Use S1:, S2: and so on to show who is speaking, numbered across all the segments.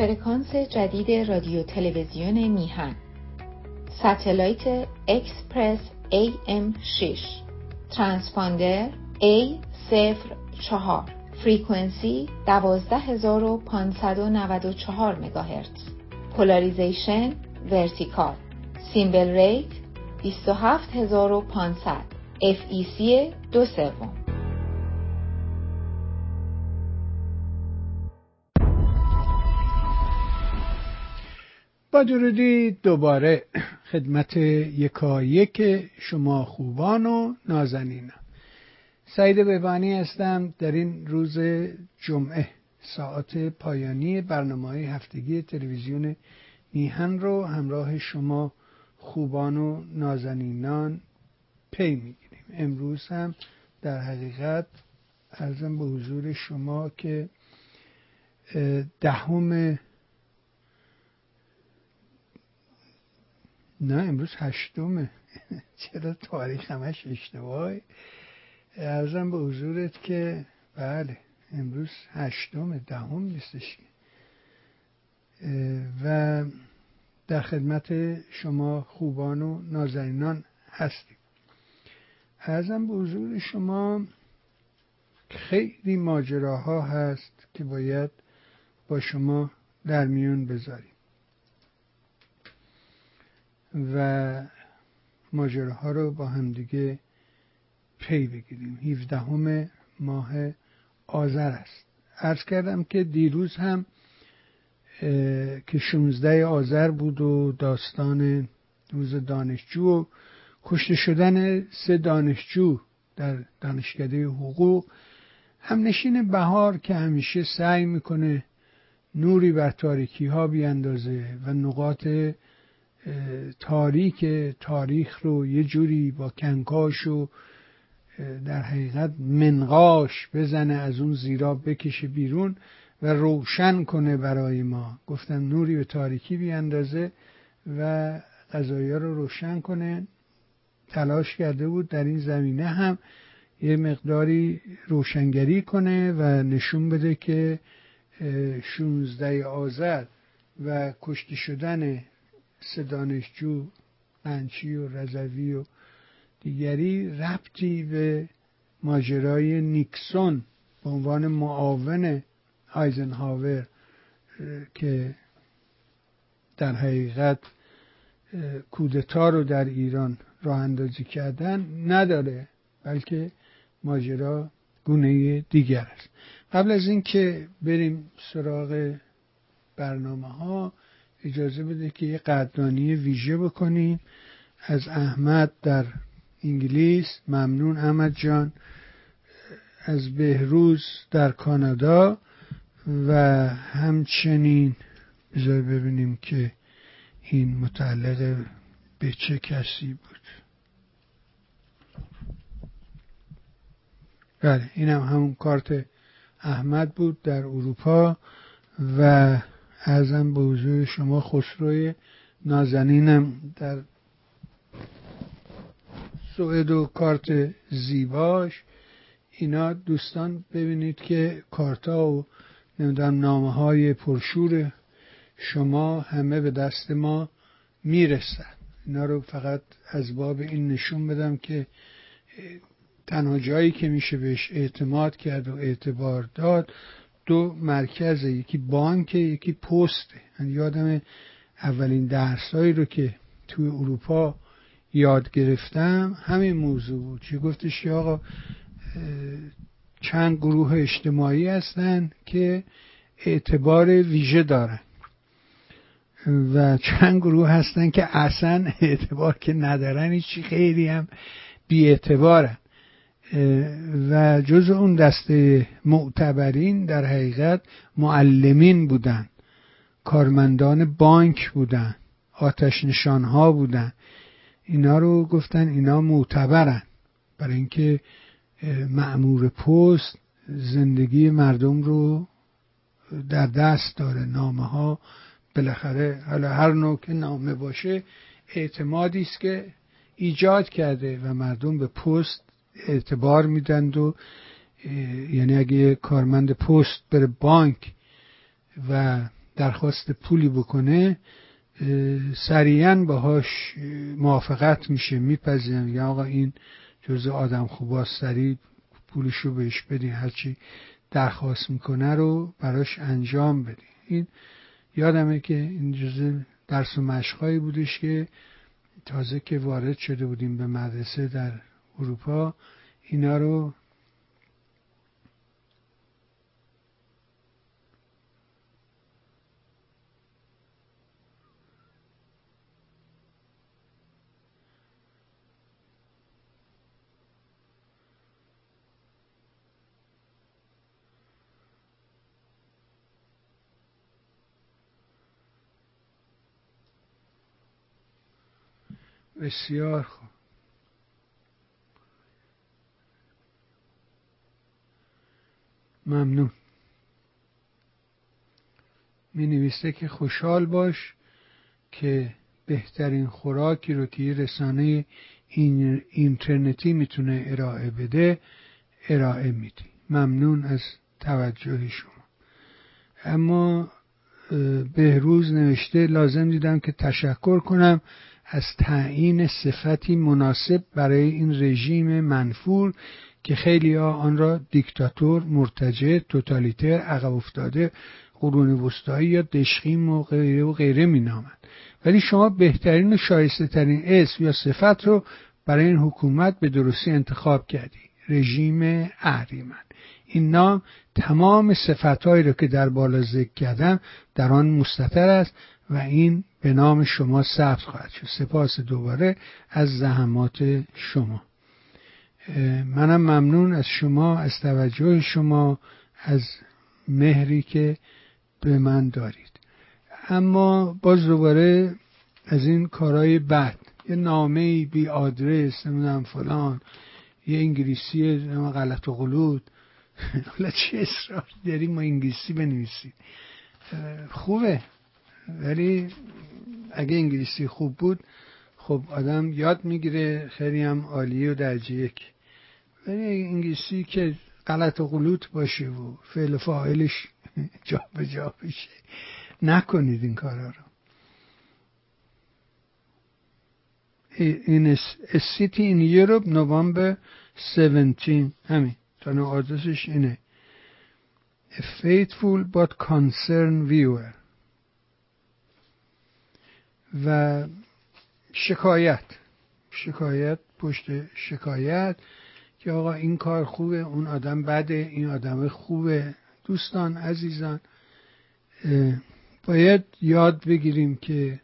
S1: فرکانس جدید رادیو تلویزیون میهن، ستلایت اکسپرس AM6، ترانسپاندر A04، فرکانسی 12594 مگاهرتز، پولاریزیشن ورتیکال، سیمبل ریت 27500، FEC 2/3.
S2: با درودی دوباره خدمت یکایک شما خوبان و نازنینان. سعید بهبانی هستم. در این روز جمعه ساعت پایانی برنامه‌های هفتگی تلویزیون میهن رو همراه شما خوبان و نازنینان پی میگیریم. امروز هم در حقیقت عرضم به حضور شما که 10 نه امروز 8 چرا تاریخ همش اشتباهه. عرضم به حضورت که بله امروز 8 10 نیستش و در خدمت شما خوبان و نازنینان هستیم. عرضم به حضور شما خیلی ماجراها هست که باید با شما در میون بذاریم و ماجراها رو با همدیگه پی بگیریم. 17 ماه آذر است. عرض کردم که دیروز هم که 16 آذر بود و داستان روز دانشجو و کشته شدن 3 دانشجو در دانشکده حقوق، همنشین بهار که همیشه سعی میکنه نوری بر تاریکی ها بیاندازه و نقاط تاریخ رو یه جوری با کنکاش و در حقیقت منقاش بزنه، از اون زیرا بکشه بیرون و روشن کنه برای ما. گفتم نوری به تاریکی بیاندازه و قضایا رو روشن کنه. تلاش کرده بود در این زمینه هم یه مقداری روشنگری کنه و نشون بده که 16 آذر و کشته شدن 3 دانشجو قنچی و رضوی و دیگری ربطی به ماجرای نیکسون به عنوان معاون آیزنهاور که در حقیقت کودتا رو در ایران راه اندازی کردن نداره، بلکه ماجرا گونه دیگر است. قبل از این که بریم سراغ برنامه ها اجازه بده که یه قدردانی ویژه بکنیم از احمد در انگلیس. ممنون احمد جان. از بهروز در کانادا و همچنین بذار ببینیم که این متعلق به چه کسی بود. بله این هم همون کارت احمد بود در اروپا و عرضم به حضور شما خسروی نازنینم در سوئد و کارت زیباش. اینا دوستان ببینید که کارتا و نمیدونم نامه های پرشور شما همه به دست ما میرسن. اینا رو فقط از باب این نشون بدم که تنها جایی که میشه بهش اعتماد کرد و اعتبار داد 2 مرکزه، یکی بانک یکی پسته. من یادم اولین درسایی رو که توی اروپا یاد گرفتم همین موضوع بود که گفتش که آقا چند گروه اجتماعی هستن که اعتبار ویژه دارن و چند گروه هستن که اصلا اعتبار که ندارن، هیچی، خیلی هم بی اعتبارن و جز اون دسته معتبرین در حقیقت معلمین بودن، کارمندان بانک بودن، آتش نشانها بودن. اینا رو گفتن اینا معتبرن برای اینکه مأمور پست زندگی مردم رو در دست داره. نامه ها بالاخره حالا هر نوع که نامه باشه اعتمادی است که ایجاد کرده و مردم به پست اعتبار میدند و یعنی اگه کارمند پست بره بانک و درخواست پولی بکنه سریعاً باهاش موافقت میشه، میپذیره، میگه آقا این جزء آدم خوباست، سریع پولشو بهش بدین، هرچی درخواست میکنه رو براش انجام بدین. این یادمه که این جزء درس و مشقایی بودش که تازه که وارد شده بودیم به مدرسه در اروپا اینا رو بسیار خوب. ممنون. می نویسه که خوشحال باش که بهترین خوراکی رو که رسانه اینترنتی میتونه ارائه بده ارائه میدی. ممنون از توجه شما. اما بهروز نوشته لازم دیدم که تشکر کنم از تعیین صفتی مناسب برای این رژیم منفور که خیلی ها آن را دیکتاتور، مرتجع، توتالیتر، عقب افتاده، قرون وسطایی یا دشخیم و غیره می نامند. ولی شما بهترین و شایسته ترین اسم یا صفت رو برای این حکومت به درستی انتخاب کردی: رژیم اهریمن. این نام تمام صفتهایی رو که در بالا ذکر کردم در آن مستتر است و این به نام شما ثبت خواهد شد. سپاس دوباره از زحمات شما. منم ممنون از شما، از توجه شما، از مهری که به من دارید. اما باز دوباره از این کارهای بد، یه نامه‌ای بی آدرس، نمیدونم فلان، یه انگلیسی غلط و غلوط، حالا چه اصرار داریم ما انگلیسی بنویسیم؟ خوبه، ولی اگه انگلیسی خوب بود خب آدم یاد میگیره، خیلی هم عالیه و درجه یک. ولی انگلیسی که غلط و غلوط باشه و فعل و فاعلش جا به جا بشه، نکنید این کارا رو. این a city in Europe November 17 همین تنها آدرسش اینه. A faithful but concerned viewer. و شکایت پشت شکایت که آقا این کار خوبه، اون آدم بده، این آدم خوبه. دوستان عزیزان، باید یاد بگیریم که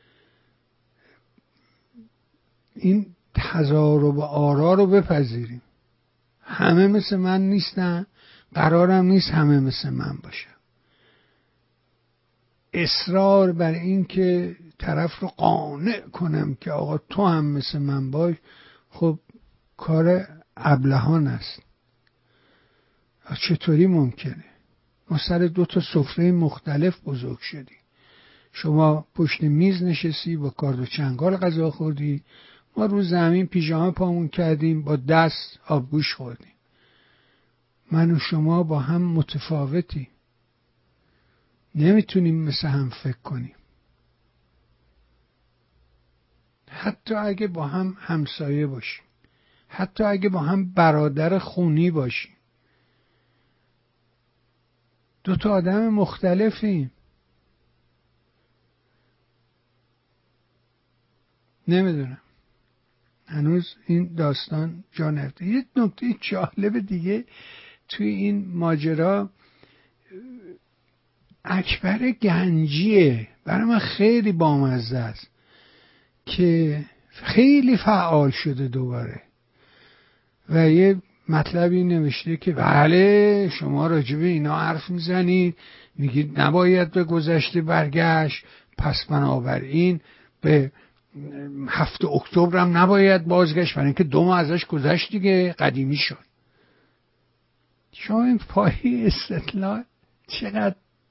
S2: این تضارب آرا رو بپذیریم. همه مثل من نیستن، قرارم نیست همه مثل من باشن. اصرار بر این که طرف رو قانع کنم که آقا تو هم مثل من باش، خب کار ابلهان است. چطوری ممکنه؟ ما سر 2 سفره مختلف بزرگ شدیم. شما پشت میز نشستی با کارد و چنگال غذا خوردی، ما رو زمین پیژامه پامون کردیم با دست آبگوش خوردیم. من و شما با هم متفاوتی، نمیتونیم مثل هم فکر کنیم. حتی اگه با هم همسایه باشیم، حتی اگه با هم برادر خونی باشیم، 2 آدم مختلفیم. نمیدونم، هنوز این داستان جا نرفته. یه نکته جالب دیگه توی این ماجرا، اکبر گنجیه، برای من خیلی بامزه است که خیلی فعال شده دوباره و یه مطلبی نوشته که بله شما راجع به اینا حرف میزنید، میگید نباید به گذشته برگشت، پس بنابراین به 7 اکتبر هم نباید بازگشت، برای اینکه 2 ماه ازش گذشت دیگه، قدیمی شد. شما این پایی استدلال چقدر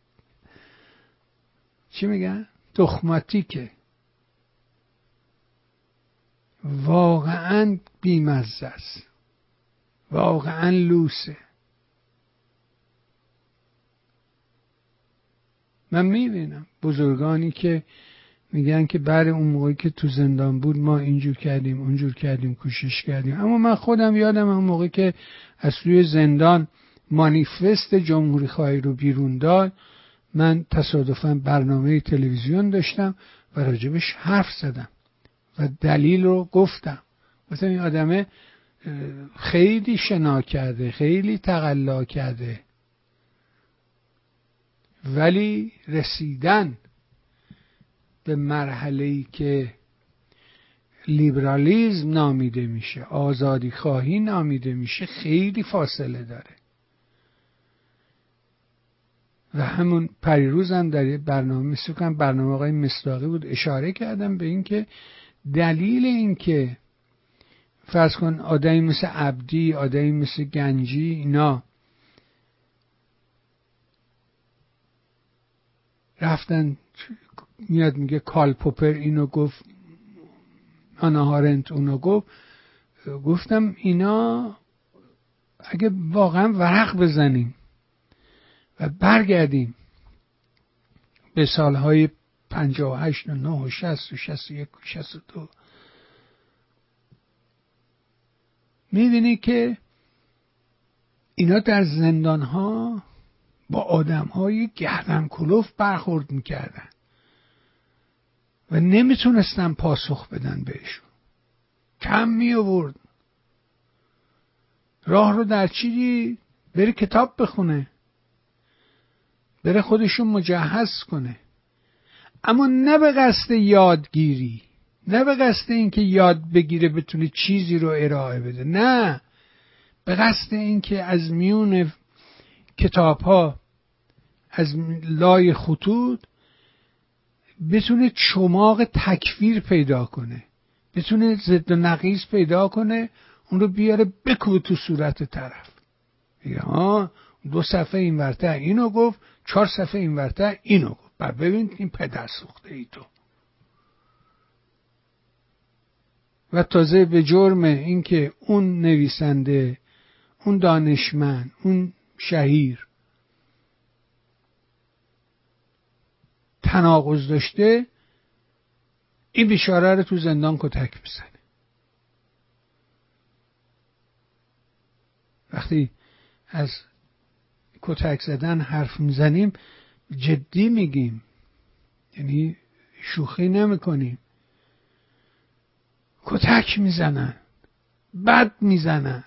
S2: چی میگن؟ تخماتیکه، واقعا بیمزه است، واقعا لوسه. من میبینم بزرگانی که میگن که بعد اون موقعی که تو زندان بود ما اینجور کردیم اونجور کردیم کوشش کردیم. اما من خودم یادم اون موقع که از توی زندان مانیفست جمهوری خواهی رو بیرون داد، من تصادفاً برنامه تلویزیون داشتم و راجبش حرف زدم و دلیل رو گفتم. مثلا این آدمه خیلی شنا کرده، خیلی تقلا کرده، ولی رسیدن به مرحله‌ای که لیبرالیسم نامیده میشه، آزادی خواهی نامیده میشه، خیلی فاصله داره. و همون پریروز هم در یه برنامه آقای مصداقی بود، اشاره کردم به این که دلیل این که فرض کن آدمی مثل عبدی، آدمی مثل گنجی، اینا رفتن، میاد میگه کارل پوپر اینو گفت، آنا هارنت اونو گفت، گفتم اینا اگه واقعا ورق بزنیم و برگردیم به سالهای 58 و 9 و 60 و 61 و 62 میبینی که اینا در زندانها با آدمهای گردن کلوف برخورد میکردن و نمیتونستن پاسخ بدن بهشون، کم می آورد. راه رو در چی دید؟ بره کتاب بخونه، بره خودشون مجهز کنه، اما نه به قصد یادگیری، نه به قصد اینکه یاد بگیره بتونه چیزی رو ارائه بده، نه، به قصد اینکه از میون کتاب‌ها، از لای خطوط بتونه چماق تکفیر پیدا کنه، بتونه ضد و نقیض پیدا کنه، اون رو بیاره بکوبه تو صورت طرف. یا 2 صفحه این ورتر اینو گفت، 4 صفحه این ورتر اینو گفت، بر ببین این پدر سوخته ای تو. و تازه به جرم اینکه اون نویسنده، اون دانشمند، اون شهیر تناقض داشته، این بیچاره رو تو زندان کتک بزنه. وقتی از کتک زدن حرف میزنیم جدی میگیم، یعنی شوخی نمی کنیم. کتک میزنن، بد میزنن.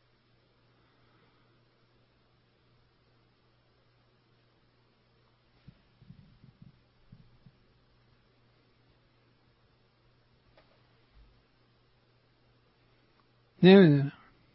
S2: نمیدونم.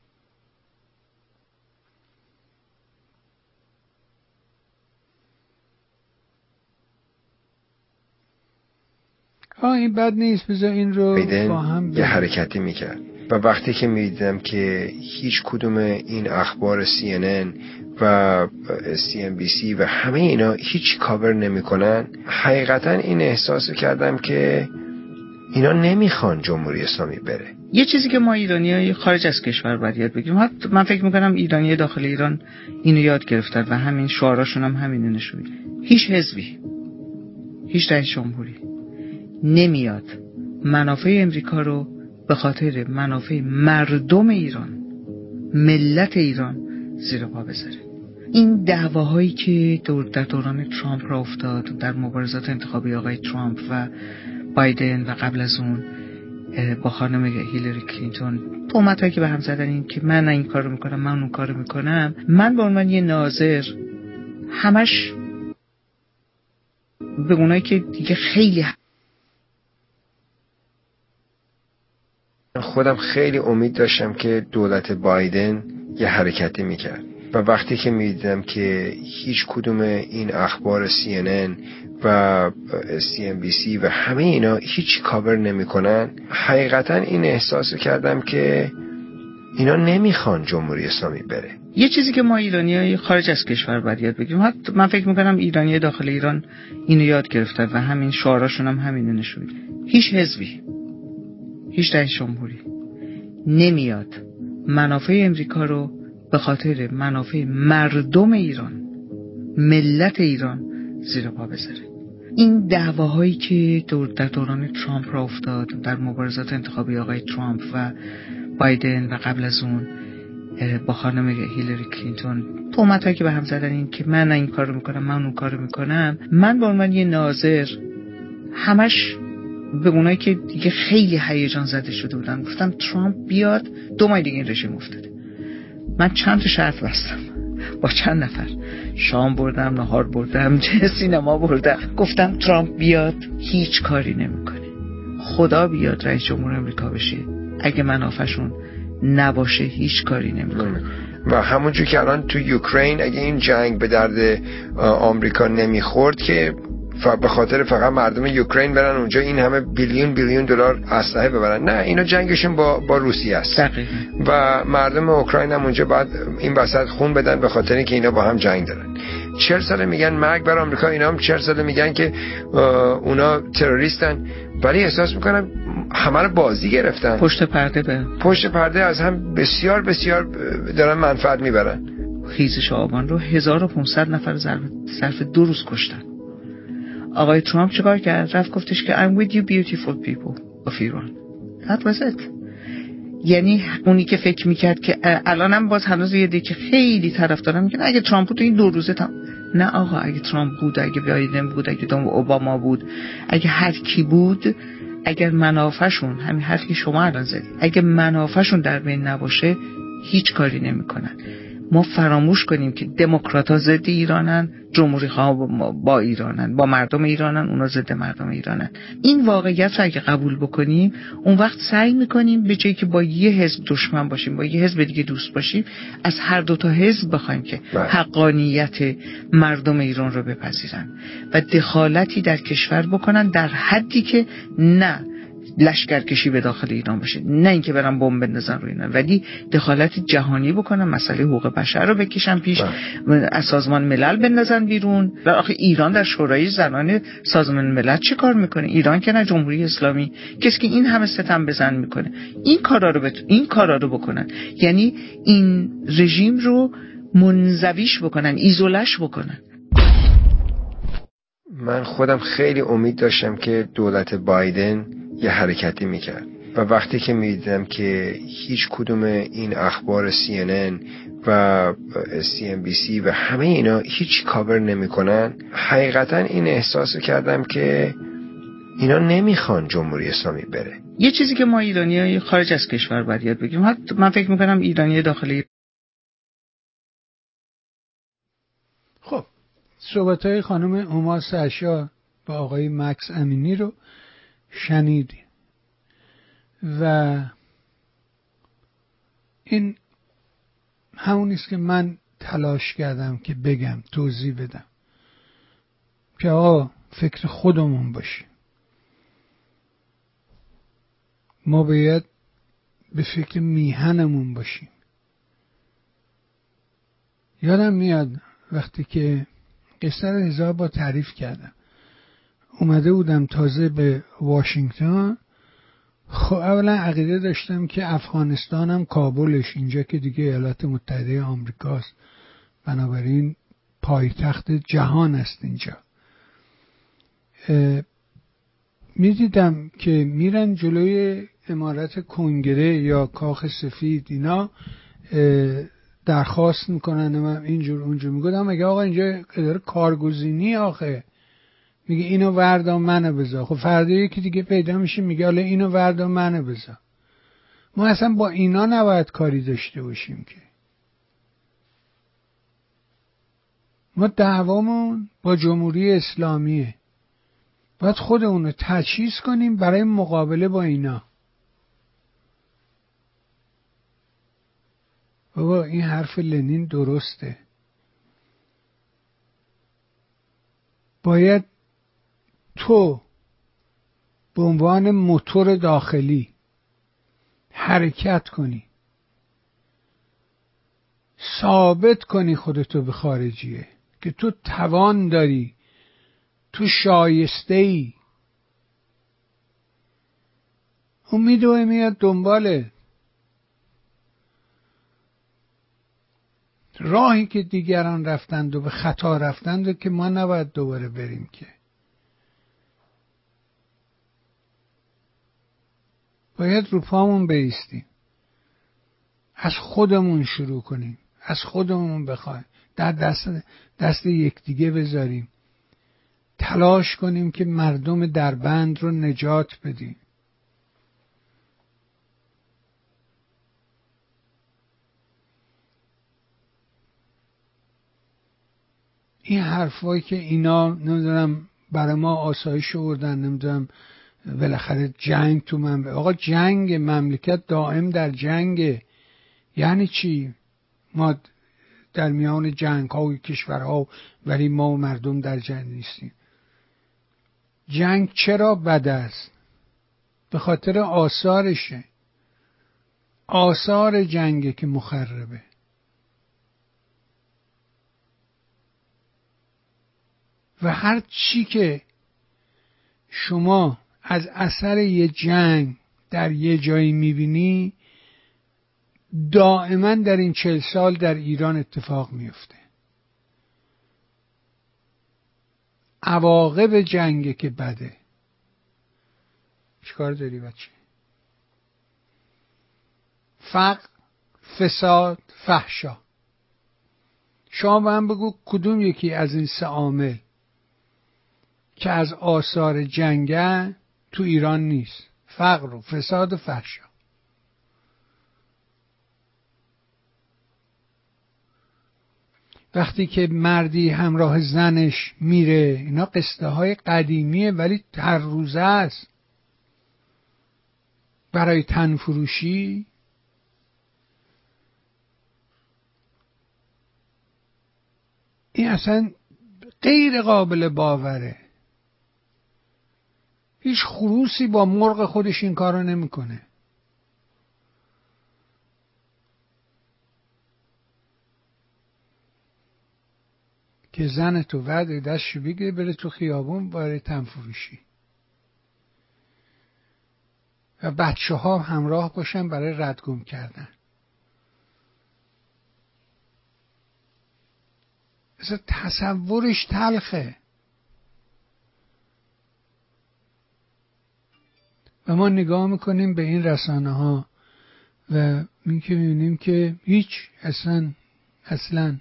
S2: این بد نیست، بذار این رو با هم
S3: یه حرکتی میکرد و وقتی که میدیدم که هیچ کدوم این اخبار CNN و CNBC و همه اینا هیچ کاور نمیکنن، حقیقتا این احساس کردم که اینا نمیخوان جمهوری اسلامی بره.
S4: یه چیزی که ما ایرانیای خارج از کشور باید یاد بگیریم، من فکر میکنم ایرانی داخل ایران اینو یاد گرفتن و همین شعاراشون هم همینو نشون میده. هیچ حزبی، هیچ رئیس جمهوری نمیاد منافع امریکا رو به خاطر منافع مردم ایران، ملت ایران زیر پا بذاره. این دعواهایی که در دوران ترامپ را افتاد، در مبارزات انتخابی آقای ترامپ و بایدن و قبل از اون با خانم هیلاری کلینتون، تهمتایی که به هم زدن، این که من این کارو میکنم، من اون کارو میکنم، من به عنوان یه ناظر همش به اونایی که دیگه خیلی،
S3: خودم خیلی امید داشتم که دولت بایدن یه حرکتی میکرد و وقتی که میدیدم که هیچ کدوم این اخبار CNN و CNBC و همه اینا هیچ کاور نمیکنن، حقیقتا این احساس کردم که اینا نمیخوان جمهوری اسلامی بره.
S4: یه چیزی که ما ایرانیای خارج از کشور باید یاد بگیریم، من فکر میکنم ایرانی داخل ایران اینو یاد گرفتن و همین شعاراشون هم همینو نشون میده. هیچ حزبی، هیچ رئیس جمهوری نمیاد منافع امریکا رو به خاطر منافع مردم ایران، ملت ایران زیر پا بذاره. این دعواهایی که در دوران ترامپ را افتاد، در مبارزات انتخابی آقای ترامپ و بایدن و قبل از اون با خانم هیلاری کلینتون، تهمتایی که به هم زدن، این که من این کارو میکنم، من اون کارو میکنم، من به عنوان یه ناظر همش به اونایی که دیگه خیلی هیجان زده شده بودن گفتم ترامپ بیاد 2 ماه دیگه این رژیم افتاده. من چند تا شرط بستم با چند نفر، شام بردم، نهار بردم، سینما بردم، گفتم ترامپ بیاد هیچ کاری نمیکنه، خدا بیاد رئیس جمهور آمریکا بشه، اگه منافعشون نباشه هیچ کاری نمیکنه.
S3: و همونجور که الان تو یوکرین اگه این جنگ به درد آمریکا نمیخورد که به خاطر فقط مردم یوکرین برن اونجا این همه بیلیون دلار اسلحه ببرن، نه، اینا جنگشون با روسیه است
S4: دقیقا.
S3: و مردم اوکراین هم اونجا بعد این وسط خون بدن به خاطر اینکه اینا با هم جنگ دارن. 40 سال میگن مرگ بر آمریکا، اینا هم 40 سال میگن که اونا تروریستن، ولی احساس میکنم همه رو بازی گرفتن، پشت پرده از هم بسیار دارن منفعت میبرن.
S4: خیزش آبان رو 1500 نفر ظرف 2 روز کشتن. آقای ترامپ چیکار کرد؟ رفت گفتش که I'm with you beautiful people of Iran. That was it. یعنی اونی که فکر میکرد که الانم باز هنوز یه دیگه خیلی طرفدارم میگن اگه ترامپ بود این 2 روزه نه آقا، اگه ترامپ بود، اگه بایدن بود، اگه اوباما بود، اگه هر کی بود، اگر منافعشون، همین حرفی که شما الان زدید، اگه منافعشون در بین نباشه هیچ کاری نمیکنن. ما فراموش کنیم که دموکرات‌ها ضد ایرانن، جمهوری‌خواها با ایرانن، با مردم ایرانن، اونا ضد مردم ایرانن. این واقعیت رو اگه قبول بکنیم، اون وقت سعی می‌کنیم به جایی که با یه حزب دشمن باشیم، با یه حزب دیگه دوست باشیم، از هر 2 تا حزب بخوایم که حقانیت مردم ایران رو بپذیرن و دخالتی در کشور بکنن در حدی که نه لشکرکشی به داخل ایران باشه، نه اینکه برن بمب بندازن روی اینا، ولی دخالت جهانی بکنن، مسئله حقوق بشر رو بکشن پیش، از سازمان ملل بندازن بیرون. و آخه ایران در شورای زنان سازمان ملل چه کار میکنه؟ ایران که نه جمهوری اسلامی، کسی که این همه ستم بزن میکنه، این کارا رو بکنن، یعنی این رژیم رو منزویش بکنن، ایزولش بکنن.
S3: من خودم خیلی امید داشتم که دولت بایدن یه حرکتی میکرد و وقتی که میدیدم که هیچ کدوم این اخبار CNN و CNBC و همه اینا هیچ کاور نمیکنن، حقیقتا این احساس کردم که اینا نمیخوان جمهوری اسلامی بره.
S4: یه چیزی که ما ایرانیای خارج از کشور باید یاد بگیریم، حتی من فکر میکنم ایرانی داخلی.
S2: خب صحبت‌های خانم هما سعشا با آقای مکس امینی رو شنیدیم و این همونیست که من تلاش کردم که بگم، توضیح بدم که آقا فکر خودمون باشیم، ما باید به فکر میهنمون باشیم. یادم میاد وقتی که قصه رو 1000 بار تعریف کردم، اومده بودم تازه به واشنگتن، خب اولا عقیده داشتم که افغانستانم کابلش، اینجا که دیگه ایالات متحده آمریکاست، بنابراین پایتخت جهان است اینجا. میدیدم که میرن جلوی عمارت کنگره یا کاخ سفید، اینا درخواست میکنن من اینجور اونجور. میگم مگه آقا اینجا داره کارگزینی، آخه میگه اینو وردا منو بذار. خب فردا یکی دیگه پیدا میشه میگه حالا اینو وردا منو بذار. ما اصلا با اینا نباید کاری داشته باشیم که. ما دعوامون با جمهوری اسلامیه، باید خودمون رو تجهیز کنیم برای مقابله با اینا. بابا این حرف لنین درسته، باید تو به عنوان موتور داخلی حرکت کنی، ثابت کنی خودتو به خارجیه که تو توان داری، تو شایسته ای. اون میدوه میاد دنباله. راهی که دیگران رفتند و به خطا رفتند و که ما نباید دوباره بریم. که باید رو پامون بایستیم، از خودمون شروع کنیم، از خودمون بخوایم، در دست یکدیگه بذاریم، تلاش کنیم که مردم دربند رو نجات بدیم. این حرفایی که اینا نمیدونم برای ما آسایش آوردن، نمیدونم بالاخره جنگ تو آقا جنگ، مملکت دائم در جنگ. یعنی چی؟ ما در میان جنگ های کشورها ولی ما مردم در جنگ نیستیم. جنگ چرا بد است؟ به خاطر آثارشه. آثار جنگه که مخربه. و هر چی که شما از اثر یه جنگ در یه جایی میبینی دائما در این 40 سال در ایران اتفاق میفته. عواقب جنگه که بده. چیکار داری بچه؟ فقر، فساد، فحشا. شما به هم بگو کدوم یکی از این 3 عامل که از آثار جنگه تو ایران نیست؟ فقر و فساد و فحشا. وقتی که مردی همراه زنش میره، اینا قصه های قدیمیه ولی هر روزه است، برای تن فروشی. این اصلا غیر قابل باوره. هیچ خروسی با مرغ خودش این کارو نمیکنه. که زن تو وعده دستشو بگیره بره تو خیابون برای تن فروشی و بچه ها همراه باشن برای ردگم کردن. اصلا تصورش تلخه. و ما نگاه میکنیم به این رسانه ها و این که میبینیم که هیچ اصلا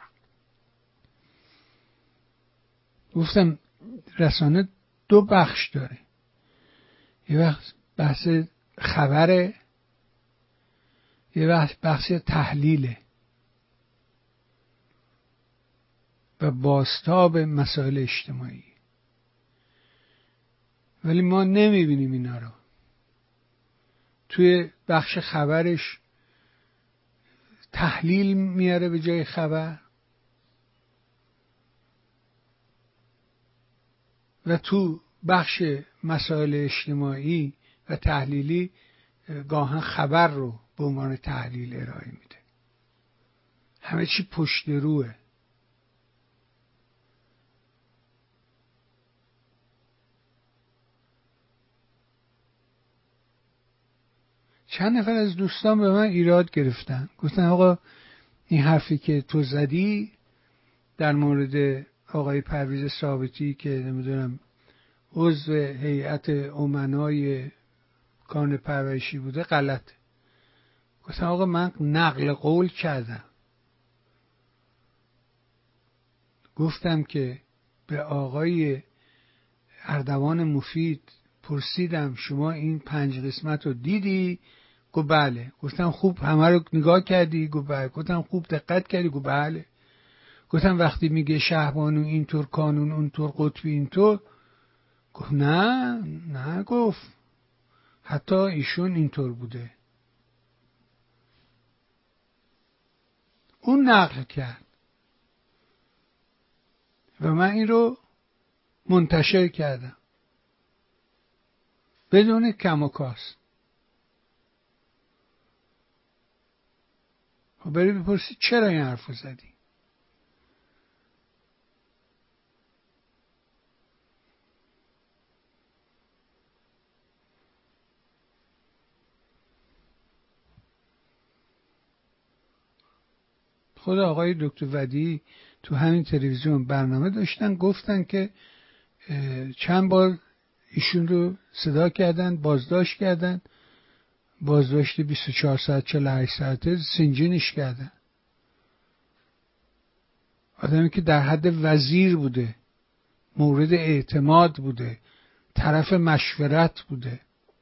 S2: گفتم رسانه 2 بخش داره. یه بحث خبره، یه بحث تحلیله و بازتاب مسائل اجتماعی. ولی ما نمیبینیم اینا رو. توی بخش خبرش تحلیل میاره به جای خبر و تو بخش مسائل اجتماعی و تحلیلی گاهن خبر رو به عنوان تحلیل ارائه میده. همه چی پشت روه. چند نفر از دوستان به من ایراد گرفتن، گفتن آقا این حرفی که تو زدی در مورد آقای پرویز ثابتی که نمیدونم عضو هیئت امنای کان پرورشی بوده غلط. گفتم آقا من نقل قول کردم، گفتم که به آقای اردوان مفید پرسیدم شما این 5 قسمت رو دیدی؟ گفت بله. گفتم خوب همه رو نگاه کردی؟ گفت بله. گفتم خوب دقت کردی؟ گفت بله. گفتم وقتی میگه شهبانو اینطور، کانون اونطور، قطبی اینطور، گفت نه گفت حتی ایشون اینطور بوده. اون نقل کرد و من این رو منتشر کردم بدون کم و کاست. و بری بپرسی چرا این حرف رو زدی؟ خود آقای دکتر ودی تو همین تلویزیون برنامه داشتن، گفتن که چند بار ایشون رو صدا کردن، بازداشت کردن، بازداشت 24 ساعت 48 ساعته سینجینش کردن. آدمی که در حد وزیر بوده، مورد اعتماد بوده، طرف مشورت بوده.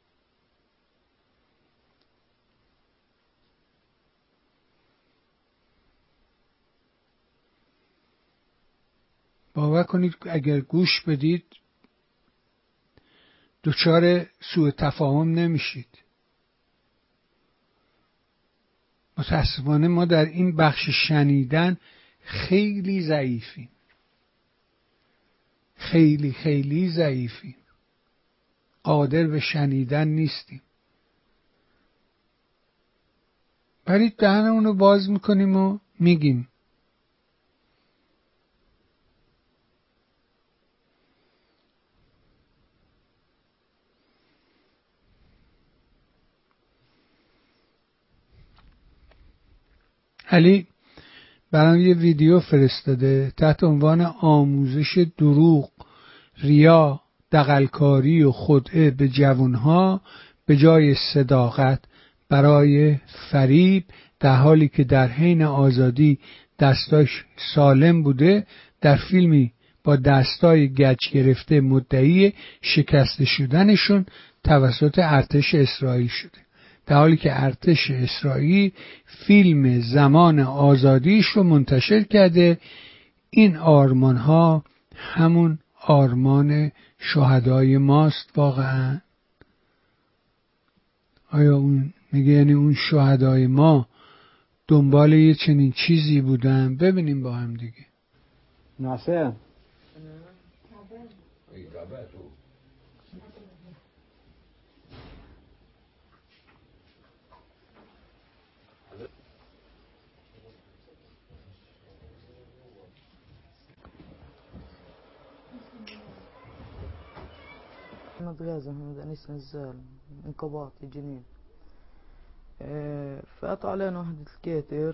S2: باور کنید اگر گوش بدید دچار سوء تفاهم نمیشید. متاسفانه ما در این بخش شنیدن خیلی ضعیفیم، خیلی خیلی ضعیفیم، قادر به شنیدن نیستیم. ولی دهنمون رو باز میکنیم و میگیم. علی برام یه ویدیو فرستاده تحت عنوان آموزش دروغ، ریا، دغلکاری و خدعه به جوانها به جای صداقت برای فریب، در حالی که در حین آزادی دستاش سالم بوده، در فیلمی با دستای گچ گرفته مدعی شکست شدنشون توسط ارتش اسرائیل شده، در حالی که ارتش اسرائیل فیلم زمان آزادیش رو منتشر کرده. این آرمان ها همون آرمان شهدای ماست واقعا؟ آیا اون میگه یعنی اون شهدای ما دنبال یه چنین چیزی بودن؟ ببینیم با هم دیگه.
S5: ناصر
S6: محمد غازي محمد أنيس نزال من قباطي جنين. فات علينا وحدة الكيتر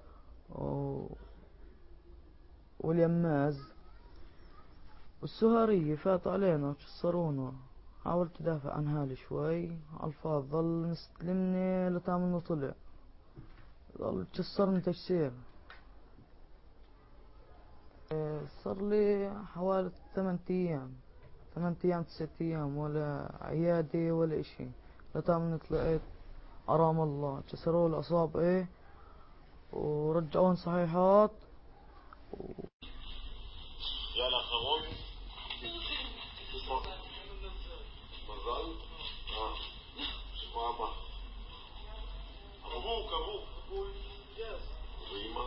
S6: واليماز والسهرية، فات علينا كسرونا. حاولت أدافع عن حالي شوي، عالفاض ظل مستلمني لتعملنا طلع، ظل كسرني تكسير. صار لي حوالي 8 أيام 9 أيام ولا عيادي ولا إشي، لتعملني طلعت أرام الله. كسروا الأصابع ورجعون صحيحات
S7: يلا خروج مظل ماما أبوك ريما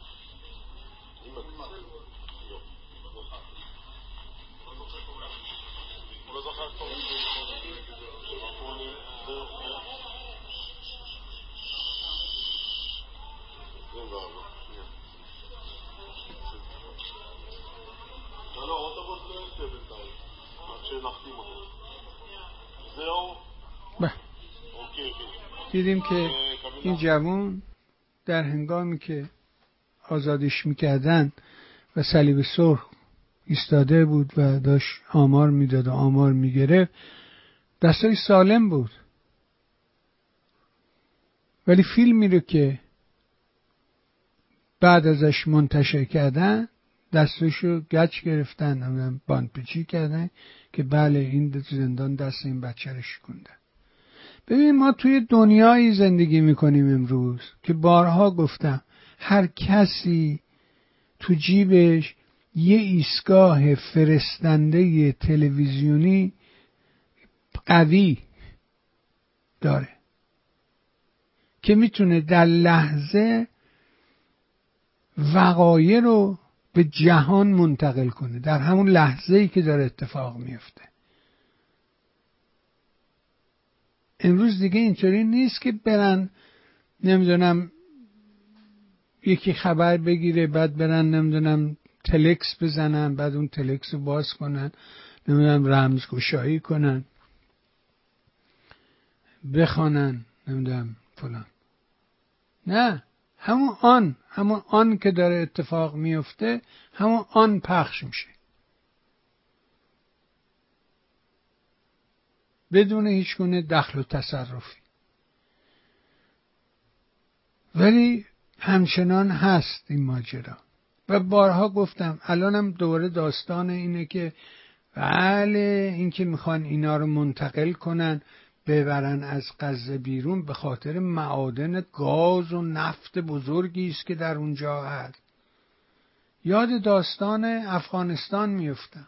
S2: دیدیم که این جوان در هنگامی که آزادش میکردن و صلیب سرخ ایستاده بود و داشت آمار میداد و آمار میگرفت، دستای سالم بود. ولی فیلمی رو که بعد ازش منتشر کردن دستشو گچ گرفتن، نمیدونم باندپیچی کردن که بله این زندان دست این بچه رو شکوندن. ببین ما توی دنیایی زندگی میکنیم امروز که بارها گفتم هر کسی تو جیبش یه ایستگاه فرستنده تلویزیونی قوی داره که میتونه در لحظه وقایع رو به جهان منتقل کنه در همون لحظه‌ای که داره اتفاق میفته. امروز دیگه اینطوری نیست که برن نمیدونم یکی خبر بگیره بعد برن نمیدونم تلکس بزنن بعد اون تلکس رو باز کنن نمیدونم رمزگشایی کنن بخوانن نمیدونم فلان. نه، همون آن که داره اتفاق میفته، همون آن پخش میشه بدون هیچ گونه دخل و تصرفی. ولی همچنان هست این ماجرا و بارها گفتم، الانم دوباره داستان اینه که بله این که میخوان اینا رو منتقل کنن ببرن از غزه بیرون به خاطر معادن گاز و نفت بزرگی است که در اونجا هست. یاد داستان افغانستان میفتم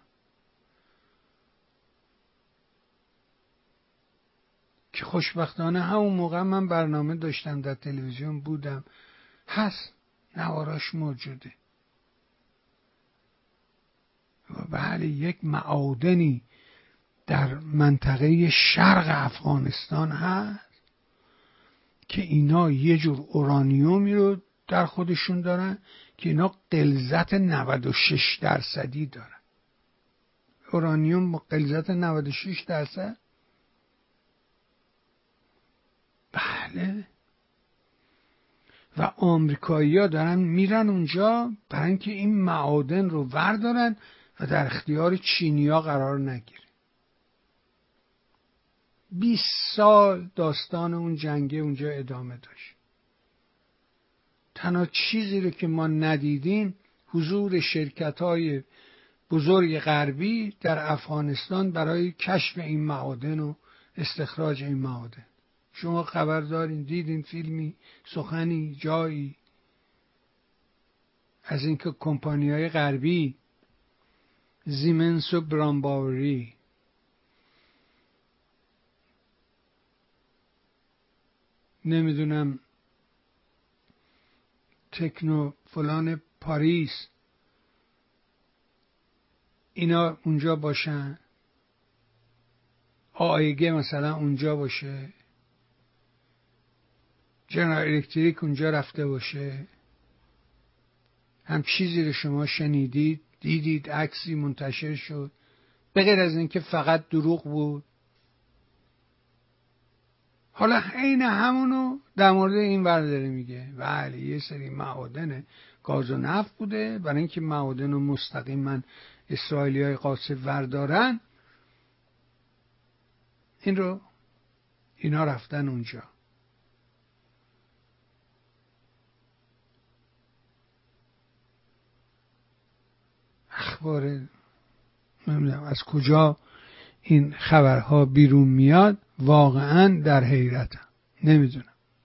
S2: که خوشبختانه همون موقع من برنامه داشتم، در تلویزیون بودم، هست، نواراش موجوده. و بله یک معادنی در منطقه شرق افغانستان هست که اینا یه جور اورانیومی رو در خودشون دارن که اینا غلظت 96% دارن. اورانیوم با غلظت 96%. بله. و آمریکایی‌ها دارن میرن اونجا برای اینکه این معادن رو وردارن و در اختیار چینی‌ها قرار نگیره. 20 سال داستان اون جنگه اونجا ادامه داشت. تنها چیزی رو که ما ندیدیم حضور شرکت‌های بزرگ غربی در افغانستان برای کشف این معادن و استخراج این معادن. شما خبر دارین، دیدین فیلمی، سخنی، جایی از اینکه کمپانی‌های غربی، زیمنس و برانباوری، نمیدونم تکنو فلان پاریس، اینا اونجا باشن، AEG مثلا اونجا باشه، جنرال الکتریک اونجا رفته باشه، هم چیزی رو شما شنیدید، دیدید، عکسی منتشر شد، به غیر از اینکه فقط دروغ بود. حالا عین همونو در مورد این برداره میگه بله یه سری معادن گاز و نفت بوده، برای اینکه معادن رو مستقیما اسرائیلی‌های غاصب وردارن، این رو اینا رفتن اونجا. اخبار نمیدونم از کجا این خبرها بیرون میاد، واقعا در حیرتم، نمیدونم.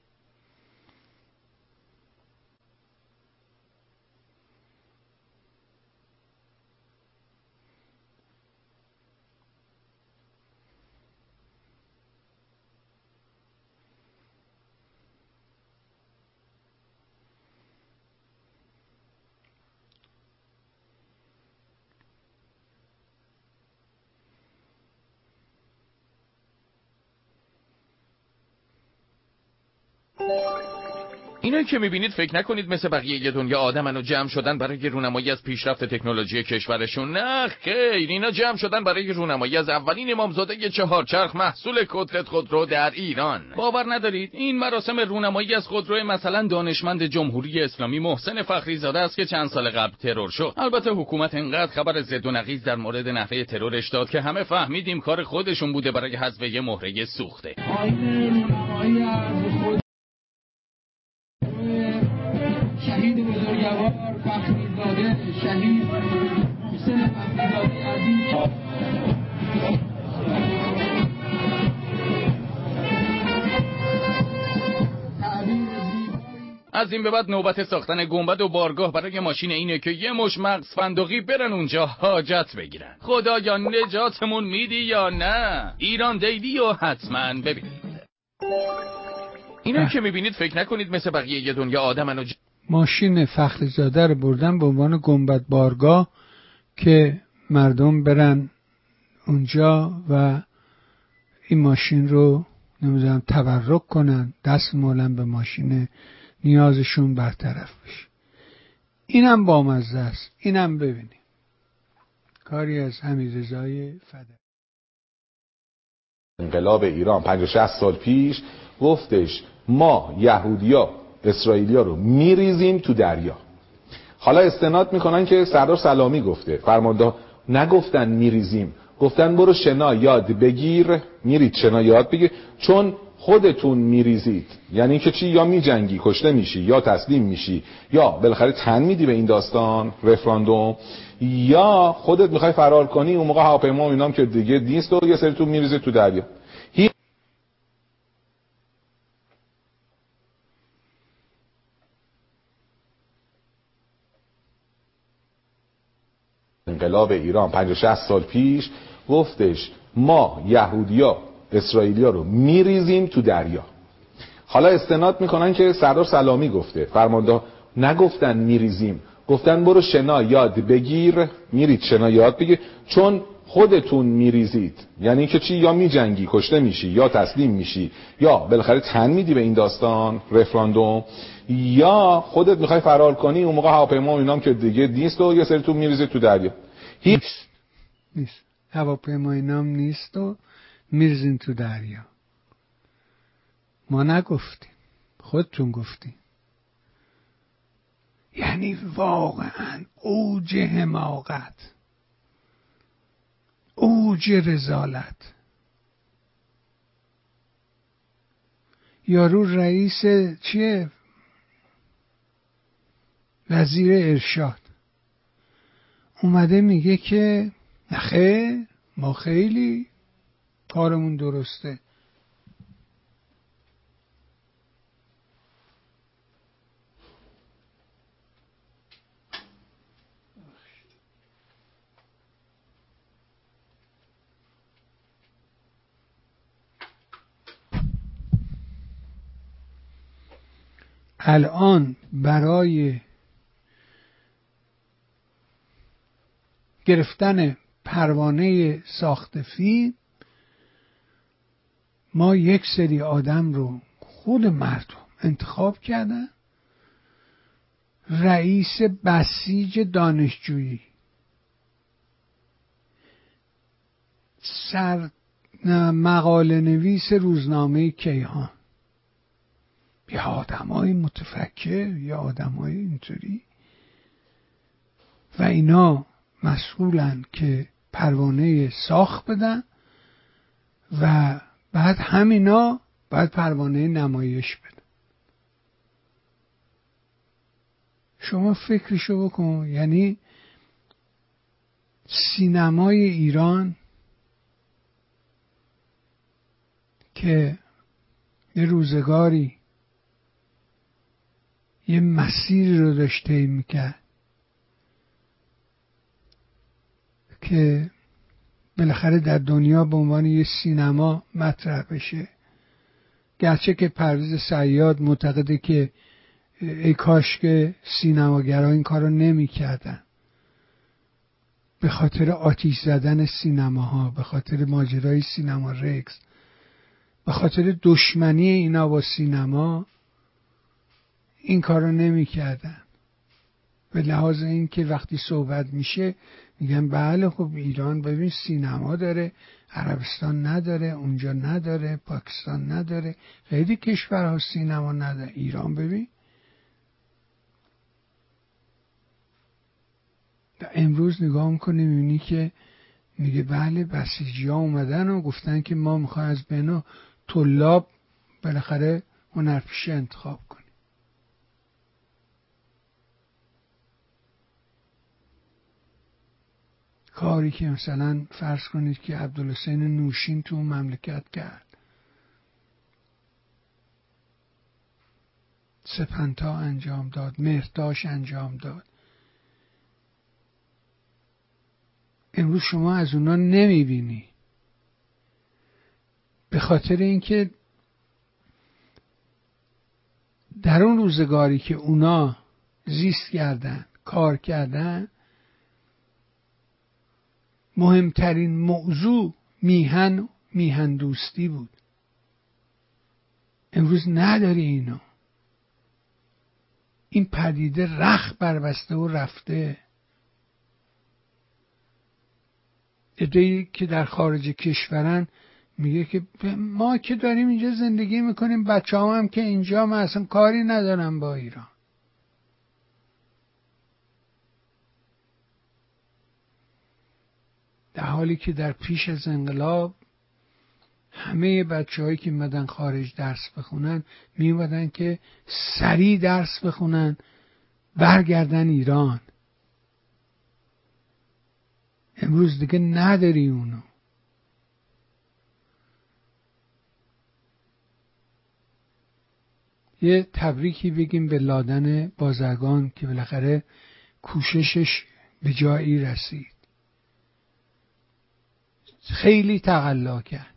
S8: اینایی که میبینید فکر نکنید مثل بقیه دنیا آدمن و جمع شدن برای رونمایی از پیشرفت تکنولوژی کشورشون. نه خیر، اینا جمع شدن برای رونمایی از اولین امامزاده چهارچرخ محصول کتلت خودرو در ایران. باور ندارید این مراسم رونمایی از خودرو مثلا دانشمند جمهوری اسلامی محسن فخریزاده است که چند سال قبل ترور شد. البته حکومت انقدر خبر ضد و نقیض در مورد نحوه ترورش داد که همه فهمیدیم کار خودشون بوده برای حذف یه مهره سوخته.
S9: شهید بزرگوار فخریزاده، شهید حسین فخریزاده عزیز.
S8: از این به بعد نوبت ساختن گنبد و بارگاه برای ماشین اینه که یه مش مغز فندقی برن اونجا حاجت بگیرن. خدایا نجاتمون میدی یا نه؟ ایران دیلی و حتما ببینید. اینا که میبینید فکر نکنید مثل بقیه دنیا آدمن و
S2: ماشین فخریزاده رو بردن به عنوان گنبد بارگاه که مردم برن اونجا و این ماشین رو نمیدونم تبرک کنن، دست مولن به ماشین، نیازشون برطرف بشه. اینم بامزه است. اینم ببینیم کاری از حمیدرضای فدایی.
S10: انقلاب ایران 50-60 سال پیش گفتش ما یهودیا اسرائیلیا رو میریزیم تو دریا. حالا استناد میکنن که سردار سلامی گفته، فرمانده نگفتن میریزیم، گفتن برو شنا یاد بگیر، میرید شنا یاد بگیر، چون خودتون میریزید. یعنی که چی؟ یا میجنگی کشته میشی، یا تسلیم میشی، یا بالاخره تن میدی به این داستان رفراندوم، یا خودت میخوای فرار کنی. اون موقع هواپیما و اینام که دیگه نیست و یه سریتون میریزید تو دریا. انقلاب ایران 50-60 سال پیش گفتش ما یهودیا اسرائیلیا رو میریزیم تو دریا. حالا استناد میکنن که سردار سلامی گفته، فرمانده نگفتن میریزیم، گفتن برو شنا یاد بگیر، میرید شنا یاد بگیر، چون خودتون میریزید. یعنی که چی؟ یا میجنگی کشته میشی، یا تسلیم میشی، یا بالاخره تن میدی به این داستان رفراندوم، یا خودت میخوای فرار کنی. اون موقع هواپیما و اینام که دیگه نیست و یه سریتون میریزید تو دریا.
S2: نیست هواپیما اینام نیست و میریزین تو دریا. ما نگفتیم، خودتون گفتیم. یعنی واقعا اوج حماقت، اوج رذالت. یارو رئیس چیه؟ وزیر ارشاد اومده میگه که نخیر ما خیلی کارمون درسته. الان برای گرفتن پروانه ساخت فیلم ما یک سری آدم رو خود مردم انتخاب کردن رئیس بسیج دانشجویی، مقاله نویس روزنامه کیهان، یا آدمای متفکر یا آدمای اینطوری، و اینا مسئولن که پروانه ساخت بدن و بعد همینا باید پروانه نمایش بدن. شما فکرشو بکن. یعنی سینمای ایران که یه روزگاری یه مسیری رو داشته میکرد که بالاخره در دنیا به عنوان یه سینما مطرح بشه، گرچه که پرویز صیاد معتقده که ای کاش که سینماگرها این کارو نمی‌کردن، به خاطر آتش زدن سینماها، به خاطر ماجرای سینما رکس، به خاطر دشمنی اینا با سینما این کارو نمی‌کردن. به لحاظ این که وقتی صحبت میشه میگن بله خب ایران ببین سینما داره، عربستان نداره، اونجا نداره، پاکستان نداره، خیلی کشورها سینما نداره، ایران ببین. امروز نگاه میکنی میبینی که میگه بله بسیجی ها اومدن و گفتن که ما میخوایم از بین طلاب بالاخره هنرپیشه انتخاب کنیم. کاری که مثلا فرض کنید که عبدالحسین نوشین تو اون مملکت کرد، سپنتا انجام داد، مهرداش انجام داد. امروز شما از اونا نمیبینی، به خاطر اینکه در اون روزگاری که اونا زیست کردن، کار کردن، مهمترین موضوع میهن دوستی بود. امروز نداری اینو. این پدیده رخ بربسته و رفته. عده‌ای که در خارج کشورن میگه که ما که داریم اینجا زندگی میکنیم، بچه هم که اینجا، من اصلا کاری ندارم با ایران. در حالی که در پیش از انقلاب همه بچه‌هایی که میمدن خارج درس بخونن میمدن که سریع درس بخونن برگردن ایران. امروز دیگه نداری اونو. یه تبریکی بگیم به لادن بازرگان که بالاخره کوششش به جایی رسید. خیلی تقلا کرد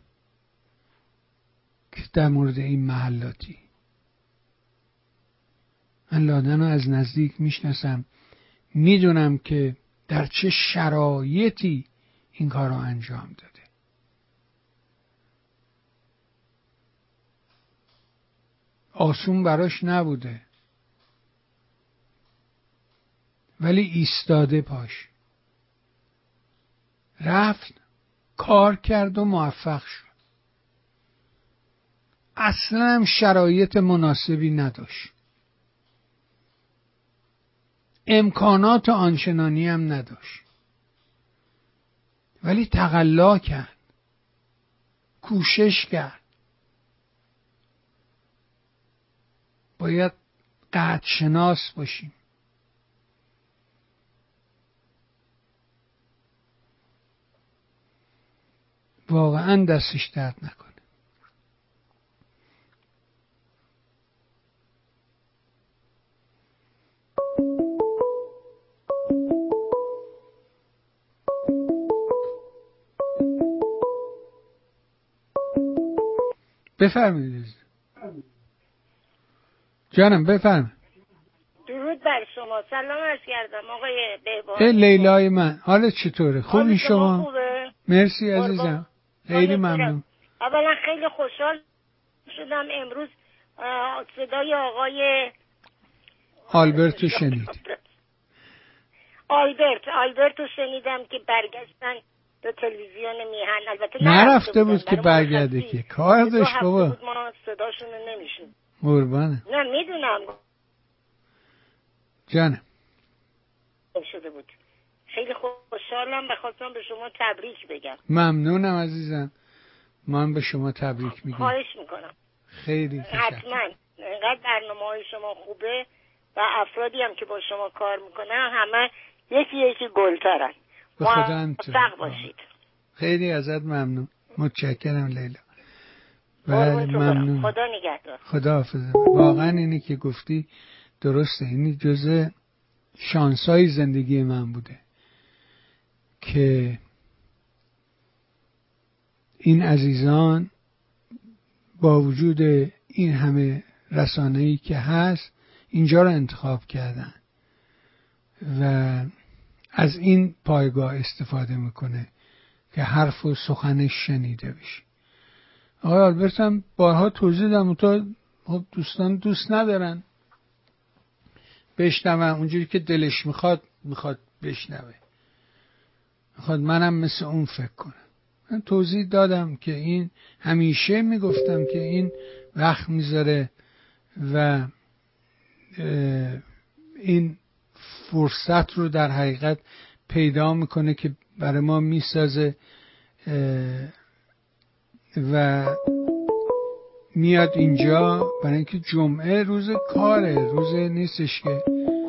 S2: که در مورد این محلاتی. من لادن رو از نزدیک میشناسم، میدونم که در چه شرایطی این کار رو انجام داده. آسون براش نبوده، ولی ایستاده پاش، رفت کار کرد و موفق شد. اصلا هم شرایط مناسبی نداشت، امکانات آنچنانی هم نداشت، ولی تقلا کرد، کوشش کرد. باید قدر شناس باشیم. واقعا دستش درد نکنه. بفرمایید جانم، بفرمایید.
S11: درود بر شما. سلام عرض کردم آقای بهبانی.
S2: لیلای من، حالت چطوره؟ خوبی شما؟
S11: خوبه؟
S2: مرسی عزیزم، خیلی ممنون.
S11: اولا خیلی خوشحال شدم امروز صدای آقای
S2: آلبرتو شنید.
S11: آلبرتو شنیدم که برگشتن به تلویزیون میهن. البته
S2: نرفته بود که برگرده، که کار داشت بابا.
S11: ما صداشون رو نمیشون.
S2: قربانه.
S11: نه میدونم
S2: جانم
S11: شده بود. خیلی خوشحالم، بخواستم به شما تبریک بگم.
S2: ممنونم عزیزم، من به شما تبریک میگم.
S11: خواهش میکنم.
S2: خیلی تشکر.
S11: حتما. اینقدر برنامه‌های شما خوبه و افرادی هم که با شما کار میکنن همه یکی گلترن.
S2: به خدا همینطور.
S11: موفق باشید.
S2: خیلی ازت ممنون. متشکرم لیلا. بله ممنون.
S11: خدا نگهدار.
S2: خدا حافظ. واقعا اینی که گفتی درسته. اینی جزء شانسای زندگی من بوده که این عزیزان با وجود این همه رسانه‌ای که هست اینجا رو انتخاب کردن و از این پایگاه استفاده میکنه که حرف و سخنش شنیده بشه. آقای آلبرت هم بارها توضیح دادم، تا خب دوستان دوست ندارن بشنون اونجوری که دلش میخواد بشنوه، میخواد منم مثل اون فکر کنم. من توضیح دادم که این همیشه میگفتم که این وقت میذاره و این فرصت رو در حقیقت پیدا میکنه که برای ما میسازه و میاد اینجا، برای اینکه جمعه روز کاره، روز نیستش که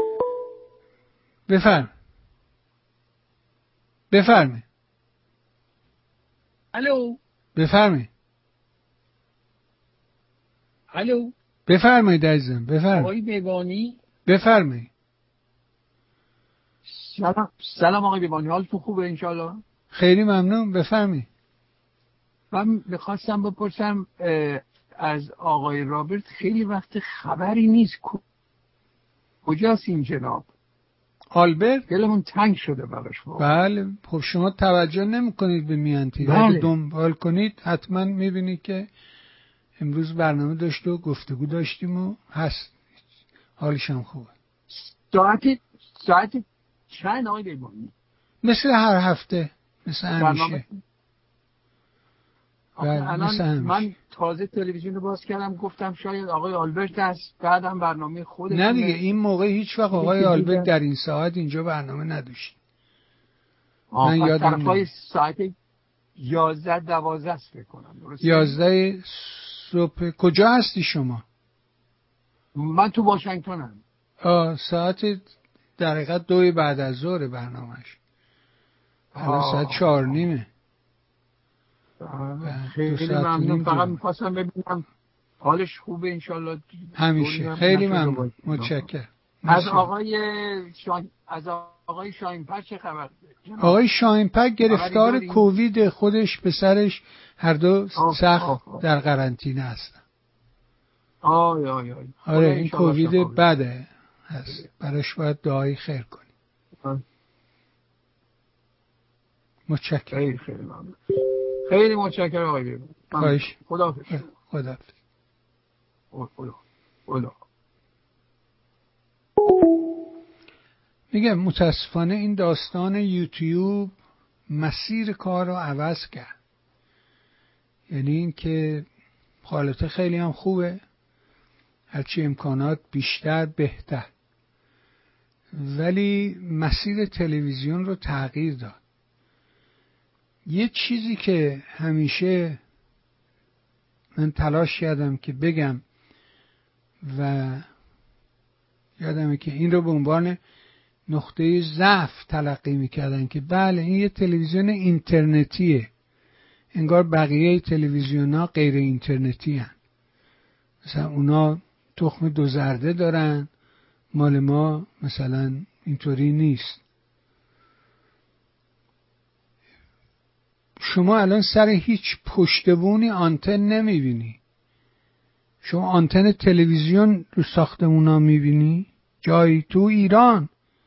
S2: بفرمه
S9: الو
S2: بفرمایید عزیزم، بفرمایید.
S9: آقای بیبانی
S2: بفرمایید.
S9: سلام آقای بیبانی، حالتون خوبه انشالله؟
S2: خیلی ممنون، بفرمایید.
S9: من میخواستم بپرسم از آقای رابرت خیلی وقت خبری نیست، کجاست این جناب
S2: آلبرت؟
S9: دلمون تنگ شده براش.
S2: بله خب شما توجه نمی کنید به میانتی. اگه دنبال کنید حتما میبینید که امروز برنامه داشت و گفتگو داشتیم و هست، حالش هم خوبه.
S9: ساعت چند آقای بیبانی؟
S2: مثل هر هفته، مثل همیشه.
S9: الان من تازه تلویزیون رو باز کردم گفتم شاید آقای آلبرت هست، بعدم برنامه خودش.
S2: نه دیگه این موقع هیچ وقت آقای آلبرت در این ساعت اینجا برنامه نداشت. من یادم
S9: طرفای ساعت 11-12 است فکر کنم. درسته؟
S2: 11 صبح. کجا هستی شما؟
S9: من تو واشنگتنم.
S2: ساعت در حقیقت 2 بعد از ظهر برنامهش. الان ساعت 4:30.
S9: خیلی ممنون. فقط می‌خواستم ببینم حالش خوبه انشالله.
S2: همیشه خیلی ممنون. متشکرم.
S9: از آقای شاهین‌پر چه خبر؟
S2: آقای شاهین‌پر گرفتار کووید خودش به سرش هر دو سخت در قرنطینه هستن. آره این کووید بده هست، براش باید دعای خیر کنی. متشکرم.
S9: خیلی ممنون. خیلی متشکرم آقای بیرون. خداحافظ. خدا.
S2: میگم متاسفانه این داستان یوتیوب مسیر کار رو عوض کرد. یعنی این که حالت خیلی هم خوبه، هرچی امکانات بیشتر بهتر، ولی مسیر تلویزیون رو تغییر داد. یه چیزی که همیشه من تلاش کردم که بگم و یادمه که این رو به عنوان نقطه ضعف تلقی میکردن که بله این یه تلویزیون اینترنتیه، انگار بقیه تلویزیون ها غیر اینترنتی هن. مثلا اونا تخم 2 زرده دارن، مال ما مثلا اینطوری نیست. شما الان سر هیچ پشتبونی آنتن نمیبینی. شما آنتن تلویزیون رو ساختمون ها میبینی؟ جایی تو ایران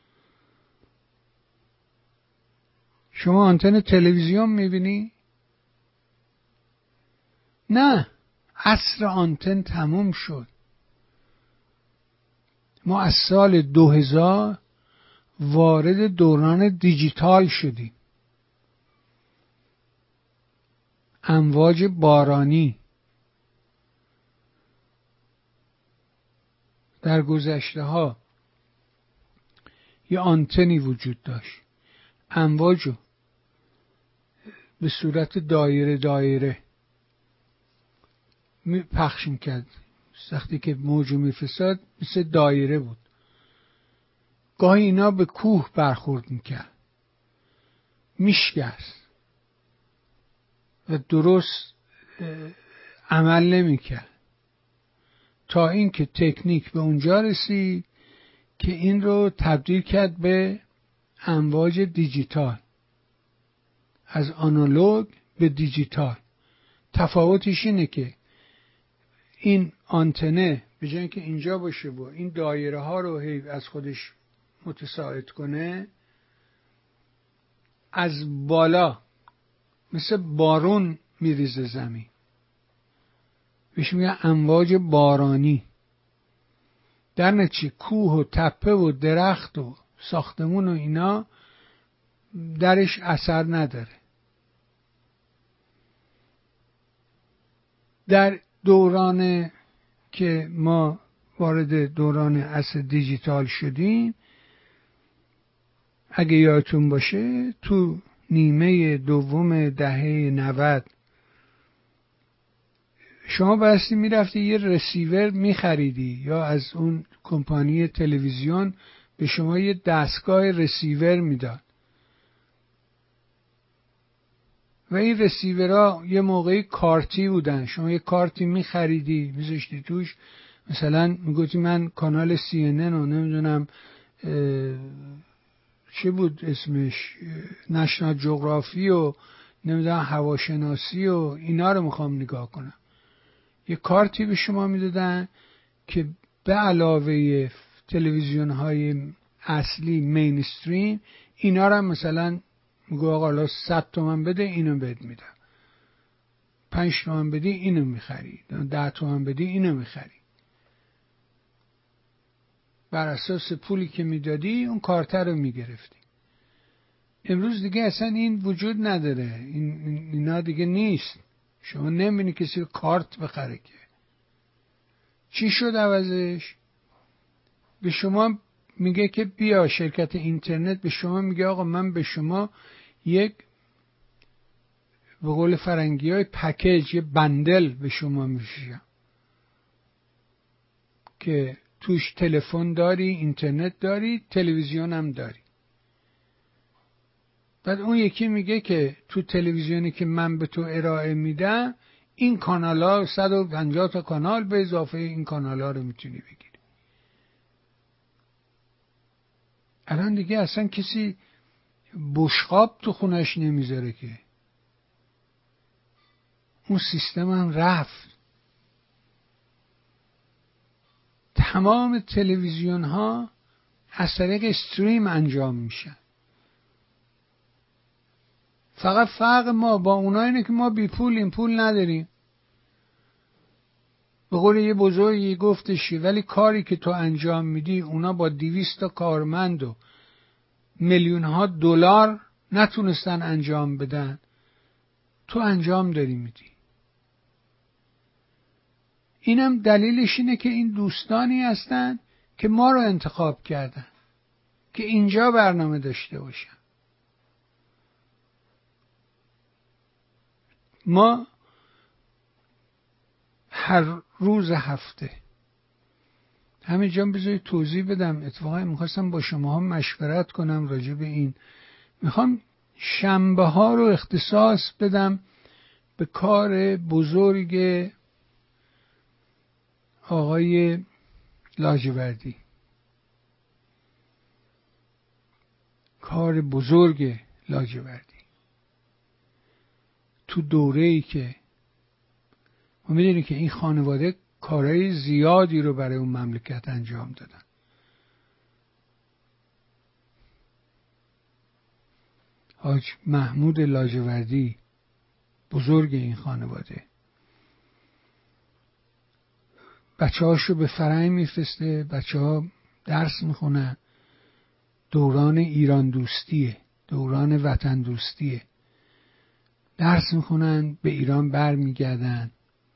S2: شما آنتن تلویزیون میبینی؟ نه، عصر آنتن تموم شد. ما از سال 2000 وارد دوران دیجیتال شدیم. امواج بارانی در گذشته ها یه آنتنی وجود داشت، امواجو به صورت دایره پخش میکرد. وقتی که موجو میفرستاد مثل دایره بود. گاهی اینا به کوه برخورد میکرد، میشکست و درست عمل نمیکرد، تا اینکه تکنیک به اونجا رسید که این رو تبدیل کرد به امواج دیجیتال، از آنالوگ به دیجیتال. تفاوتش اینه که این آنتنه به جای اینکه اینجا باشه و این دایره ها رو از خودش متساعد کنه، از بالا مثل بارون میریزه زمین. بهش میگن امواج بارانی. در نتیجه کوه و تپه و درخت و ساختمون و اینا درش اثر نداره. در دوران که ما وارد دوران عصر دیجیتال شدیم، اگه یادتون باشه تو نیمه دوم دهه 90 شما بایستی میرفتی یه رسیور میخریدی یا از اون کمپانی تلویزیون به شما یه دستگاه رسیور میداد و این رسیورها یه موقعی کارتی بودن. شما یه کارتی میخریدی میذاشتی توش، مثلا میگوتی من کانال CNN رو نمیدونم چه بود اسمش، نشنال جغرافی و نمیدونم هواشناسی و اینا رو میخوام نگاه کنم. یه کارتی به شما میدادن که به علاوه تلویزیون های اصلی مینستریم اینا رو مثلا میگو آقا حالا 100 تومن بده اینو بهت میدم، 5 تومن بدی اینو میخری، 10 تومن بدی اینو میخری. بر اساس پولی که میدادی اون کارت رو میگرفتی. امروز دیگه اصلا این وجود نداره، اینا دیگه نیست. شما نمیبینی کسی کارت بخره که. چی شد عوضش؟ به شما میگه که بیا شرکت اینترنت به شما میگه آقا من به شما یک به قول فرنگی های پکیج، یه بندل به شما میشم که توش تلفن داری، اینترنت داری، تلویزیون هم داری. بعد اون یکی میگه که تو تلویزیونی که من به تو ارائه میدم این کانال ها 150 تا کانال به اضافه این کانال ها رو میتونی بگیری. الان دیگه اصلا کسی بشقاب تو خونش نمیذاره که. اون سیستم هم رفت. تمام تلویزیون ها از طریق استریم انجام میشن. فقط فرق ما با اونا اینه که ما بی پولیم، پول نداریم. به قول یه بزرگی گفتشی ولی کاری که تو انجام میدی اونا با 200 تا کارمند و میلیون ها دلار نتونستن انجام بدن، تو انجام داری میدی. اینم دلیلش اینه که این دوستانی هستن که ما رو انتخاب کردن که اینجا برنامه داشته باشن. ما هر روز هفته همینجا بذارید توضیح بدم. اتفاقا میخواستم با شما هم مشورت کنم راجع به این. میخوام شنبه ها رو اختصاص بدم به کار بزرگ آقای لاجوردی. کار بزرگ لاجوردی تو دوره‌ای که ما می‌دونیم که این خانواده کارهای زیادی رو برای اون مملکت انجام دادن. حاج محمود لاجوردی بزرگ این خانواده بچه‌هاشو به فرنگ میفرسته، بچه‌ها درس میخونن، دوران ایران دوستیه، دوران وطن دوستیه، درس میخونن، به ایران برمیگردن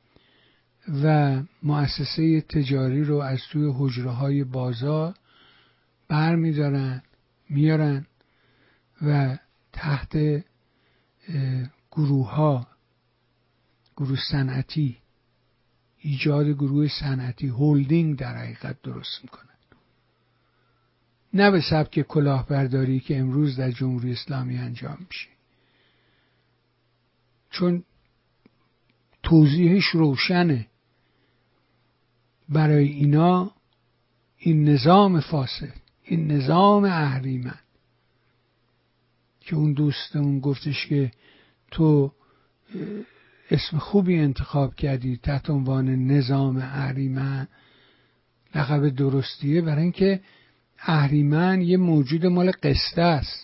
S2: و مؤسسه تجاری رو از توی حجره‌های بازار برمیدارن میارن و تحت گروه صنعتی، ایجاد گروه صنعتی، هولدینگ در حقیقت درست میکنن. نه به سبک کلاهبرداری که امروز در جمهوری اسلامی انجام میشه، چون توضیحش روشنه. برای اینا این نظام فاسد، این نظام اهریمن که اون دوستمون گفتش که تو اسم خوبی انتخاب کردی تحت عنوان نظام اهریمن، لقب درستیه، برای اینکه اهریمن یه موجود مال قصه است.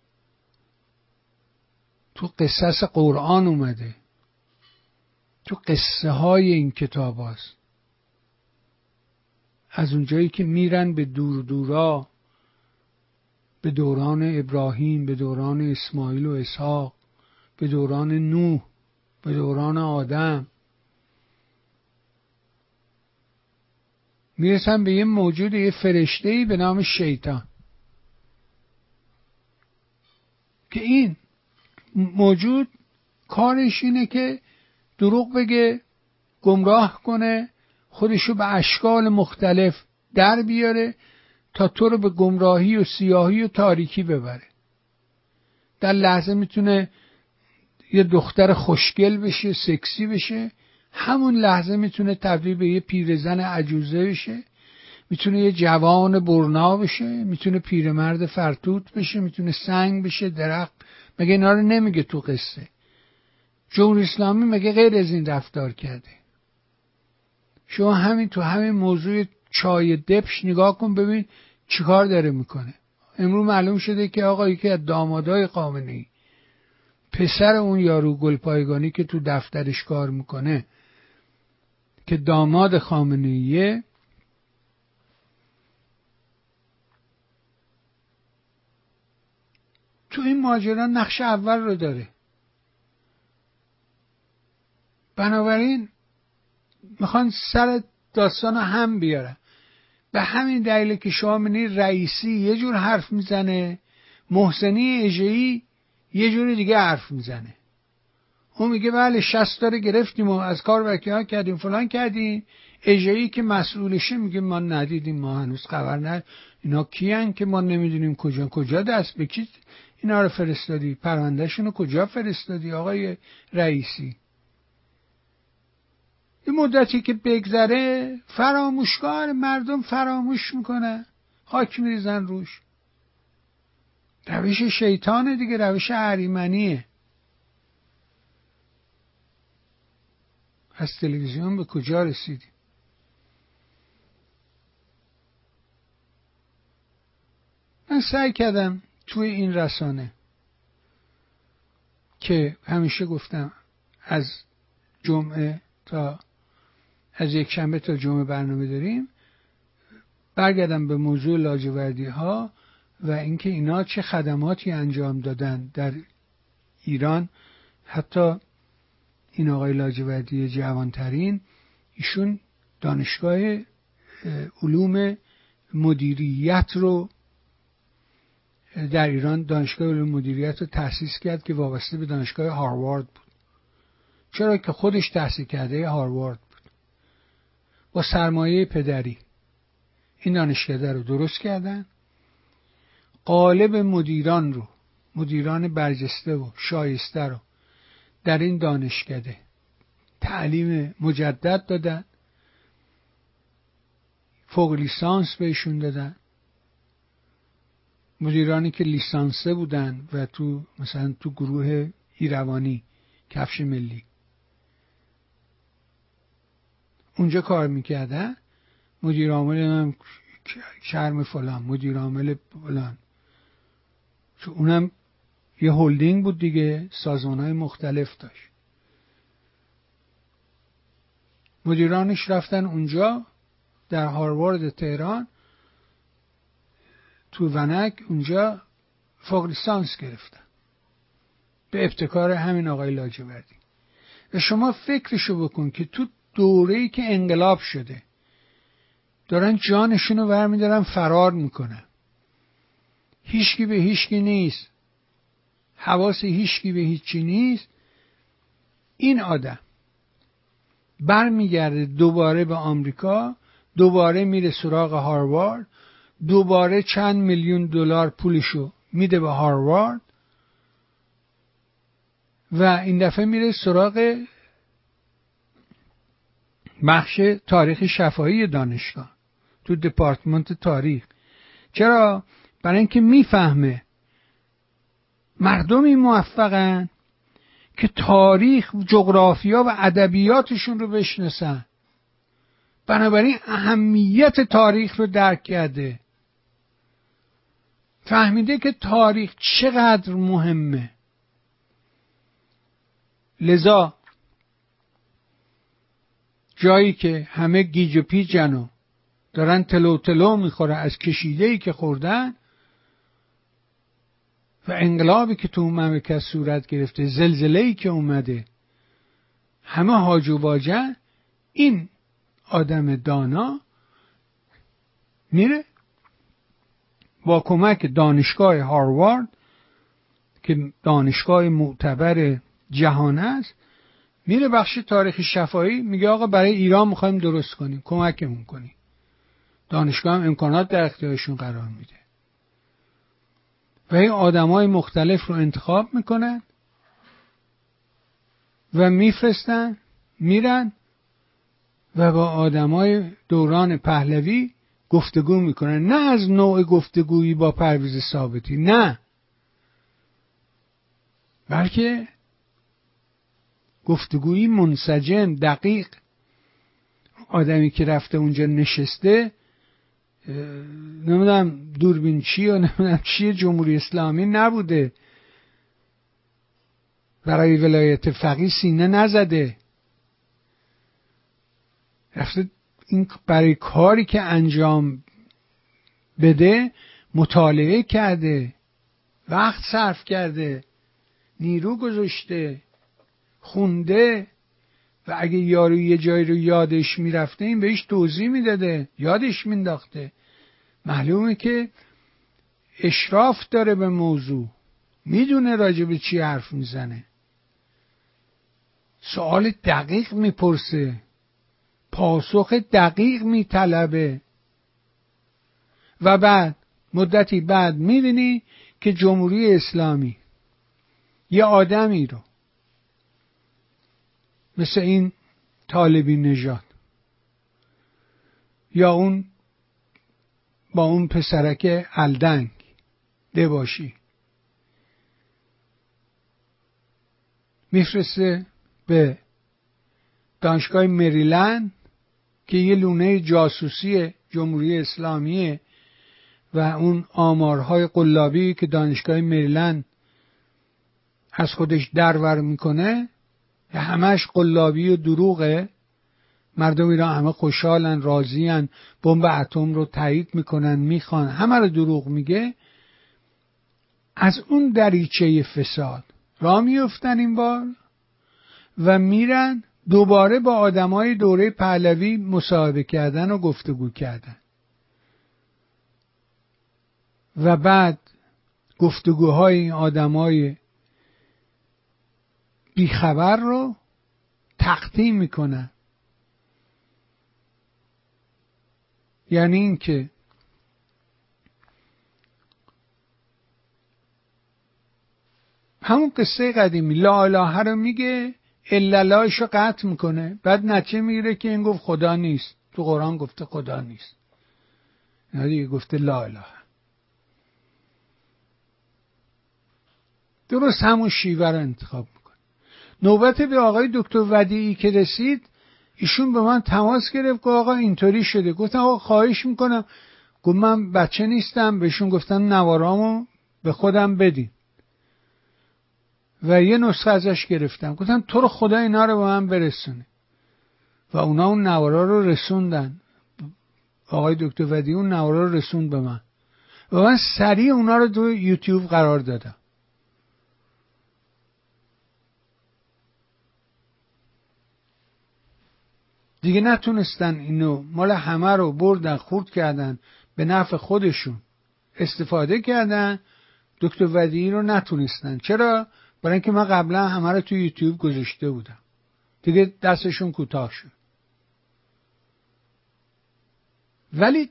S2: تو قصص قرآن اومده، تو قصه های این کتاب هست. از اونجایی که میرن به دور دورا، به دوران ابراهیم، به دوران اسماعیل و اسحاق، به دوران نوح، به دوران آدم، میرسن به یه موجود، یه فرشته‌ای به نام شیطان که این موجود کارش اینه که دروغ بگه، گمراه کنه، خودشو به اشکال مختلف در بیاره تا تو رو به گمراهی و سیاهی و تاریکی ببره. در لحظه میتونه یه دختر خوشگل بشه، سکسی بشه، همون لحظه میتونه تبدیل به یه پیرزن عجوزه بشه، میتونه یه جوان برنا بشه، میتونه پیرمرد فرتوت بشه، میتونه سنگ بشه، درخت. مگه اینا رو نمیگه تو قصه؟ جمهوری اسلامی مگه غیر از این رفتار کرده؟ شما همین تو همین موضوع چای دبش نگاه کن ببین چیکار داره میکنه. امروز معلوم شده که آقا یکی از دامادای خامنه‌ای، پسر اون یارو گلپایگانی که تو دفترش کار میکنه، که داماد خامنه‌ایه، تو این ماجرا نقش اول رو داره. بنابراین میخوان سر داستان هم بیارن. به همین دلیل که شما می‌بینید رئیسی یه جور حرف میزنه، محسنی اژه‌ای یه جور دیگه حرف میزنه. اون میگه بله 60 تا رو گرفتیم و از کار وکیل کردیم فلان کردیم. اژه‌ای که مسئولشه میگه ما ندیدیم، ما هنوز خبر نداریم. اینا کیان که ما نمیدونیم کجا دست به کی اینا رو فرستادی؟ پروندهشون رو کجا فرستادی آقای رئیسی؟ این مدتی که بگذره فراموشکار، مردم فراموش میکنن، خاک میریزن روش. روش شیطانه دیگه، روش اهریمنیه. از تلویزیون به کجا رسیدیم؟ من سعی کردم توی این رسانه که همیشه گفتم از جمعه تا از یک شنبه تا جمعه برنامه داریم، برگردم به موضوع لاجوردی ها و اینکه اینا چه خدماتی انجام دادن در ایران. حتی این آقای لاجوردی جوانترین، ایشون دانشگاه علوم مدیریت رو در ایران، دانشگاه علوم مدیریت رو تأسیس کرد که وابسته به دانشگاه هاروارد بود. چرا که خودش تحصیل کرده هاروارد بود. با سرمایه پدری این دانشکده رو درست کردن. قالب مدیران رو، مدیران برجسته و شایسته رو در این دانشکده تعلیم مجدد دادن، فوق لیسانس بهشون دادن. مدیرانی که لیسانسه بودن و تو مثلا تو گروه ایروانی کفش ملی اونجا کار میکردن، مدیر عامل شرم فلان، مدیر عامل فلان، چون اونم یه هلدینگ بود دیگه، سازمان‌های مختلف داشت. مدیرانش رفتن اونجا در هاروارد تهران تو ونک اونجا فوق لیسانس گرفتن به ابتکار همین آقای لاجوردی. و شما فکرشو بکن که تو دوره‌ای که انقلاب شده دارن جانشونو برمی‌دارن فرار میکنن، هیچکی به هیچکی نیست، حواس هیچکی به هیچی نیست. این آدم برمیگرده دوباره به آمریکا، دوباره میره سراغ هاروارد، دوباره چند میلیون دلار پولشو میده به هاروارد و این دفعه میره سراغ بخش تاریخ شفاهی دانشگاه تو دپارتمنت تاریخ. چرا؟ برای اینکه میفهمه مردمی موفقن که تاریخ، جغرافیا و ادبیاتشون رو بشناسن، بنابراین اهمیت تاریخ رو درک کرده، فهمیده که تاریخ چقدر مهمه. لذا جایی که همه گیج و پیجن و دارن تلو تلو میخوره از کشیده‌ای که خوردن و انقلابی که تو اون مملکت صورت گرفته، زلزله‌ای که اومده، همه هاج و واجن، این آدم دانا میره با کمک دانشگاه هاروارد که دانشگاه معتبر جهان است، میره بخش تاریخ شفاهی، میگه آقا برای ایران میخوایم درست کنیم، کمکمون کنیم. دانشگاه هم امکانات در اختیارشون قرار میده و این آدمای مختلف رو انتخاب میکنن و میفرستن، میرن و با آدمای دوران پهلوی گفتگو میکنن. نه از نوع گفتگویی با پرویز ثابتی، نه، بلکه گفتگویی منسجم، دقیق. آدمی که رفته اونجا نشسته، نمیدونم دوربین چی و نمیدونم چی جمهوری اسلامی نبوده، برای ولایت فقیه سینه نزده، رفته این برای کاری که انجام بده مطالعه کرده، وقت صرف کرده، نیرو گذاشته، خونده، و اگه یارو یه جایی رو یادش میرفته این بهش توضیح میداده، یادش مینداخته. معلومه که اشراف داره به موضوع، میدونه راجع به چی حرف میزنه، سوال دقیق میپرسه، پاسخ دقیق میطلبه. و بعد مدتی بعد میبینی که جمهوری اسلامی یه آدمی رو مثل این طالبی نژاد یا اون با اون پسرک الدنگ دباشی میفرسته به دانشگاه مریلند که یه لونه جاسوسی جمهوری اسلامیه و اون آمارهای قلابی که دانشگاه مریلند از خودش درور میکنه همش قلابی و دروغه. مردم ایران همه خوشحالن، راضین، بمب اتم رو تایید میکنن، میخوان، همه رو دروغ میگه. از اون دریچه فساد راه میفتن این بار و میرن دوباره با آدمای دوره پهلوی مصاحبه کردن و گفتگو کردن و بعد گفتگوهای این آدمای بیخبر رو تقدیم میکنن. یعنی این که همون قصه قدیمی لا اله رو میگه، الا اللهش رو قطع میکنه، بعد نتیجه میگیره که این گفت خدا نیست، تو قرآن گفته خدا نیست، اینا دیگه گفته لا اله. درست همون شیوه رو انتخاب میکنه. نوبت به آقای دکتر ودیعی که رسید، ایشون به من تماس گرفت که آقا اینطوری شده. گفتم آقا خواهش میکنم. گفت من بچه نیستم. بهشون گفتن نوارامو به خودم بدین و یه نسخه ازش گرفتم. گفتم تو رو خدا اینا رو به من برسونه و اونا اون نوارا رو رسوندن. آقای دکتر ودیعی اون نوارا رو رسوند به من و من سریع اونا رو تو یوتیوب قرار دادم. دیگه نتونستن اینو، مال همه رو بردن خورد کردن به نفع خودشون استفاده کردن. دکتر ودیعی رو نتونستن. چرا؟ برای اینکه من قبلا همه رو تو یوتیوب گذاشته بودم. دیگه دستشون کوتاه شد. ولی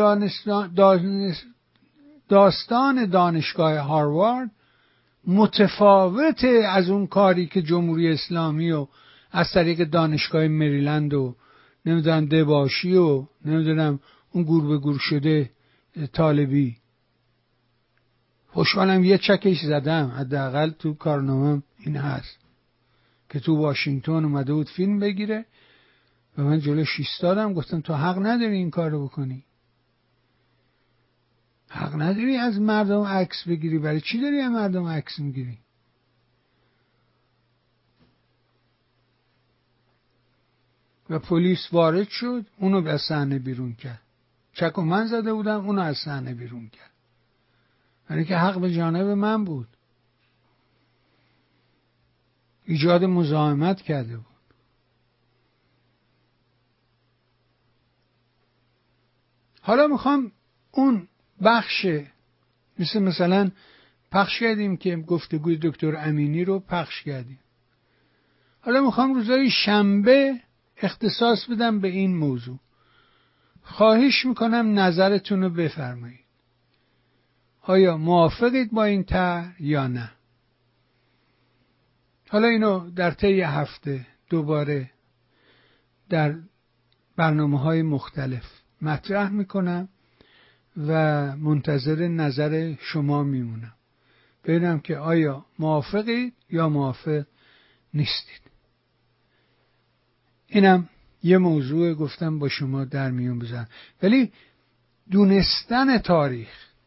S2: داستان دانشگاه هاروارد متفاوته از اون کاری که جمهوری اسلامی و از طریق دانشگاه مریلند و نمیدونم دباشی و نمیدونم اون گور به گور شده طالبی. خوشحالم یه چکش زدم، حداقل تو کارنامه‌ام این هست که تو واشنگتن اومده بود فیلم بگیره و من جلوش ایستادم گفتم تو حق نداری این کار رو بکنی، حق نداری از مردم عکس بگیری. برای چی داری از مردم عکس میگیری؟ و پلیس وارد شد، اونو به صحنه بیرون کرد. چک و من زده بودم، اونو از صحنه بیرون کرد، یعنی که حق به جانب من بود. ایجاد مزاحمت کرده بود. حالا میخوام اون بخش مثلا پخش کردیم که گفتگوی دکتر امینی رو پخش کردیم. حالا میخوام روزای شنبه اختصاص بدم به این موضوع. خواهش میکنم نظرتون رو بفرمایید. آیا موافقید با این طرح یا نه؟ حالا اینو در طی هفته دوباره در برنامه‌های مختلف مطرح میکنم و منتظر نظر شما میمونم. ببینم که آیا موافقید یا موافق نیستید. اینم یه موضوع گفتم با شما در میون بذارم. ولی دونستن تاریخ،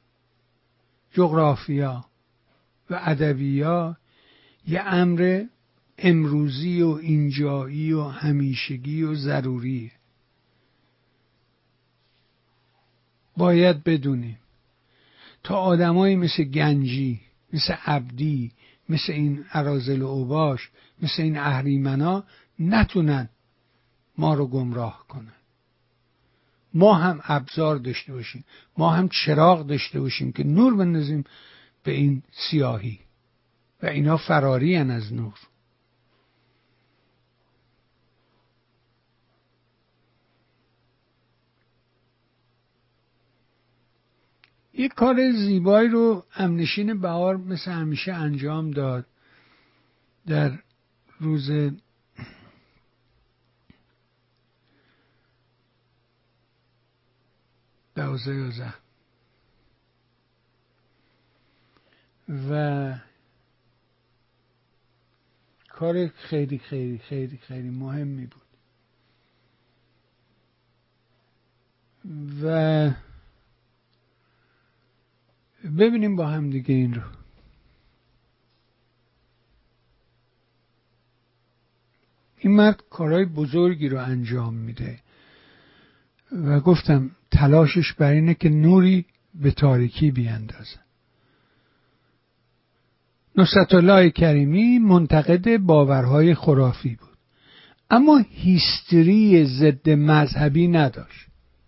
S2: جغرافیا و ادبیات یه امر امروزی و اینجایی و همیشگی و ضروریه. باید بدونیم تا آدمایی مثل گنجی، مثل عبدی، مثل این اراذل و اوباش، مثل این اهریمنا نتونن ما رو گمراه کنن. ما هم ابزار داشته باشیم، ما هم چراغ داشته باشیم که نور بندازیم به این سیاهی و اینا فراری هن از نور. یک کار زیبایی رو امنشین بهار مثل همیشه انجام داد در روز 12 و کار خیلی خیلی خیلی خیلی مهمی بود و ببینیم با هم دیگه این رو. این مرد کارهای بزرگی رو انجام میده و گفتم تلاشش بر اینه که نوری به تاریکی بیاندازه. نصرت الله کریمی منتقد باورهای خرافی بود، اما هیستری ضد مذهبی نداشت.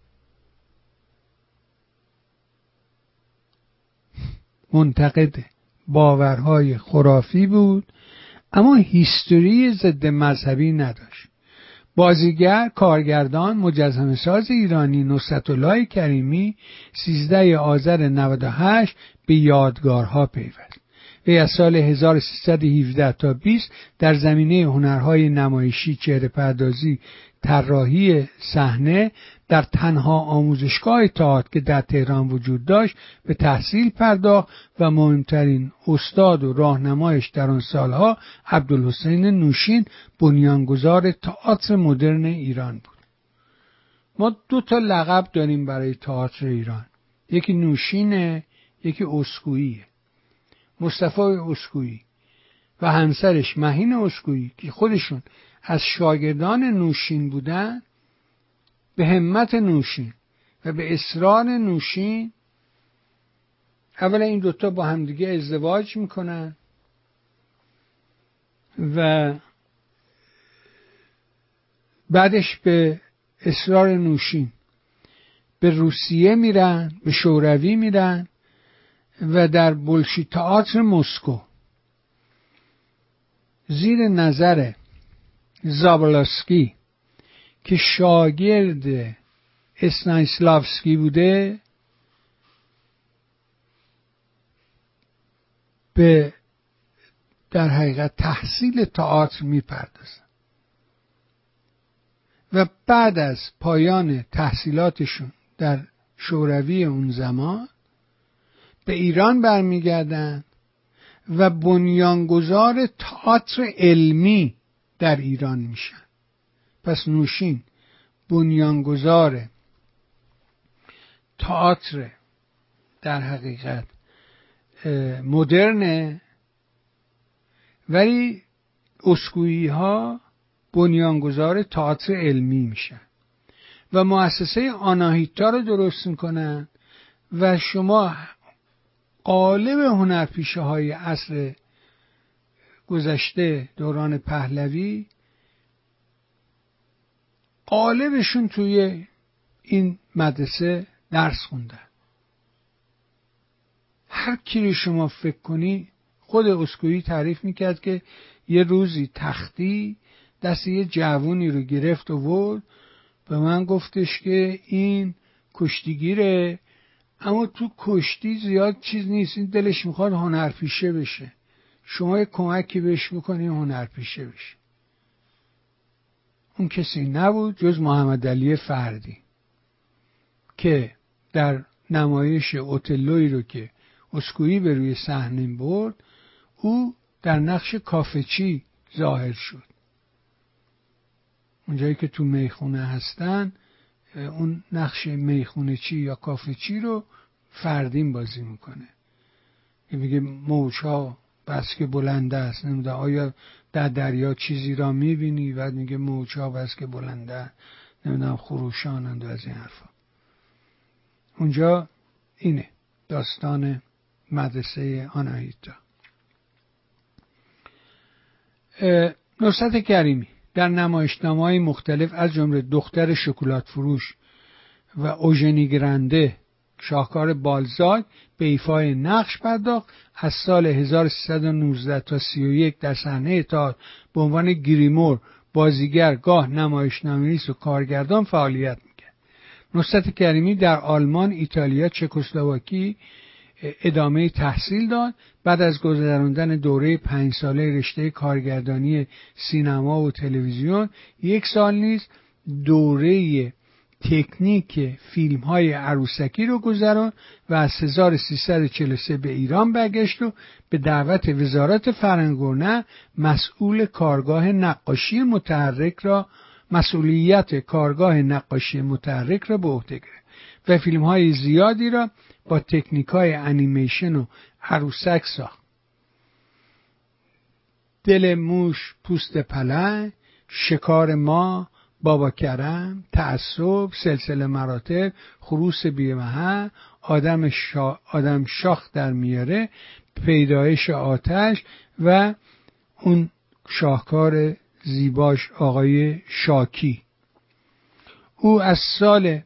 S2: منتقد باورهای خرافی بود اما هیستوری ضد مذهبی نداشت. بازیگر، کارگردان، مجسمه ساز ایرانی نصرت الله کریمی 13 آذر 98 به یادگارها پیوست. وی از سال 1317 تا 20 در زمینه هنرهای نمایشی، چهره‌پردازی، طراحی صحنه در تنها آموزشگاه تئاتر که در تهران وجود داشت به تحصیل پرداخت و مهمترین استاد و راهنمایش در آن سالها عبدالحسین نوشین بنیانگذار تئاتر مدرن ایران بود. ما 2 لقب داریم برای تئاتر ایران، یکی نوشینه، یکی اسکوییه. مصطفی اسکویی و همسرش مهین اسکویی که خودشون از شاگردان نوشین بودن، به همت نوشین و به اصرار نوشین اولا این 2 با همدیگه ازدواج میکنن و بعدش به اصرار نوشین به روسیه میرن، به شوروی میرن و در بولشوی تئاتر مسکو زیر نظر زابلاسکی که شاگرد اسنایسلافسکی بوده به در حقیقت تحصیل تئاتر میپردازن و بعد از پایان تحصیلاتشون در شوروی اون زمان به ایران برمیگردن و بنیانگذار تئاتر علمی در ایران میشن. پس نوشین بنیانگذار تئاتر در حقیقت مدرنه، ولی اسکویی ها بنیانگذار تئاتر علمی میشن و مؤسسه آناهیتا رو درست میکنن و شما غالب هنرپیشه های عصر گذشته دوران پهلوی غالبشون توی این مدرسه درس خوندن. هر کی رو شما فکر کنی، خود اسکویی تعریف میکرد که یه روزی تختی دست یه جوونی رو گرفت و ورد به من گفتش که این کشتیگیره، اما تو کشتی زیاد چیز نیست، این دلش میخواد هنرپیشه بشه، شما یه کمکی بهش بکنی هنرپیشه بشه. اون کسی نبود جز محمد علی فردی که در نمایش اوتلویی رو که اسکویی به روی صحنه برد، او در نقش کافچی ظاهر شد. اونجایی که تو میخونه هستن، اون نقش میخونه چی یا کافچی رو فردین بازی میکنه که میگه موجها بس که بلنده است، نمیدونم آیا در دریا چیزی را میبینی، بعد میگه موجها بس که بلنده، نمیدونم خروشانند و از این حرفا. اونجا اینه داستان مدرسه آناهیتا. نصرت کریمی در نمایشنامه‌های مختلف از جمله دختر شکلات فروش و اوژنی گرنده شاهکار بالزاک به ایفای نقش پرداخت. از سال 1319 تا 31 در صحنه تئاتر به عنوان گریمور بازیگر گاه نمایشنامه‌نویس و کارگردان فعالیت میکرد. نصرت کریمی در آلمان، ایتالیا، چکسلواکی ادامه تحصیل داد. بعد از گذراندن دوره 5 ساله رشته کارگردانی سینما و تلویزیون 1 سال نیز دوره تکنیک فیلم های عروسکی رو گذراند و از 1343 به ایران برگشت و به دعوت وزارت فرهنگ مسئولیت کارگاه نقاشی متحرک را به عهده گرفت و فیلم های زیادی را با تکنیک های انیمیشن و عروسک ساخت. دل موش، پوست پلنگ، شکار ما، بابا کرم، تعصب، سلسله مراتب، خروس بی‌محل، آدم شاخ در میاره، پیدایش آتش و اون شاهکار زیباش آقای شاکی. او از سال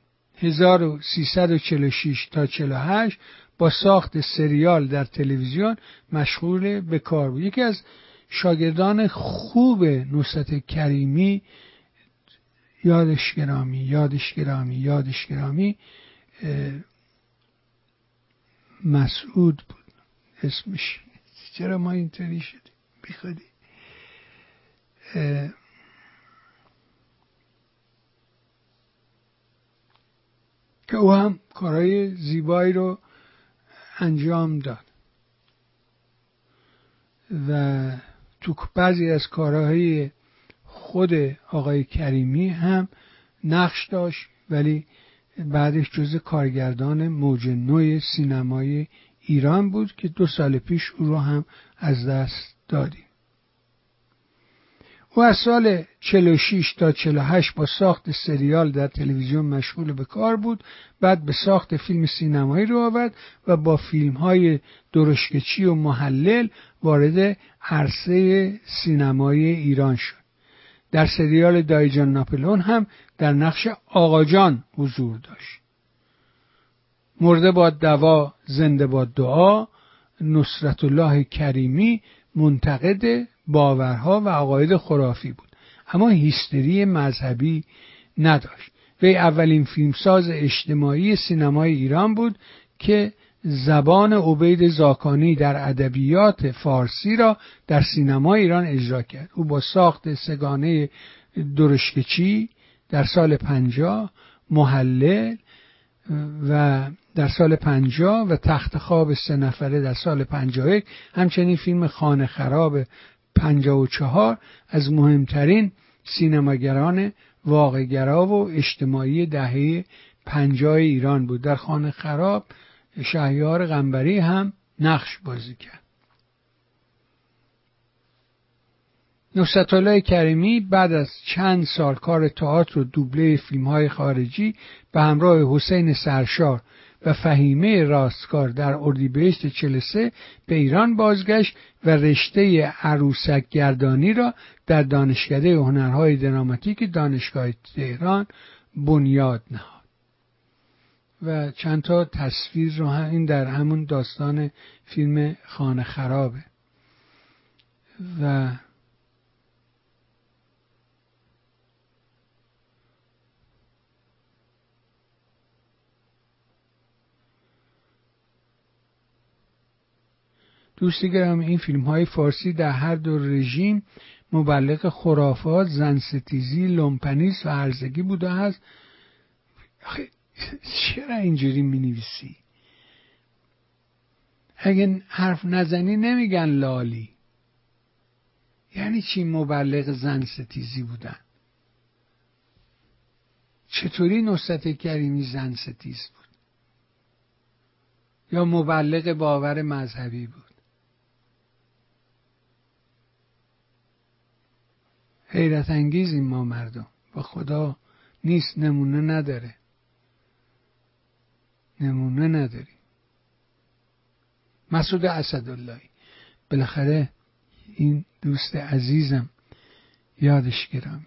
S2: 1346 تا 48 با ساخت سریال در تلویزیون مشغول به کار بود. یکی از شاگردان خوب نصرت کریمی، یادش گرامی مسعود بود اسمش. چرا ما اینطوری شدیم بیخودی؟ که او هم کارهای زیبایی رو انجام داد و تو بعضی از کارهای خود آقای کریمی هم نقش داشت، ولی بعدش جزء کارگردان موج نو سینمای ایران بود که 2 سال پیش او رو هم از دست دادیم. او از سال 46 تا 48 با ساخت سریال در تلویزیون مشغول به کار بود. بعد به ساخت فیلم سینمایی رو آورد و با فیلم‌های درشکچی و محلل وارد عرصه سینمای ایران شد. در سریال دایجان ناپلئون هم در نقش آقاجان حضور داشت. مرده باد دوا، زنده باد دعا، نصرت الله کریمی منتقد باورها و عقاید خرافی بود، اما هیستری مذهبی نداشت. وی اولین فیلمساز اجتماعی سینمای ایران بود که زبان عبید زاکانی در ادبیات فارسی را در سینمای ایران اجرا کرد. او با ساخت سگانه درشکچی در سال 50، محلل و در سال 50 و تخت خواب 3 نفره در سال 51، همچنین فیلم خانه خراب 54 از مهمترین سینماگران واقع‌گرا و اجتماعی دهه 50 ایران بود. در خانه خراب شهریار قنبری هم نقش بازی کرد. نصرت الله کریمی بعد از چند سال کار تئاتر و دوبله فیلم‌های خارجی به همراه حسین سرشار و فهیمه راستکار در اردیبهشت 43 به ایران بازگشت و رشته عروسک گردانی را در دانشکده هنرهای دراماتیک دانشگاه تهران بنیاد نهاد. و چند تا تصویر رو هم این در همون داستان فیلم خانه خرابه. و دوستی گرامی، این فیلم های فارسی در هر دو رژیم مبلغ خرافات، زنستیزی، لومپنیسم و هرزگی بوده است. چرا اینجوری می نویسی؟ اگه حرف نزنی نمیگن لالی. یعنی چی مبلغ زنستیزی بودن؟ چطوری نصرت کریمی زنستیز بود؟ یا مبلغ باور مذهبی بود؟ حیرت انگیز این ما مردم با خدا نیست، نمونه نداری. مسعود اسداللهی، بالاخره این دوست عزیزم یادش گرامی.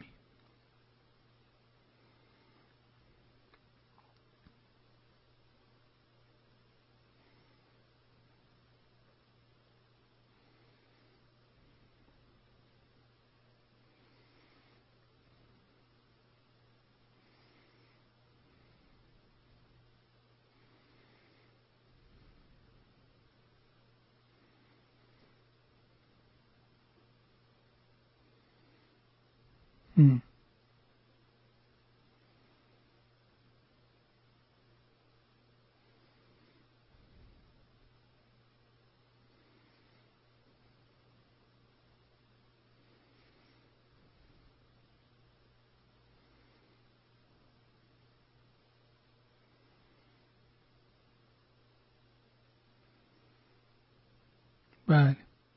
S2: بله.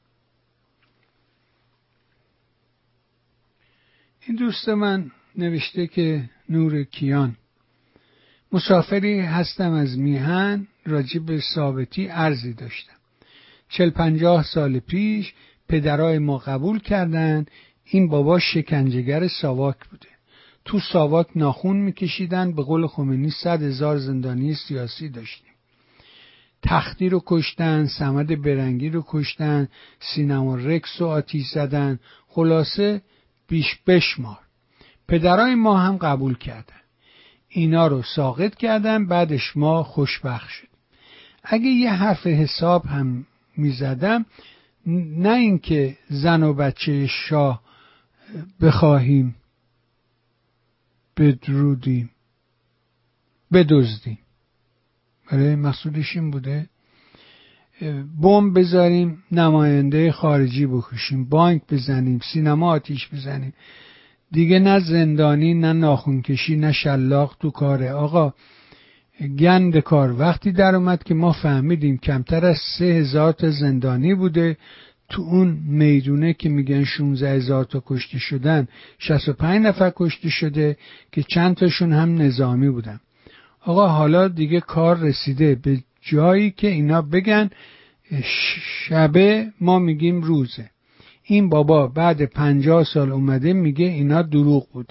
S2: این دوست من نوشته که نور کیان، مسافری هستم از میهن، راجع به ثابتی عرضی داشتم. 40-50 سال پیش پدرای ما قبول کردن این بابا شکنجهگر ساواک بوده. تو ساواک ناخون میکشیدن، به قول خمینی 100,000 زندانی سیاسی داشتیم. تختی رو کشتن، صمد برنگی رو کشتن، سینما رکس رو آتیش زدن، خلاصه بیش بشمار. پدرای ما هم قبول کردن، اینا رو ساقط کردن، بعدش ما خوشبخت شد. اگه یه حرف حساب هم میزدم، نه اینکه زن و بچه شاه بخواهیم بدرودیم بدزدیم، برای مقصودش این بوده بمب بذاریم نماینده خارجی بکشیم، بانک بزنیم، سینما آتیش بزنیم. دیگه نه زندانی، نه ناخونکشی، نه شلاق تو کاره. آقا گند کار وقتی در اومد که ما فهمیدیم کمتر از 3,000 تا زندانی بوده تو اون میدونه که میگن 16,000 تا کشته شدن، 65 نفر کشته شده که چند تاشون هم نظامی بودن. آقا حالا دیگه کار رسیده به جایی که اینا بگن شبه، ما میگیم روزه. این بابا بعد 50 سال اومده میگه اینا دروغ بوده.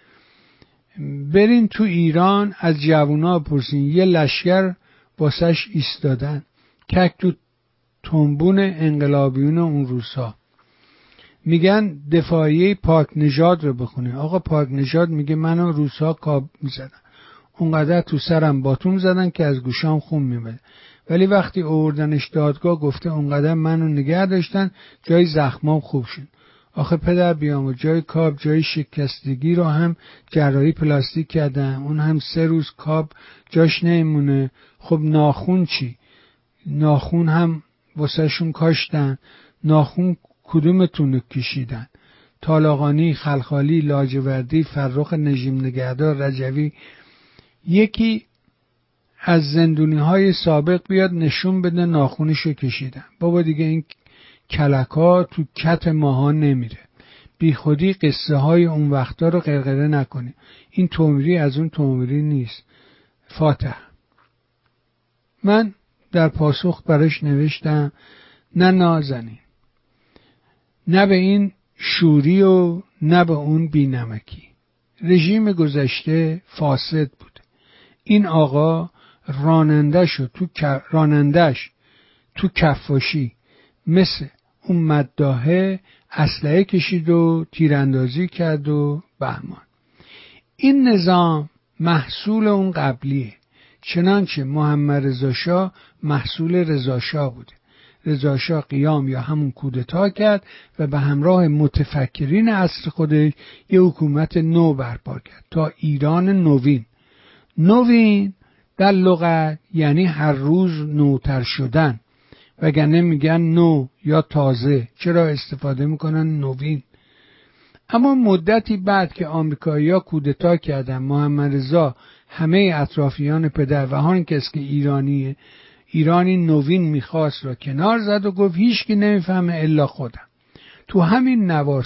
S2: برین تو ایران از جوونا پرسین، یه لشکر واسش ایستادن، کک تو تنبون انقلابیون اون روزها. میگن دفاعیه پاک نژاد رو بخونه. آقا پاک نژاد میگه منو روزها کاب میزدن، اونقدر تو سرم باتوم زدن که از گوشام خون میمد، ولی وقتی آوردنش دادگاه گفته اونقدر منو نگه داشتن جای زخمام خوب شد. آخه پدر بیامو جای کاب، جای شکستگی رو هم جراحی پلاستیک کردن، اون هم 3 روز کاب جاش نمیمونه. خب ناخون چی؟ ناخون هم واسه شون کاشتن. ناخون کدومتون کشیدن؟ طالاقانی، خلخالی، لاجوردی، فرخ نجیم نگهدار، رجوی. یکی از زندونی های سابق بیاد نشون بده ناخونشو کشیدن. بابا دیگه این کلکا تو کت ماها نمیره. بی خودی قصه های اون وقتا رو غرغره نکنی. این تومیری از اون تومیری نیست. فاتح. من در پاسخ براش نوشتم نه نازنین، نه به این شوری و نه به اون بینمکی. رژیم گذشته فاسد بود. این آقا رانندش تو کفاشی مثل اون مداحه اسلحه کشید و تیراندازی کرد و بهمان. این نظام محصول اون قبلیه، چنانچه محمد رضا شاه محصول رضا شاه بوده. رضا شاه قیام یا همون کودتا کرد و به همراه متفکرین عصر خودش یه حکومت نو برپا کرد تا ایران نوین. نوین در لغت یعنی هر روز نوتر شدن، وگرنه میگن نو یا تازه. چرا استفاده میکنن نوین؟ اما مدتی بعد که آمریکایی‌ها کودتا کردن، محمد رضا همه اطرافیان پدر و هر کس که ایرانی نوین میخواست را کنار زد و گفت هیچکی نمیفهمه الا خودم. تو همین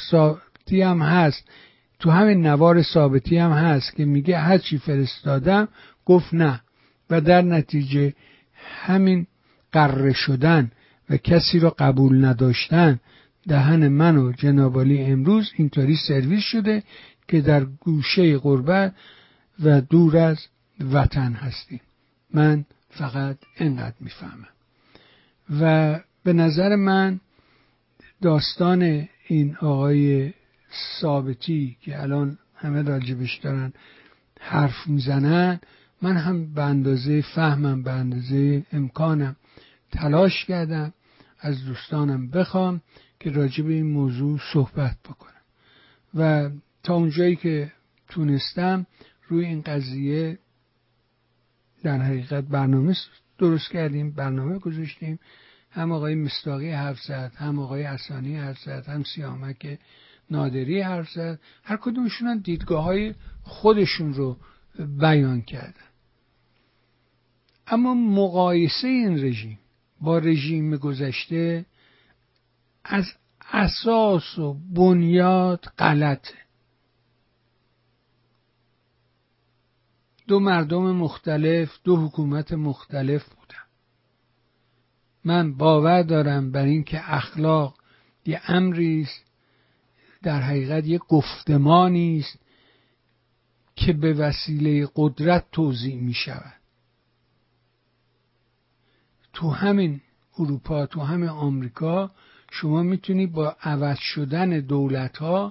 S2: نوار ثابتی هم هست که میگه هر چی فرستادم گفت نه، و در نتیجه همین قره شدن و کسی رو قبول نداشتن دهن من و جناب عالی امروز اینطوری سرویس شده که در گوشه غربت و دور از وطن هستیم. من فقط اینقدر میفهمم. و به نظر من داستان این آقای ثابتی که الان همه راجبش دارن حرف میزنن، من هم به اندازه فهمم، به اندازه امکانم تلاش کردم از دوستانم بخوام که راجب این موضوع صحبت بکنم و تا اونجایی که تونستم روی این قضیه در حقیقت برنامه درست کردیم، برنامه گذاشتیم. هم آقای مصداقی حرف زد، هم آقای حسانی حرف زد، هم سیامک نادری حرف زد. هر کدومشون دیدگاه‌های خودشون رو بیان کردن. اما مقایسه این رژیم با رژیم گذشته از اساس و بنیاد غلطه. دو مردم مختلف، دو حکومت مختلف بودن. من باور دارم بر این که اخلاق یه امری است، در حقیقت یه گفتمانی است که به وسیله قدرت توزیع می شود. تو همین اروپا، تو همین آمریکا شما میتونی با عوض شدن دولت ها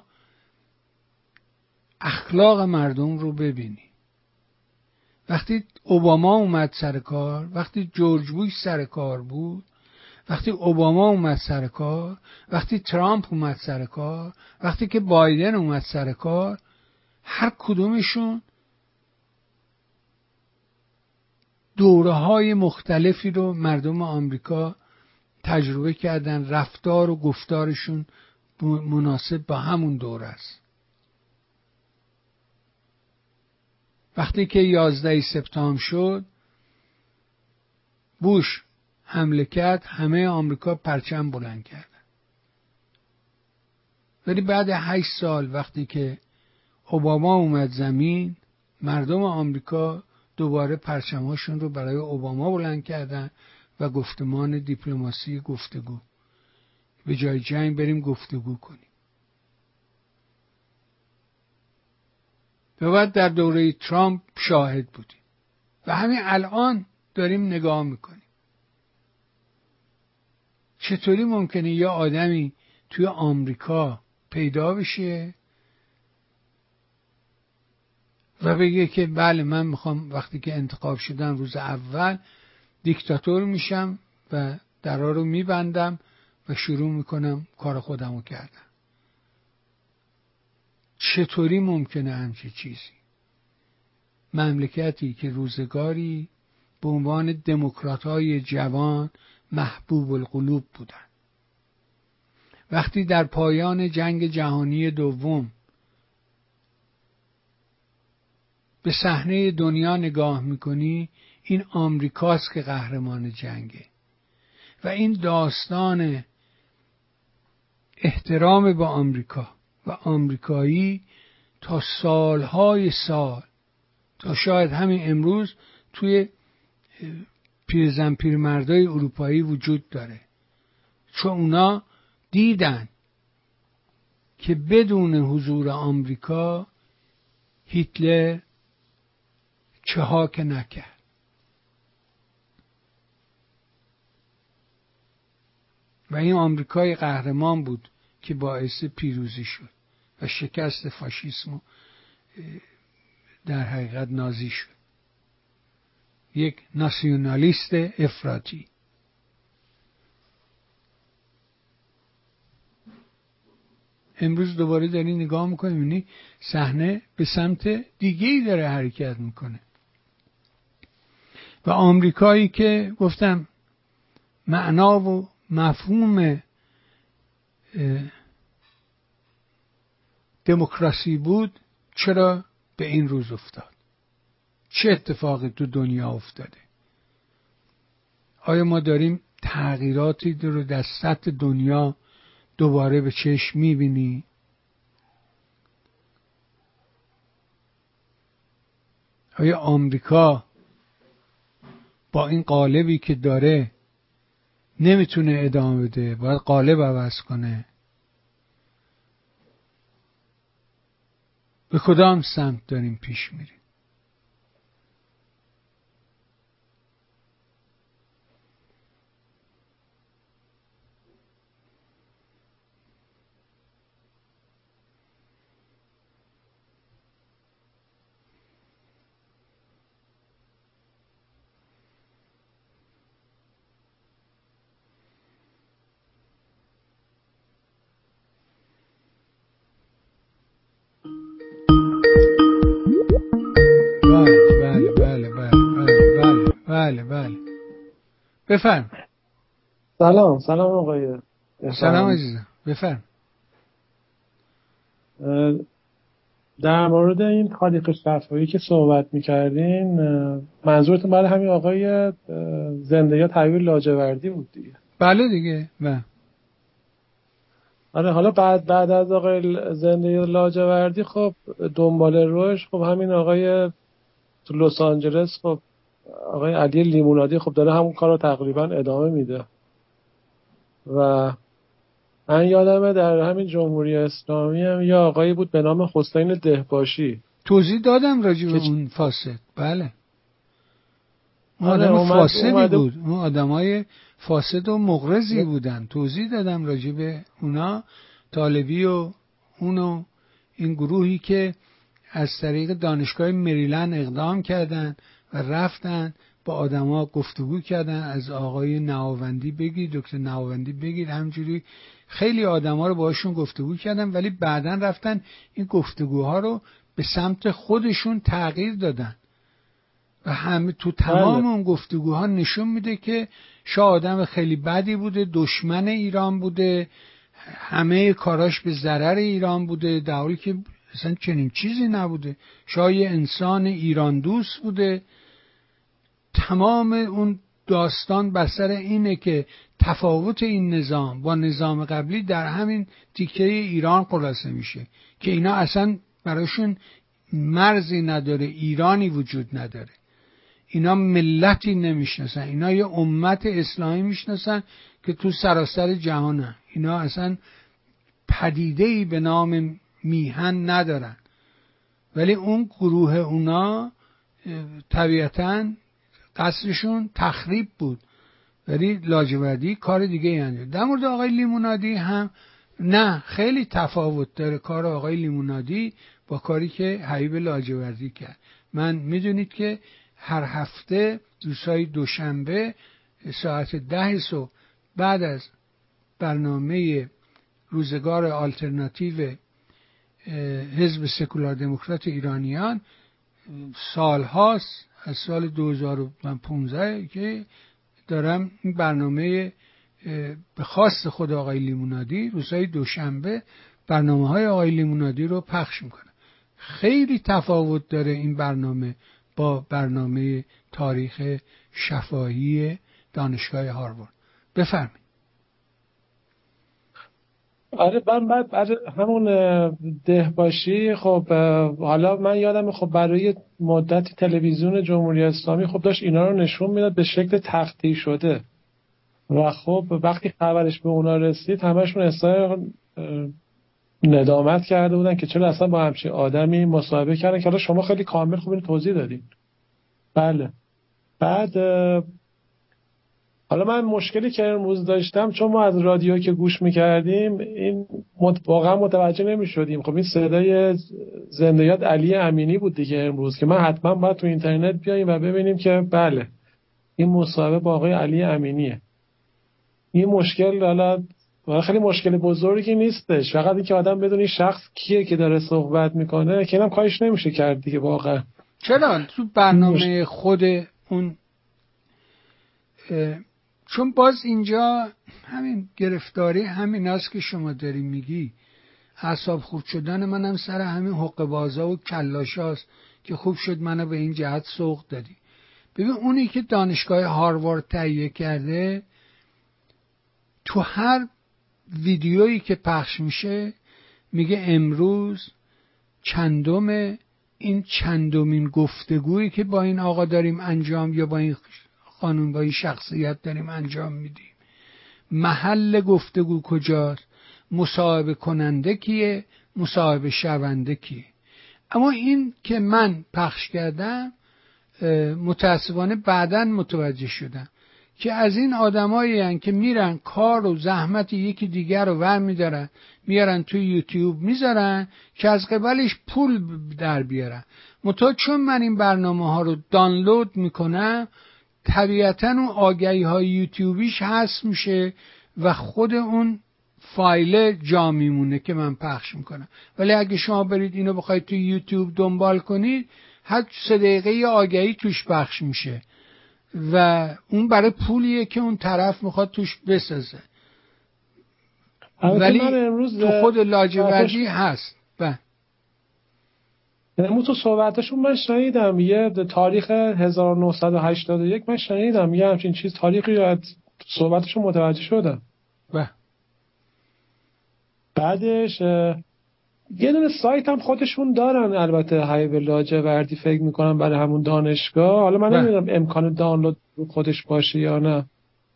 S2: اخلاق مردم رو ببینی. وقتی اوباما اومد سر کار، وقتی جورج بوش سر کار بود، وقتی اوباما اومد سر کار، وقتی ترامپ اومد سر کار، وقتی که بایدن اومد سر کار، هر کدومشون دوره‌های مختلفی رو مردم آمریکا تجربه کردن. رفتار و گفتارشون مناسب با همون دوره است. وقتی که 11 سپتامبر شد، بوش حمله کرد، همه آمریکا پرچم بلند کردن. ولی بعد 8 سال وقتی که اوباما اومد زمین، مردم آمریکا دوباره پرچم‌هاشون رو برای اوباما بلند کردن و گفتمان دیپلماسی گفتگو، به جای جنگ بریم گفتگو کنیم. و بعد در دوره ترامپ شاهد بودیم و همین الان داریم نگاه میکنیم. چطوری ممکنه یه آدمی توی آمریکا پیدا بشه و بگه که بله من میخوام وقتی که انتخاب شدم روز اول دیکتاتور میشم و درها رو میبندم و شروع میکنم کار خودمو کردم. چطوری ممکنه همچین چیزی؟ مملکتی که روزگاری به عنوان دموکرات‌های جوان محبوب القلوب بودن، وقتی در پایان جنگ جهانی دوم به صحنه دنیا نگاه میکنی، این آمریکاست که قهرمان جنگه و این داستان احترام به آمریکا و آمریکایی تا سالهای سال، تا شاید همین امروز توی پیرزن پیرمردای اروپایی وجود داره، چون اونا دیدن که بدون حضور آمریکا هیتلر چه ها که نکرد. و این آمریکای قهرمان بود که باعث پیروزی شد و شکست فاشیسم در حقیقت نازی شد. یک ناسیونالیست افراطی. امروز دوباره داری نگاه میکنی میبینی صحنه به سمت دیگه‌ای داره حرکت میکنه و آمریکایی که گفتم معنا و مفهوم دموکراسی بود، چرا به این روز افتاد؟ چه اتفاقی تو دنیا افتاده؟ آیا ما داریم تغییراتی رو در سطح دنیا دوباره به چشم میبینی؟ آیا آمریکا با این قالبی که داره نمیتونه ادامه بده، باید قالب عوض کنه؟ به کدام سمت داریم پیش میریم؟ بله بفرم.
S12: سلام آقای.
S2: سلام عزیزم، بفرم.
S12: در مورد این خالق شفاهی که صحبت میکردین، منظورتون برای همین آقای زنده تحویل لاجوردی بود دیگه؟
S2: بله دیگه. بله.
S12: آره، حالا بعد از آقای زنده لاجوردی خب دنبال روش خب همین آقای تو لس آنجلس، خب آقای علی لیمونادی خب داره همون کار رو تقریبا ادامه میده. و من یادمه در همین جمهوری اسلامی هم یه آقایی بود به نام حسین دهباشی.
S2: توضیح دادم راجع به اون فاسد. بله، اون آدم فاسدی بود. اون آدمای فاسد و مغرضی بودن. توضیح دادم راجع به اونا، طالبی و اونو این گروهی که از طریق دانشگاه مریلند اقدام کردن و رفتن با آدما گفتگو کردن. از آقای نهاوندی بگیر، دکتر نهاوندی بگیر، همجوری خیلی آدما رو باهاشون گفتگو کردن، ولی بعدن رفتن این گفتگوها رو به سمت خودشون تغییر دادن و همه تو تمام اون گفتگوها نشون میده که شاه آدم خیلی بدی بوده، دشمن ایران بوده، همه کاراش به ضرر ایران بوده، در حالی که اصلا چنین چیزی نبوده. شاه انسان ایران دوست بوده. تمام اون داستان بر سر اینه که تفاوت این نظام با نظام قبلی در همین تیکه ایران خلاصه میشه که اینا اصلا براشون مرزی نداره، ایرانی وجود نداره، اینا ملتی نمیشناسن، اینا یه امت اسلامی میشناسن که تو سراسر جهانن. اینا اصلا پدیده‌ای به نام میهن ندارن. ولی اون گروه اونا طبیعتاً قصدشون تخریب بود، ولی لاجوردی کار دیگه انجام. در مورد آقای لیمونادی هم نه، خیلی تفاوت داره کار آقای لیمونادی با کاری که حبیب لاجوردی کرد. من میدونید که هر هفته روزهای دوشنبه ساعت 10 صبح بعد از برنامه روزگار آلترناتیو حزب سکولار دموکرات ایرانیان، سالهاست، از سال 2015 که دارم این برنامه به خواست خود آقای لیمونادی روزهای دوشنبه برنامه‌های آقای لیمونادی رو پخش میکنه. خیلی تفاوت داره این برنامه با برنامه تاریخ شفاهی دانشگاه هاروارد. بفرمایید.
S12: آره، من همون دهباشی، خب حالا من یادم خب برای مدتی تلویزیون جمهوری اسلامی خب داشت اینا رو نشون میداد به شکل تختی شده و خب وقتی خبرش به اونا رسید همشون اظهار ندامت کرده بودن که چرا اصلا با همچین آدمی مصاحبه کردن، که حالا شما خیلی کامل خوب اینو توضیح دادین. بله. بعد حالا من مشکلی که امروز داشتم، چون ما از رادیو که گوش میکردیم این واقعا متوجه نمیشدیم. خب این صدای زنده یاد علی امینی بود دیگه امروز، که من حتما باید تو اینترنت بیاییم و ببینیم که بله این مصاحبه با آقای علی امینیه. این مشکل حالا خیلی مشکل بزرگی نیستش، فقط این که آدم بدونی شخص کیه که داره صحبت میکنه، که اینم کارش نمیشه کرد دیگه واقعا.
S2: چرا تو برنامه خود اون چون باز اینجا همین گرفتاری همین است که شما داری میگی، اعصاب خورد شدن منم سر همین حقه بازا و کلاشاست که خوب شد منو به این جهت سوق دادی. ببین اونی که دانشگاه هاروارد تهیه کرده تو هر ویدیویی که پخش میشه میگه امروز چندمین گفتگویی که با این آقا داریم انجام یا با این خانم با این شخصیت داریم انجام میدیم، محل گفتگو کجاست، مصاحبه کننده کیه، مصاحبه شونده کیه. اما این که من پخش کردم متاسفانه بعداً متوجه شدم که از این آدمایی هستند که میرن کار و زحمت یکی دیگر رو ور میدارن میارن توی یوتیوب میذارن که از قبلش پول در بیارن. چون من این برنامه ها رو دانلود میکنم طبیعتاً اون آگهی های یوتیوبیش هست میشه و خود اون فایل جا میمونه که من پخش میکنم. ولی اگه شما برید اینو بخواید توی یوتیوب دنبال کنید حد 3 دقیقه آگهی توش پخش میشه و اون برای پولیه که اون طرف میخواد توش بسازه. ولی تو خود لاجوردی هست.
S12: امروز تو صحبتشون من شنیدم یه تاریخ 1981 من شنیدم یه همچین چیز تاریخی از صحبتشون متوجه شدم. بعدش یه دونه سایت هم خودشون دارن البته حیب لاجوردی فکر میکنم برای همون دانشگاه. حالا من نمیدونم امکان دانلود رو خودش باشه یا نه.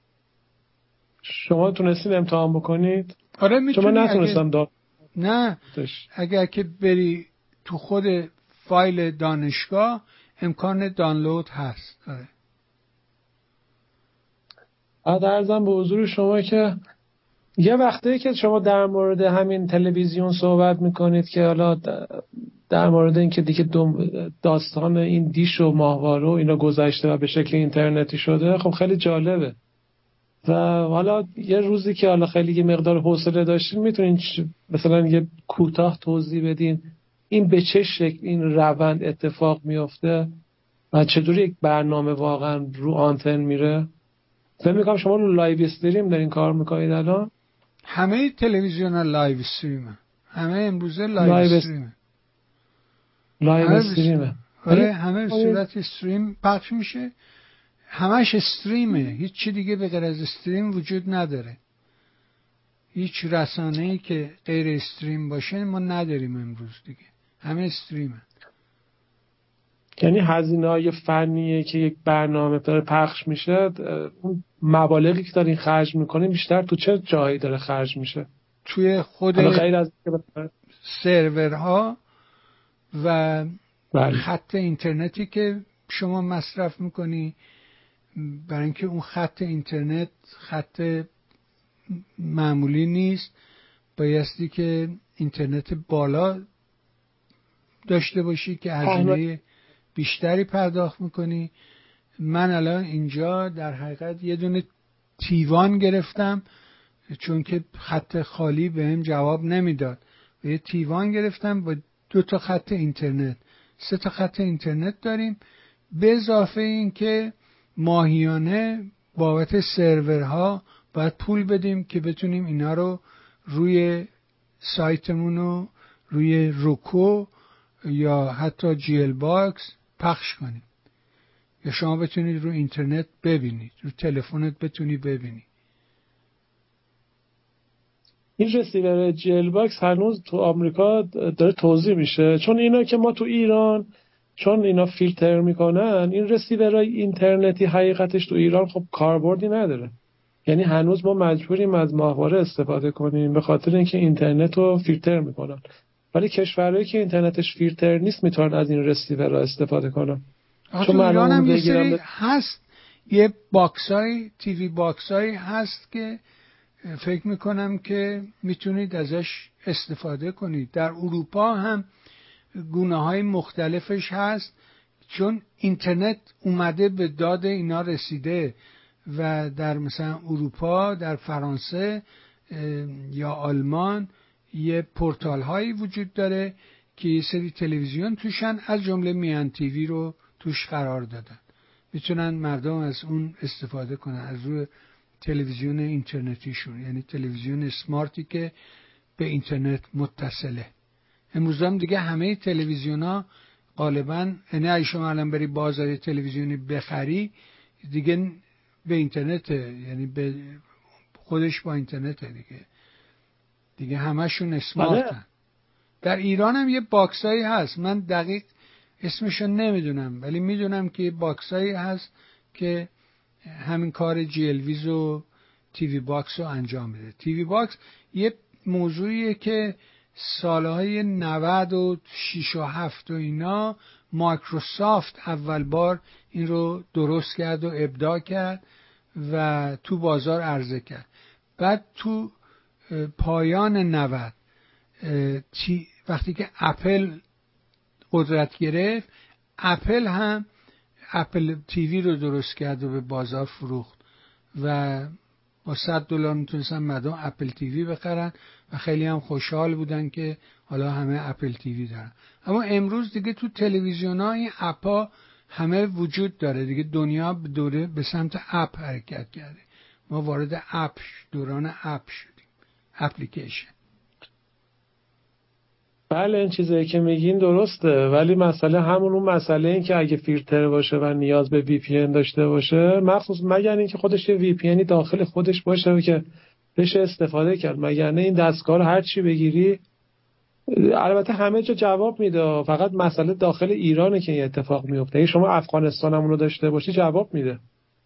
S12: شما تونستین امتحان بکنید؟
S2: آره میتونی.
S12: شما نتونستم
S2: نه اگر که بری تو خود فایل دانشگاه امکان دانلود هست. آره.
S12: عرضم به حضور شما که یه وقتی که شما در مورد همین تلویزیون صحبت میکنید که حالا در مورد این که دیگه داستان این دیش و ماهواره و اینا گذشته و به شکل اینترنتی شده، خب خیلی جالبه. و حالا یه روزی که حالا خیلی یه مقدار حوصله داشتین میتونین مثلا یه کوتاه توضیح بدین این به چه شکل این روند اتفاق میفته و چطوری یک برنامه واقعا رو آنتن میره. فکر میکنم شما رو لایو استریم دارین کار میکنید الان.
S2: همه تلویزیون ها لایو استریمه. همه امروزه لایو استریمه.
S12: لایو استریمه.
S2: آره همه به صورت استریم پخش میشه. همش استریمه. هیچ چی دیگه به غیر از استریم وجود نداره. هیچ رسانه‌ای که غیر استریم باشه ما نداریم امروز دیگه. همه استریمه.
S12: یعنی هزینه‌های فنیه که یک برنامه داره پخش میشه، اون مبالغی که دارین خرج میکنین بیشتر تو چه جایی داره خرج میشه؟
S2: توی خود
S12: غیر از
S2: سرورها و خط اینترنتی که شما مصرف میکنی. برای اینکه اون خط اینترنت خط معمولی نیست، بایستی که اینترنت بالا داشته باشی که هزینه بیشتری پرداخت میکنی. من الان اینجا در حقیقت یه دونه تیوان گرفتم چون که خط خالی بهم جواب نمیداد. یه تیوان گرفتم با 2 تا خط اینترنت، 3 تا خط اینترنت داریم. به اضافه این که ماهیانه بابت سرورها باید پول بدیم که بتونیم اینا رو روی سایتمون رو روی روکو یا حتی جیل باکس پخش کنیم یا شما بتونید رو اینترنت ببینید، رو تلفنت بتونی ببینی.
S12: این رسیور جیل باکس هنوز تو آمریکا داره توزیع میشه، چون اینا که ما تو ایران چون اینا فیلتر میکنن این رسیورهای اینترنتی حقیقتش تو ایران خب کاربردی نداره. یعنی هنوز ما مجبوریم از ماهواره استفاده کنیم به خاطر اینکه اینترنت رو فیلتر میکنن. ولی کشورهایی که اینترنتش فیلتر نیست میتونن از این رسیورها استفاده کنن.
S2: چون ایران هم یه سری هست، یه باکسای تیوی باکسای هست که فکر میکنم که میتونید ازش استفاده کنید. در اروپا هم گونه‌های مختلفش هست چون اینترنت اومده به داد اینا رسیده و در مثلا اروپا در فرانسه یا آلمان یه پورتال هایی وجود داره که یه سری تلویزیون توشن، از جمله میان تیوی رو توش قرار دادن. میتونن مردم از اون استفاده کنن، از روی تلویزیون اینترنتیشون، یعنی تلویزیون اسمارتی که به اینترنت متصله. امروز هم دیگه همه تلویزیونا غالبا، یعنی اگه شما الان بری بازار تلویزیونی بخری دیگه به اینترنت، یعنی به خودش با اینترنت دیگه همشون اسمارتن. در ایران هم یه باکسایی هست، من دقیق اسمشو نمیدونم ولی میدونم که یه باکسایی هست که همین کار جی ال ویز و تیوی باکس رو انجام میده. تیوی باکس یه موضوعیه که سالهای 90 و 6 و 7 و اینا مایکروسافت اول بار این رو درست کرد و ابداع کرد و تو بازار عرضه کرد. بعد تو پایان 90 وقتی که اپل قدرت گرفت، اپل هم اپل تیوی رو درست کرد و به بازار فروخت و با $100 میتونستن مردم اپل تیوی بخرن و خیلی هم خوشحال بودن که حالا همه اپل تیوی دارن. اما امروز دیگه تو تلویزیون ها این اپا همه وجود داره دیگه. دنیا به سمت اپ حرکت کرده. ما وارد دوران اپ شدیم، اپلیکیشن.
S12: بله این چیزایی که میگین درسته، ولی مسئله اون مسئله این که اگه فیلتر باشه و نیاز به وی پی ان داشته باشه، مخصوص مگر اینکه خودش یه وی پی ان داخل خودش باشه و که بشه استفاده کرد، مگر نه این دستگاه رو هر چی بگیری. البته همه جا جواب میده، فقط مسئله داخل ایرانه که این اتفاق میفته. اگه شما افغانستان همون رو داشته باشی جواب میده.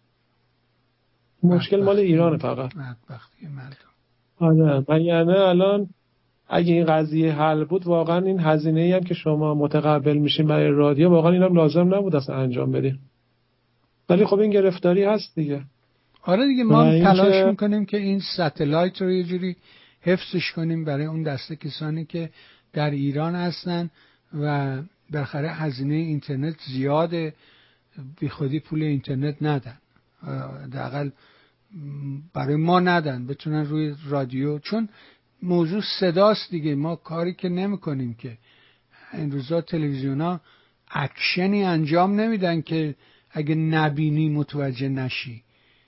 S12: مشکل مال ایرانه فقط.
S2: بدبختی مردم.
S12: آره مگر نه الان اگه این قضیه حل بود واقعا این هزینه‌ای هم که شما متقبل میشین برای رادیو واقعا اینم لازم نبود اصلا انجام بدین. ولی خب این گرفتاری هست دیگه.
S2: آره دیگه ما تلاش میکنیم که این ستلایت رو یه جوری حفظش کنیم برای اون دسته کسانی که در ایران هستن و بالاخره هزینه اینترنت زیاده، بی خودی پول اینترنت ندن، حداقل برای ما ندن، بتونن روی رادیو، چون موضوع صداست دیگه. ما کاری که نمی کنیم که این روزا تلویزیون ها اکشنی انجام نمیدن که اگه نبینی متوجه نشی،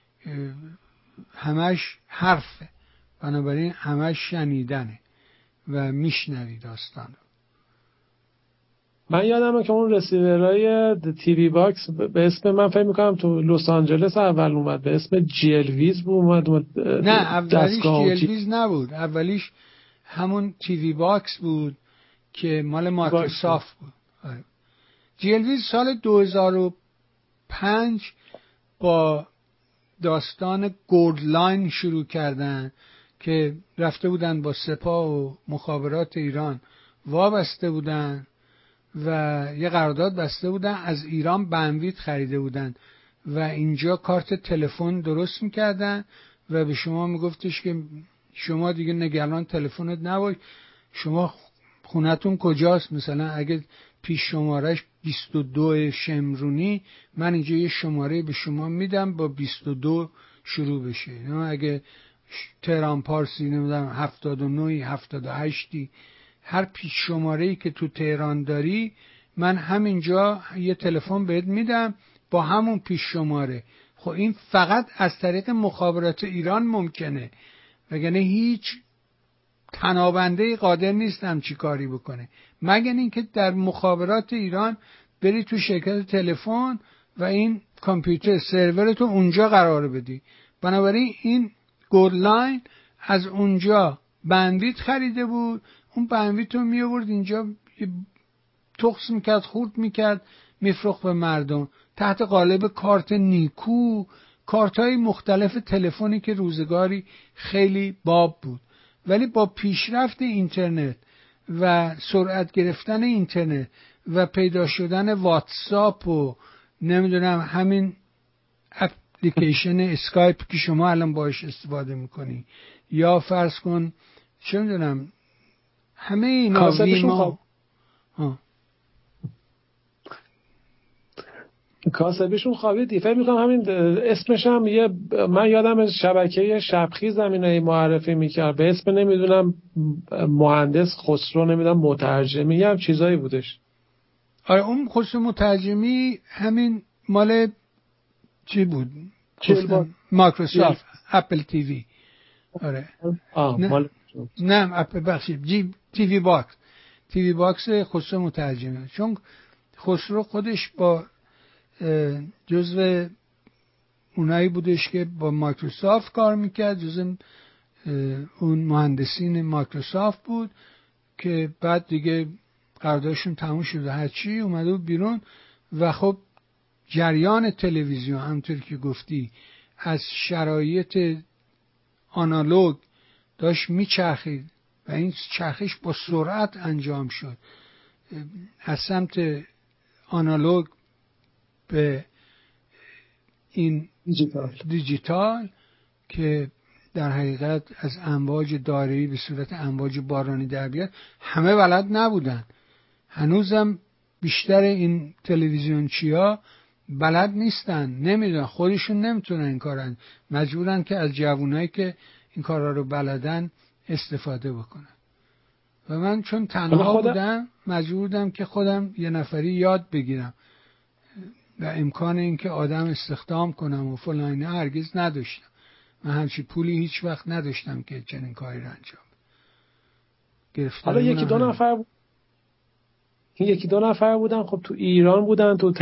S2: همش حرفه، بنابراین همش شنیدنه و میشنوی داستان.
S12: من یادمه که اون رسیورهای تیوی باکس به اسم، من فکر میکنم تو لس آنجلس اول اومد، به اسم جی ال ویز بود.
S2: نه اولیش جی ال ویز نبود، اولیش همون تیوی باکس بود که مال مایکروسافت بود. جی ال ویز سال 2005 با داستان گولد لاین شروع کردن که رفته بودن با سپاه و مخابرات ایران وابسته بودن و یه قرارداد بسته بودن، از ایران بندویت خریده بودن و اینجا کارت تلفن درست میکردن و به شما میگفتش که شما دیگه نگران تلفنت نباش، شما خونتون کجاست، مثلا اگه پیش شمارش 22 شمرونی، من اینجا یه شماره به شما میدم با 22 شروع بشه، اگه تهران پارسی نمیدونم 79 78، هر پیش شماره‌ای که تو تهران داری من همینجا یه تلفن بهت میدم با همون پیش شماره. خب این فقط از طریق مخابرات ایران ممکنه، وگرنه هیچ تنابنده قادر نیست همچی کاری بکنه، مگر اینکه در مخابرات ایران بری تو شرکت تلفن و این کامپیوتر سرورتو اونجا قرار بدی. بنابراین این گولد لاین از اونجا بندویت خریده بود، اون بندویت رو می آورد اینجا تخص میکرد، خورد میکرد، میفروخت به مردم تحت قالب کارت نیکو، کارت‌های مختلف تلفنی که روزگاری خیلی باب بود. ولی با پیشرفت اینترنت و سرعت گرفتن اینترنت و پیدا شدن واتساپ و نمیدونم همین اپلیکیشن اسکایپ که شما الان باش استفاده میکنی، یا فرض کن چه میدونم همه اینا ویما،
S12: کاسبیشون خوابید. فکر میکنم همین اسمش هم یه، من یادم از شبکه شبخیز زمینه معرفی میکرد به اسم نمیدونم مهندس خسرو نمیدونم مترجمی، هم چیزایی بودش.
S2: آره اون خسرو مترجمی همین مال چی بود؟ مایکروسافت اپل تیوی. آره نه اپل بخشید تیوی باکس، تیوی باکس خسرو مترجمی، چون خسرو خودش با جزو اونایی بودش که با مایکروسافت کار میکرد، جزو اون مهندسین مایکروسافت بود که بعد دیگه قراردادشون تموم شد و هرچی اومده بود بیرون. و خب جریان تلویزیون همونطور که گفتی از شرایط آنالوگ داشت میچرخید و این چرخش با سرعت انجام شد از سمت آنالوگ به این دیجیتال که در حقیقت از امواج دایره‌ای به صورت امواج بارانی در بیاد. همه بلد نبودن، هنوزم بیشتر این تلویزیونچیا بلد نیستن، نمیدونن، خودشون نمیتونن این کارن، مجبورن که از جوانایی که این کارا رو بلدن استفاده بکنن. و من چون تنها بودم مجبور بودم که خودم یه نفری یاد بگیرم و امکان این که آدم استخدام کنم و فلان هرگز نداشتم. من همچی پولی هیچ وقت نداشتم که چنین کاری رو انجام گرفتم.
S12: حالا یکی دو نفر بودن خب تو ایران بودن، تو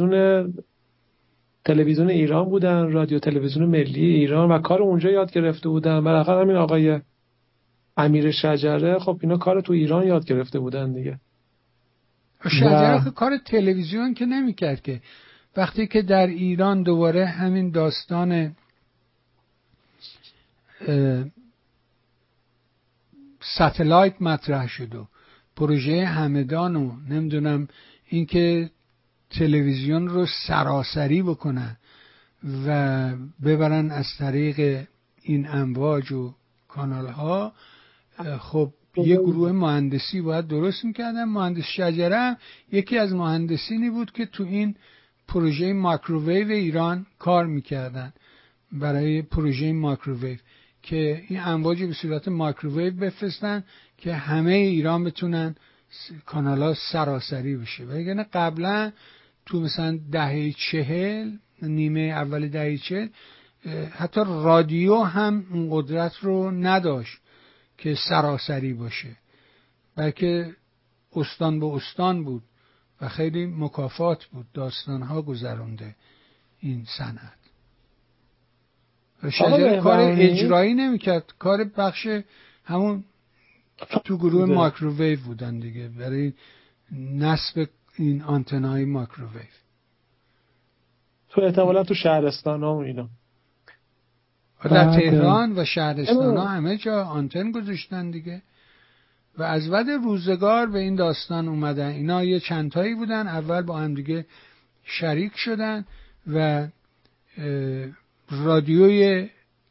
S12: تلویزیون ایران بودن، رادیو تلویزیون ملی ایران و کار اونجا یاد گرفته بودن. بالاخره همین آقای امیر شجره خب اینا کار تو ایران یاد گرفته بودن دیگه.
S2: شجره کار تلویزیون که نمی‌کرد که. وقتی که در ایران دوباره همین داستان ساتلایت مطرح شد و پروژه همدان و نمیدونم اینکه تلویزیون رو سراسری بکنن و ببرن از طریق این امواج و کانال ها، خب یه گروه مهندسی باید درست میکردن. مهندس شجره یکی از مهندسینی بود که تو این پروژه مایکروویو ایران کار میکردن، برای پروژه مایکروویو که این امواج به صورت مایکروویو بفرستن که همه ایران بتونن کانالا سراسری بشه. و یعنی قبلا تو مثلا دهه 40 نیمه اول دهه 40 حتی رادیو هم اون قدرت رو نداشت که سراسری باشه، بلکه استان به استان بود و خیلی مکافات بود، داستانها گذرونده این صنعت. شجره کار اجرایی نمیکرد، کار بخش همون تو گروه مایکروویو بودن دیگه، برای نصب این آنتنای مایکروویو.
S12: تو احتمالا تو شهرستان ها و اینا
S2: در تهران و شهرستان ها همه جا آنتن گذاشتن دیگه. و از ود روزگار به این داستان اومدن. اینا یه چندتایی بودن، اول با هم دیگه شریک شدن و رادیوی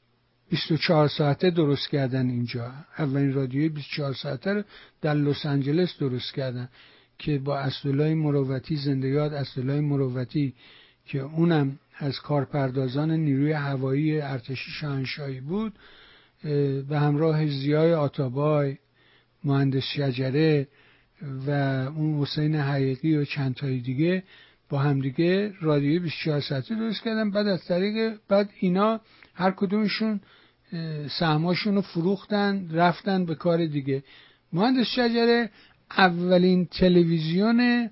S2: 24 ساعته درست کردن اینجا. اولین رادیوی 24 ساعته رو در لس آنجلس درست کردن که با اسدالله مروتی، زنده یاد اسدالله مروتی که اونم از کارپردازان نیروی هوایی ارتش شاهنشاهی بود، به همراه ضیای آتابای، مهندس شجره و اون حسین حقیقی و چند تای دیگه با همدیگه رادیوی 24 ساعته درست کردن. بعد از طریق بعد اینا هر کدومشون سهماشون رو فروختن، رفتن به کار دیگه. مهندس شجره اولین تلویزیون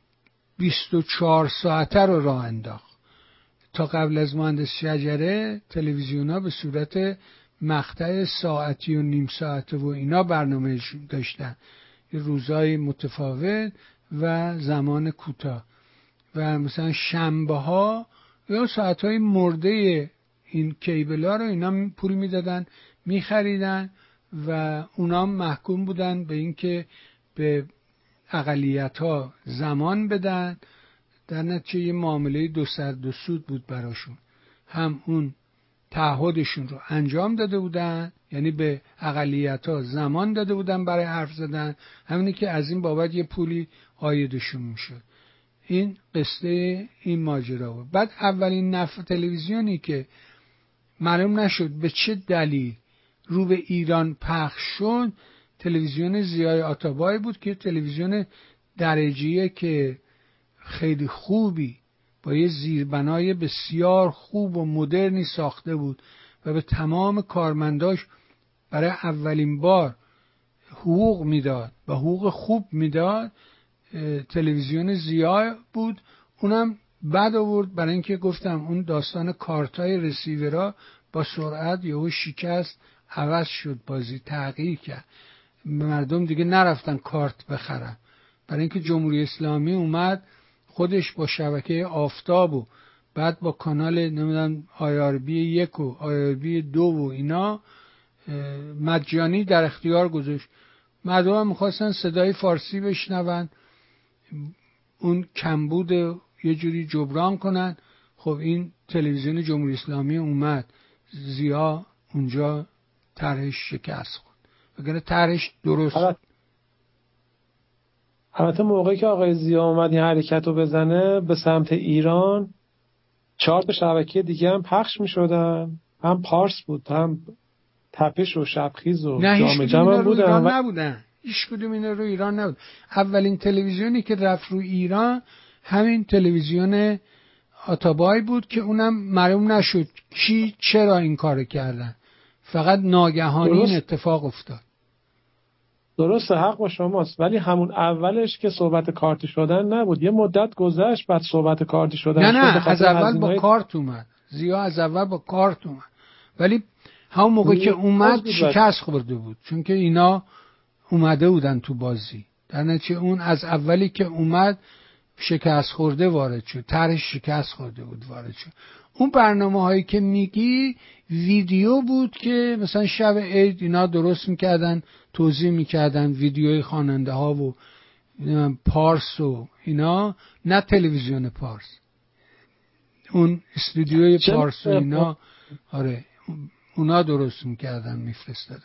S2: 24 ساعته رو راه انداخت. تا قبل از مهندس شجره تلویزیون‌ها به صورت مقطع ساعتی و نیم ساعته و اینا برنامه داشتن، یه روزای متفاوت و زمان کوتاه. و مثلا شنبه ها یا ساعتهای مرده این کیبل ها رو اینا پول میدادن میخریدن و اونا محکوم بودن به اینکه به اقلیت ها زمان بدن. در نتیجه یه معامله دو سر دو سود بود براشون. هم اون تعهدشون رو انجام داده بودن، یعنی به اقلیت ها زمان داده بودن برای حرف زدن، همینی که از این بابت یه پولی عایدشون میشد. این قصه این ماجرا بود. بعد اولین تلویزیونی که معلوم نشد به چه دلیل رو به ایران پخش شد تلویزیون ضیای آتابای بود که تلویزیون درجیه که خیلی خوبی با یه زیربنای بسیار خوب و مدرنی ساخته بود و به تمام کارمنداش برای اولین بار حقوق میداد و حقوق خوب میداد. تلویزیون ضیا بود. اونم بعد آورد برای اینکه گفتم اون داستان کارتای رسیورا با سرعت یهو شکست، عوض شد، بازی تغییر کرد، مردم دیگه نرفتن کارت بخرن. برای اینکه جمهوری اسلامی اومد خودش با شبکه آفتاب و بعد با کانال نمیدونم IRB 1 و IRB 2 و اینا مجانی در اختیار گذاشت. مردم هم میخواستن صدای فارسی بشنون، اون کمبود یه جوری جبران کنن. خب این تلویزیون جمهوری اسلامی اومد، ضیا اونجا طرحش شکست خورد، وگرنه طرحش درست.
S12: البته موقعی که آقای ضیا اومد این حرکت رو بزنه به سمت ایران، 4 تا شبکه دیگه هم پخش می‌شدن، هم پارس بود، هم تپش و شبخیز و جام جم بودن.
S2: نبودن هیچ کدوم اینا رو ایران نبود. اولین تلویزیونی که رفت رو ایران همین تلویزیون آتابای بود که اونم معلوم نشد کی چرا این کار کردن، فقط ناگهانی این اتفاق افتاد.
S12: درسته، حق با شماست، ولی همون اولش که صحبت کارتی شدن نبود، یه مدت گذشت بعد صحبت کارتی شدن.
S2: نه از اول با کارت اومد، ضیا از اول با کارت اومد، ولی همون موقع که اومد شکست خورده بود، چون که اینا اومده بودن تو بازی. در نتیجه اون از اولی که اومد شکست خورده وارد شد، طرحش شکست خورده بود وارد شد. اون برنامه هایی که میگی ویدیو بود که مثلا شب عید اینا درست میکردن، توضیح میکردن، ویدیوی خواننده ها و پارس و اینا، نه تلویزیون پارس، اون استودیوی پارس و اینا. آره اونا درست میکردن میفرستادن.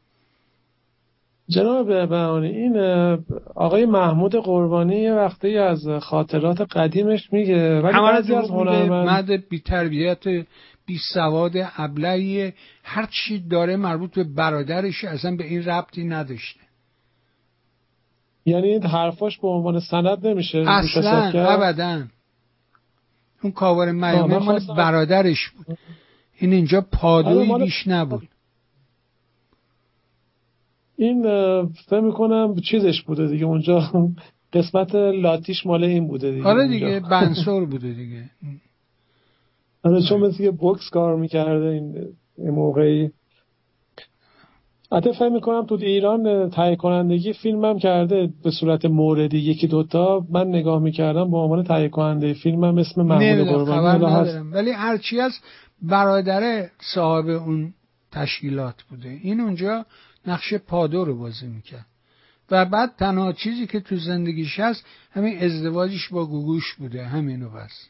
S12: جناب بهانی، این آقای محمود قربانی یه وقتی از خاطرات قدیمش میگه، ولی بعضی از
S2: مرد بی تربیت، بی سواد، ابلهی، هر چی داره مربوط به برادرش اصلا به این ربطی نداشته.
S12: یعنی این حرفاش به عنوان سند نمیشه
S2: اصلا ابدا. اون کاور میامه مال برادرش بود، این اینجا پادویی بیش نبود.
S12: این فکر میکنم چیزش بوده دیگه اونجا، قسمت لاتیش مال این بوده دیگه.
S2: آره دیگه بنسور بوده دیگه.
S12: آره چون مثل که بوکس کار میکرده این موقعی. حتی فکر میکنم تو ایران تهیه کنندگی فیلم هم کرده به صورت موردی، 1-2 من نگاه میکردم به عنوان تهیه کننده فیلمم اسم محمود قربانی هست،
S2: ولی هرچی از برادر صاحب اون تشکیلات بوده، این اونجا نقش پادو رو بازی میکرد. و بعد تنها چیزی که تو زندگیش هست همین ازدواجش با گوگوش بوده، همینو بس.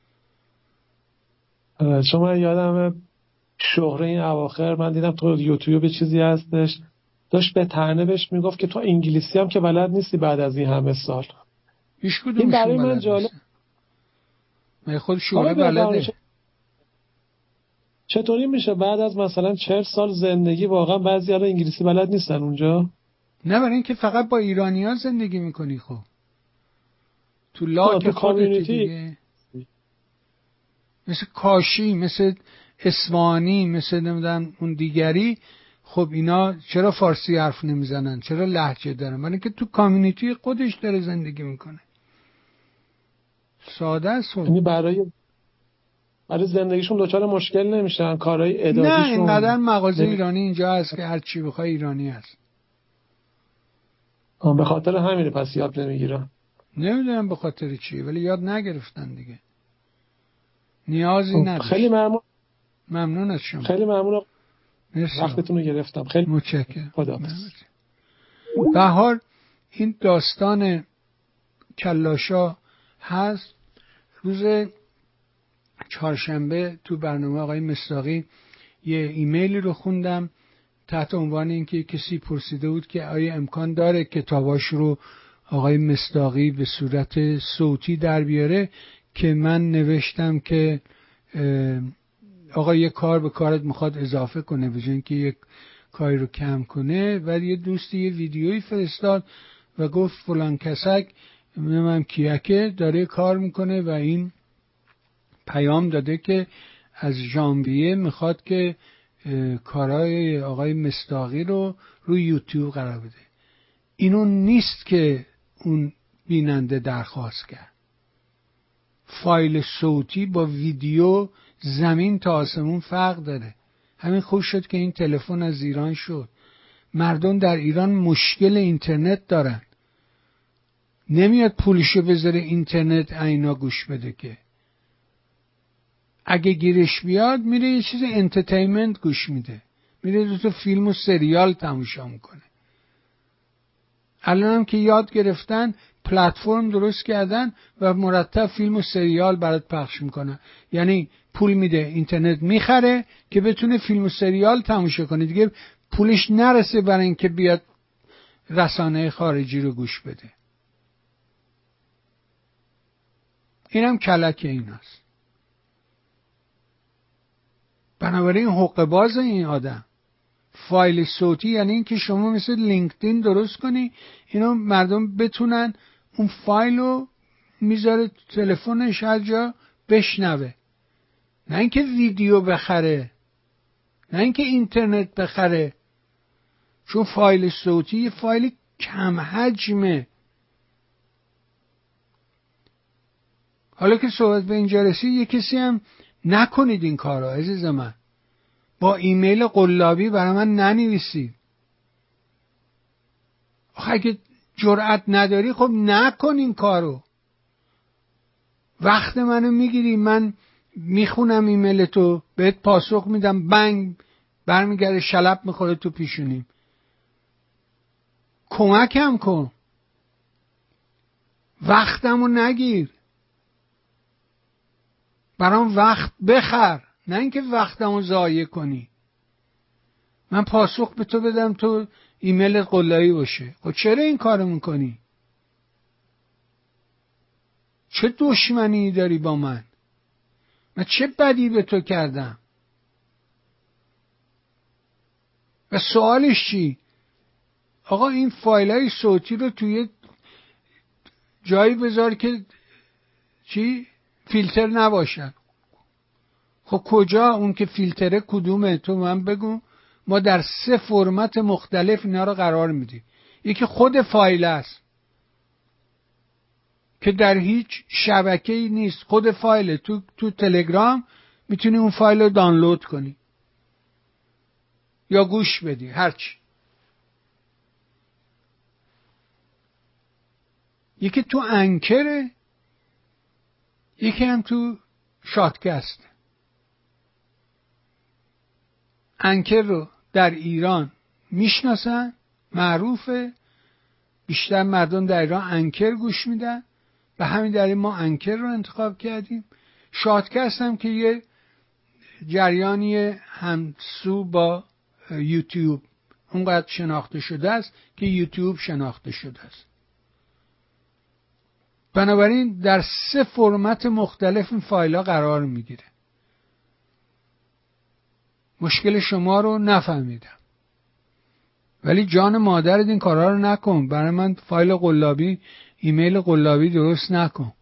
S12: چون من یادم شهره این اواخر من دیدم تو یوتیوب چیزی هستش داشت به طعنه بهش میگفت که تو انگلیسی هم که بلد نیستی بعد از این همه سال.
S2: این برای من جالب. من خود شهره بلده.
S12: چطوری میشه بعد از مثلا 40 سال زندگی واقعا بعضی حالا انگلیسی بلد نیستن اونجا؟
S2: نه برای اینکه فقط با ایرانی‌ها زندگی میکنی. خب تو لاک خودت دیگه، مثل کاشی، مثل اصفهانی، مثل نمیدونم اون دیگری. خب اینا چرا فارسی حرف نمیزنن، چرا لهجه دارن؟ برای اینکه تو کامیونیتی خودش داره زندگی میکنه. ساده است.
S12: یعنی برای زندگیشون دچار مشکل نمیشن، کارهای اداریشون.
S2: نه اینقدر مغازه ایرانی اینجا هست که هر چی بخوای ایرانی هست.
S12: به خاطر همینه پس یاد نمیگیرن.
S2: نمیدونم به خاطر چی، ولی یاد نگرفتن دیگه، نیازی نداشت.
S12: خیلی
S2: ممنون از شما.
S12: خیلی ممنون، وقتتون رو گرفتم. خیلی
S2: متشکرم.
S12: خداحافظ.
S2: به هر حال این داستان کلاشا هست. روز چهارشنبه تو برنامه آقای مصداقی یه ایمیلی رو خوندم تحت عنوان اینکه کسی پرسیده بود که آیا امکان داره کتاباش رو آقای مصداقی به صورت صوتی در بیاره، که من نوشتم که آقا یه کار به کارت میخواد اضافه کنه به جای اینکه یک کاری رو کم کنه. ولی یه دوستی یه ویدیویی فرستاد و گفت فلان کسک نمیدونم کیکه داره کار میکنه و این پیام داده که از ژانویه میخواد که کارهای آقای مصداقی رو روی یوتیوب قرار بده. اینو نیست که اون بیننده درخواست کرد. فایل صوتی با ویدیو زمین تا آسمون فرق داره. همین خوش شد که این تلفن از ایران شد. مردم در ایران مشکل اینترنت دارن، نمیاد پولشو بذاره اینترنت اینا گوش بده، که اگه گیرش بیاد میره یه چیز انترتینمنت گوش میده، میره تو فیلم و سریال تماشا میکنه. الان هم که یاد گرفتن پلتفرم درست کردن و مرتب فیلم و سریال برات پخش میکنن. یعنی پول میده، اینترنت میخره که بتونه فیلم و سریال تماشا کنه، دیگه پولش نرسه برای اینکه بیاد رسانه خارجی رو گوش بده. اینم کلک ایناست. بنابراین حقه باز این آدم. فایل صوتی یعنی این که شما مثل لینکدین درست کنی، اینا مردم بتونن اون فایل رو میذاره تلفنش هر جا بشنوه، نه اینکه ویدیو بخره، نه اینکه اینترنت بخره. چون فایل صوتی یه فایل کم حجمه. حالا که صحبت به اینجا رسید، یه کسی هم نکنید این کارو عزیز من. با ایمیل قلابی برای من ننویسید. اگه جرأت نداری خب نکن این کارو. وقت منو میگیری، من میخونم ایمیل تو، بهت پاسخ میدم، بنگ برمیگرده شلپ میخوره تو پیشونیم. کمکم کن، وقتمو نگیر، برام وقت بخر، نه اینکه وقتمو ضایع کنی. من پاسخ به تو بدم تو ایمیل قلایی باشه. خب چرا این کارو میکنی؟ چه دشمنی داری با من؟ من چه بدی به تو کردم؟ و سوالش چی؟ آقا این فایلای صوتی رو توی جایی بذار که چی؟ فیلتر نباشن. خب کجا اون که فیلتره کدومه؟ تو من بگو. ما در 3 فرمت مختلف اینا رو قرار میدیم. یکی خود فایل است که در هیچ شبکه‌ای نیست، خود فایل. تو تلگرام میتونی اون فایل رو دانلود کنی یا گوش بدی، هرچی. یکی تو انکره، یکی هم تو شاتکست. انکر رو در ایران میشناسن، معروفه، بیشتر مردم در ایران انکر گوش میدن، به همین دلیل ما انکر رو انتخاب کردیم. شاتکست هم که یه جریانی همسو با یوتیوب اونقدر شناخته شده است که یوتیوب شناخته شده است. بنابراین در 3 فرمت مختلف این فایل ها قرار میگیره. مشکل شما رو نفهمیدم، ولی جان مادرت این کارها رو نکن. برای من فایل قلابی، ایمیل قلابی درست نکن.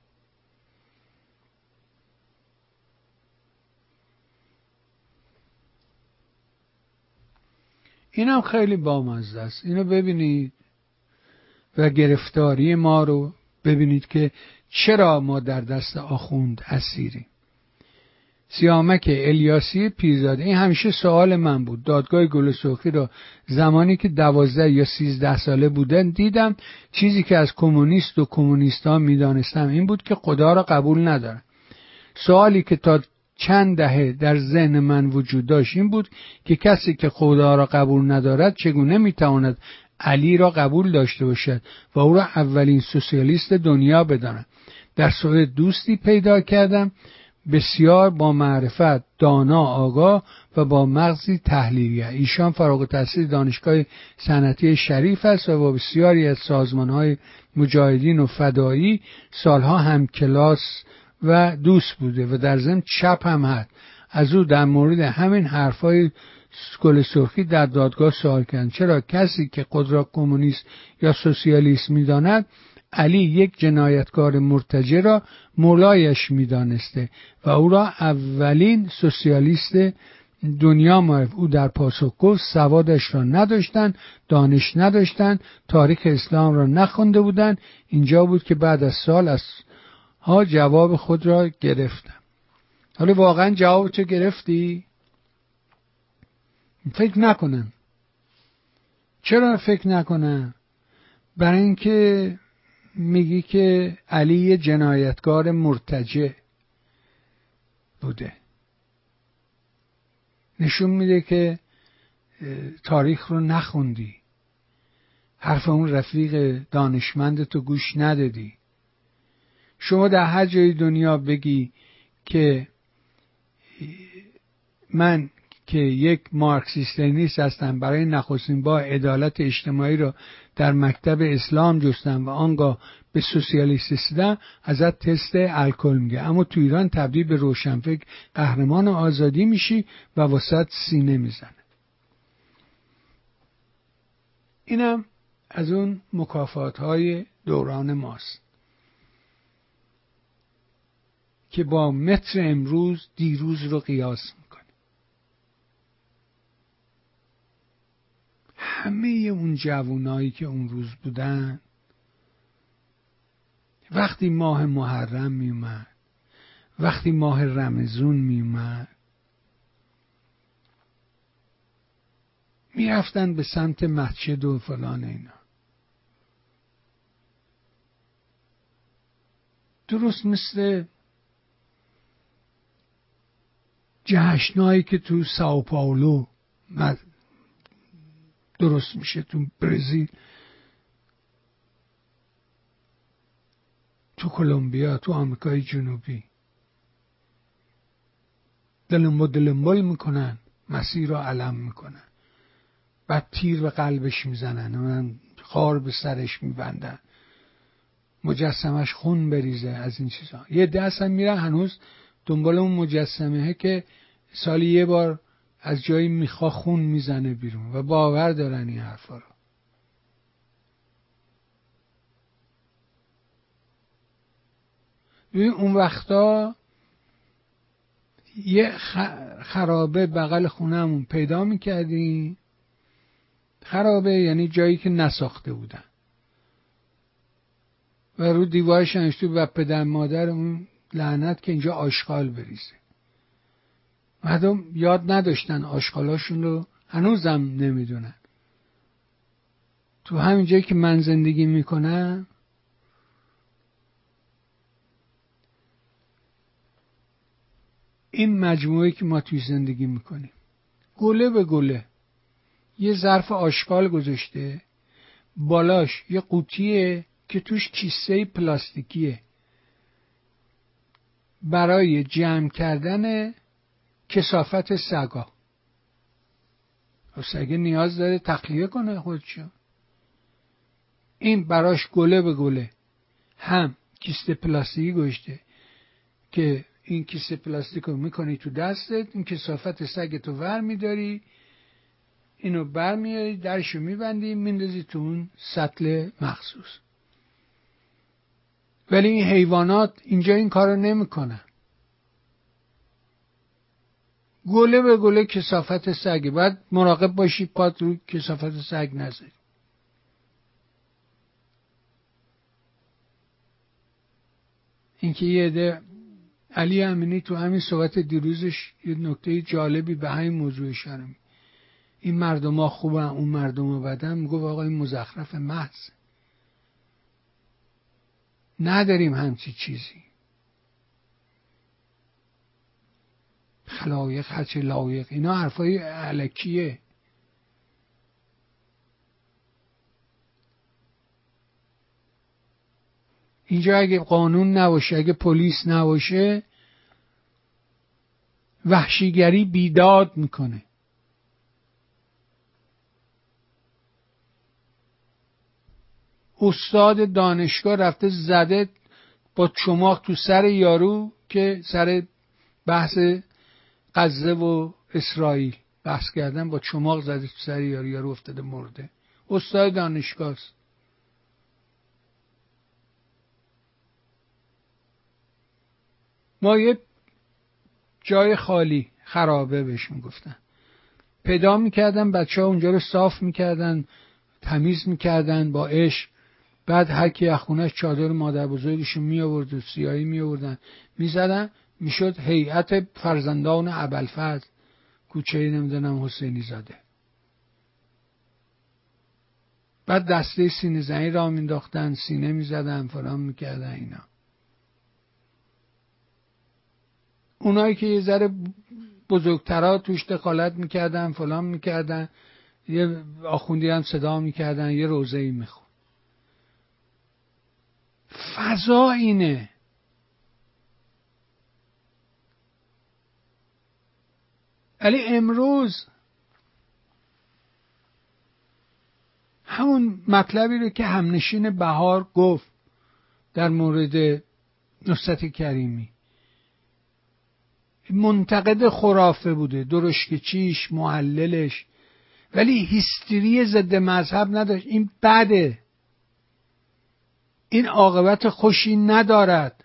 S2: اینم خیلی بامزه است. اینو ببینید و گرفتاری ما رو ببینید که چرا ما در دست آخوند اسیریم. سیامک الیاسی پیرزاده. این همیشه سوال من بود. دادگاه گل سرخی رو زمانی که 12 یا 13 ساله بودن دیدم، چیزی که از کمونیست و کمونیستا میدانستم این بود که خدا را قبول ندارن. سوالی که تا چند دهه در ذهن من وجود داشت این بود که کسی که خدا را قبول ندارد چگونه میتواند علی را قبول داشته باشد و او را اولین سوسیالیست دنیا بداند. در سوئد دوستی پیدا کردم، بسیار با معرفت، دانا، آگاه و با مغزی تحلیلیه. ایشان فارغ التحصیل دانشگاه صنعتی شریف است و با بسیاری از سازمان‌های مجاهدین و فدایی سالها هم کلاس و دوست بوده و در ضمن چپ هم هست. از او در مورد همین حرفای گل سرخی در دادگاه سوال کردند چرا کسی که خود را کمونیست یا سوسیالیست می‌داند علی یک جنایتکار مرتجع را مولایش می‌دانسته و او را اولین سوسیالیست دنیا معرف. او در پاسخ گفت سوادش را نداشتن، دانش نداشتن، تاریخ اسلام را نخوانده بودند. اینجا بود که بعد از سال از ها جواب خود را گرفتم. حالا واقعا جوابتو گرفتی؟ فکر نکنم. چرا فکر نکنم؟ برای اینکه میگی که علی جنایتکار مرتجع بوده. نشون میده که تاریخ رو نخوندی، حرف اون رفیق دانشمندتو گوش ندادی. شما در هر جای دنیا بگی که من که یک مارکسیست لنینیست هستم، برای نخستین بار عدالت اجتماعی رو در مکتب اسلام جستم و آنگاه به سوسیالیست رسیدم، ازت تست الکل میگه. اما تو ایران تبدیل به روشنفکر قهرمان آزادی میشی و واسط سینه میزنه. اینم از اون مکافات‌های دوران ماست که با متر امروز دیروز رو قیاس میکنه. همه اون جوانایی که اون روز بودن، وقتی ماه محرم میومد، وقتی ماه رمضان میومد، میرفتن به سمت مسجد و فلان اینا. درست مثل جشنایی که تو ساو پائولو درست میشه، تو برزیل، تو کلمبیا، تو آمریکای جنوبی، دلمبال میکنن، مسیح رو علم میکنن، بعد تیر به قلبش میزنن، خار به سرش میبندن، مجسمش خون بریزه، از این چیزا. یه دست هم میرن هنوز دنبال اون مجسمه که سالی یه بار از جایی میخوا خون میزنه بیرون و باور دارن این حرفا رو. اون وقتا یه خرابه بغل خونهمون پیدا میکردیم. خرابه یعنی جایی که نساخته بودن و رو دیوارش نوشته و پدر مادر اون لعنت که اینجا آشغال بریزه. مردم یاد نداشتن آشغالاشون رو، هنوزم نمیدونن. تو همین جایی که من زندگی میکنم این مجموعه که ما توی زندگی میکنیم گله به گله یه ظرف آشغال گذاشته، بالاش یه قوطیه که توش کیسه پلاستیکیه برای جمع کردن کثافت سگا. سگه نیاز داره تخلیه کنه خودشو. این براش گله به گله هم کیسه پلاستیکی گذاشته که این کیسه پلاستیک رو میکنی تو دستت، این کثافت سگتو ور میداری، اینو بر میاری، درشو میبندی، میندازی تو اون سطل مخصوص. ولی این حیوانات اینجا این کارو نمیکنن. گله به گله کثافت سگه. باید مراقب باشی پات روی کثافت سگ نذاری. اینکه یه عده علی امینی تو همین صحبت دیروزش یه نکته جالبی به همین موضوع اشاره می‌کنه. این مردم ها خوبن، اون مردم ها بدن. میگفت آقا این مزخرف محض، نداریم همچی چیزی. خلایق هرچه لایق، اینا حرفای الکیه. اینجا اگه قانون نباشه، اگه پلیس نباشه، وحشیگری بیداد میکنه. استاد دانشگاه رفته زده با چماق تو سر یارو که سر بحث غزه و اسرائیل بحث کردن، با چماق زده تو سر یارو، یارو افتاده مرده. استاد دانشگاه است. ما یه جای خالی، خرابه بهش میگفتن، پیدا میکردن، بچه ها اونجا رو صاف میکردن، تمیز میکردن با عشق. بعد هر کی از خونه‌اش چادر مادر بزرگشون می آورد و سیاهی می آوردن میزدن، میشد هیئت فرزندان ابوالفضل کوچه نمیدونم حسینی زاده. بعد دسته سینه زنی را مینداختن، سینه میزدن، فلان میکردن. اینا اونایی که یه ذره بزرگترها توش دخالت میکردن، فلان میکردن، یه آخوندی هم صدا میکردن، یه روزه‌ای میخون. فضا اینه. ولی امروز همون مطلبی رو که همنشین بهار گفت در مورد نصرت کریمی، منتقد خرافه بوده، درشکچیش، محللش، ولی هیستری ضد مذهب نداشت. این بده، این عاقبت خوشی ندارد.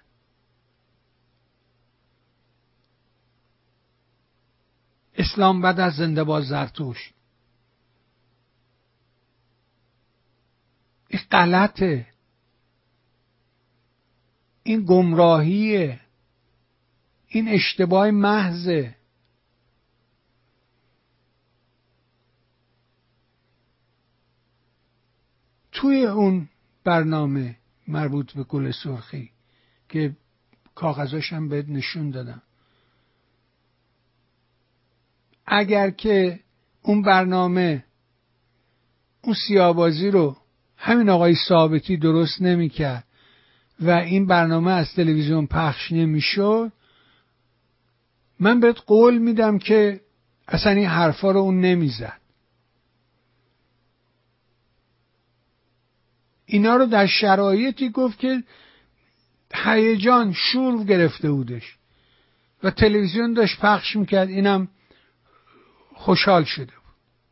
S2: اسلام بعد از زنده با زرتوش، این غلطه، این گمراهیه، این اشتباه محضه. توی اون برنامه مربوط به گل سرخی که کاغذاش هم بهت نشون دادم، اگر که اون برنامه اون سیاه‌بازی رو همین آقای ثابتی درست نمی‌کرد و این برنامه از تلویزیون پخش نمی‌شد، من بهت قول میدم که اصلا این حرفا رو اون نمیزد. اینا رو در شرایطی گفت که هیجان شور گرفته بودش و تلویزیون داشت پخش میکرد، اینم خوشحال شده بود.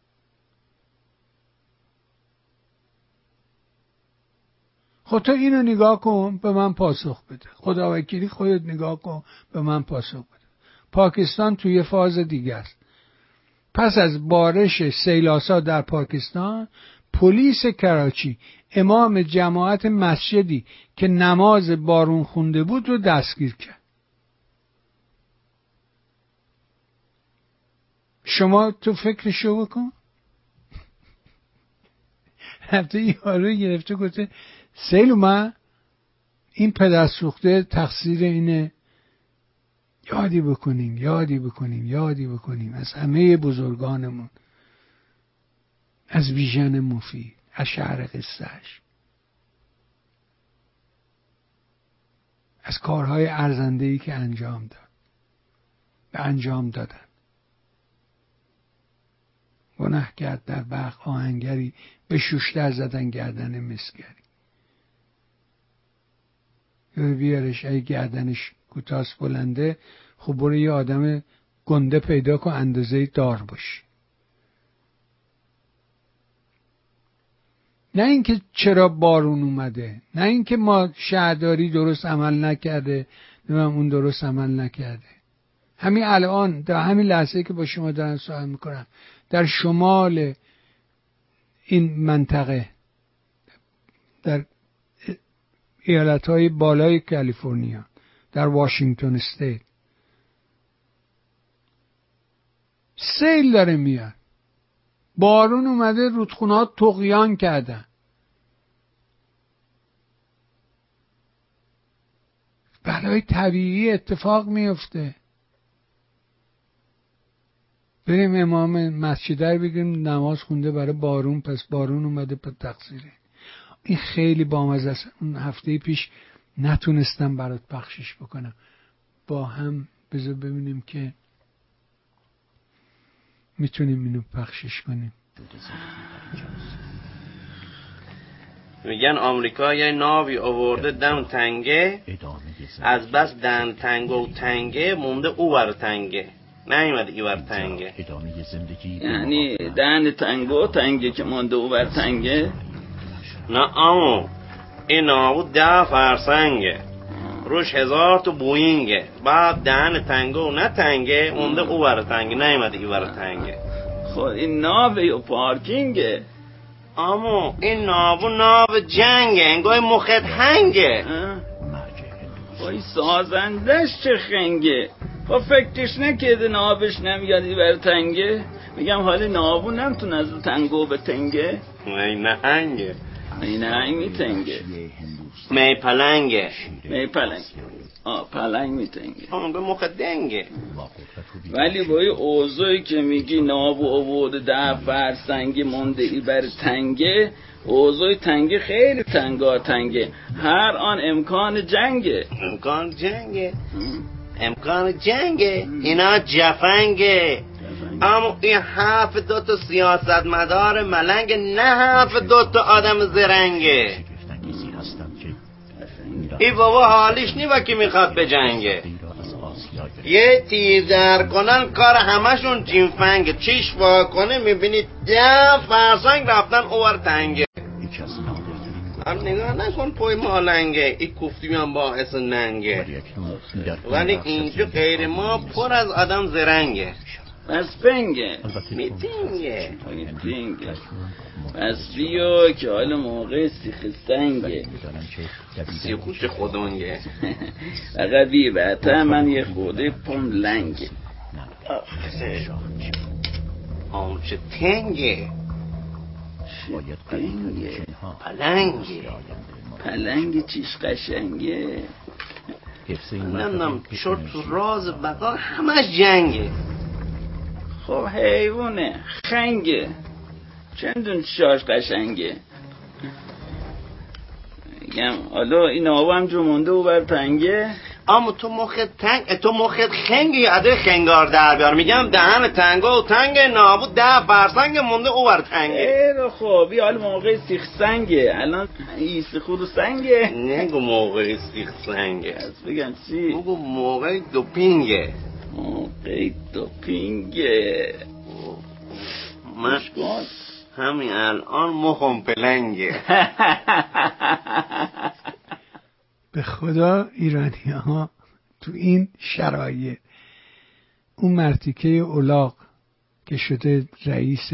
S2: خب تو اینو نگاه کن به من پاسخ بده، خدا وکیلی خودت نگاه کن به من پاسخ بده. پاکستان توی فاز دیگه است. پس از بارش سیلاسا در پاکستان، پلیس کراچی امام جماعت مسجدی که نماز بارون خونده بود رو دستگیر کرد. شما تو فکرشو بکن. حتی یارو گرفته گفته سیلومه این پدر سوخته تقصیر اینه، یادی بکنیم از همه بزرگانمون، از ویژن مفید، از شعر قصهش، از کارهای ارزنده‌ای که انجام دادن. گناه کرد در بخت آهنگری، به شوشتر زدن گردن مسگری. بیارش ای گردنش کوتاس بلنده، خب برو یه آدم گنده پیدا کن اندازه دار باشه. نه اینکه چرا بارون اومده، نه اینکه ما شهرداری درست عمل نکرده، اون درست عمل نکرده. همین الان در همین لحظه که با شما دارم صحبت میکنم، در شمال این منطقه، در ایالتهای بالای کالیفرنیا، در واشنگتن استیت، سیل داره میاد، بارون اومده، رودخونه‌ها طغیان کردن. بلای طبیعی اتفاق میفته. بریم امام مسجد رو بگیم نماز خونده برای بارون، پس بارون اومده پس تقصیره. این خیلی بامزه است. اون هفته پیش نتونستم برات پخشش بکنم. با هم بذار ببینیم که میتونیم اینو پخشش کنیم.
S13: میگن آمریکا یه ناوی آورده دم تنگه، از بس دن تنگه و تنگه مونده اوور تنگه، نیومد ایور تنگه.
S14: یعنی دن تنگه و تنگه که مونده اوور تنگه؟
S13: نه امو این ناو 10 فرسنگه، روش 1000 تا بوینگه، بعد دهن تنگه و نه تنگه مونده اوور تنگه، نیومد ایور تنگه.
S14: خب این ناو یا پارکینگه؟
S13: امو این ناو جنگه، انگاه مخت هنگه.
S14: وای سازندش چه خنگه. خب فکرش نکرده ناوش نمیاد ایور تنگه؟ میگم حالی ناو نمتون از تنگو به تنگه؟
S13: وای نهنگه.
S14: این نهنگ میتنگه.
S13: می پلنگه.
S14: پلنگ میتنگه.
S13: به مخ دنگه.
S14: ولی با این اوضاعی که میگی ناب و عبود 10 فرسنگ مونده ای بر تنگه، اوضاع تنگه خیلی تنگه، هر آن امکان جنگه.
S13: امکان جنگه اینا جفنگه. اما این حرف 2 سیاستمدار ملنگ، نه حرف 2 آدم زرنگه. این بابا حالیش نی با کی میخواد به جنگه. یه تیر در کنن کار همشون جینفنگه. چیش وا کنه میبینی 10 فرسنگ رفتن اوور تنگه. نگاه نکن پای مالنگه، این کوفتی هم باعث ننگه. ولی اینجا غیر ما پر از آدم زرنگه.
S14: پس پنگه
S13: میتینگه.
S14: پس بیا که حالا موقع سیخ سنگه،
S13: سیخوش خودونگه.
S14: اقا بی بهتر من یه خوده پم لنگه.
S13: آمچه تنگه.
S14: پلنگه چیش قشنگه.
S13: نمیدونم چرا تو راز بقا همش جنگه.
S14: خب حیوانه خنگه، چندون شاش قشنگه. میگم حالا این آوا هم جو مونده و بر تنگه.
S13: اما تو مخت خنگه یا عده خنگار در بیار. میگم دهن تنگه و تنگه نابود 10 فرسنگ مونده او بر تنگه.
S14: ایره خب بیا حالا موقع سیخ سنگه. الان ایسی خود سنگه.
S13: نگو موقع سیخ سنگه،
S14: از بگم چی؟
S13: بگو موقع دوپینگه.
S14: موقع دوپینگه.
S13: من همین الان مخم پلنگه.
S2: به خدا ایرانی ها تو این شرایط اون مرتیکه اولاغ که شده رئیس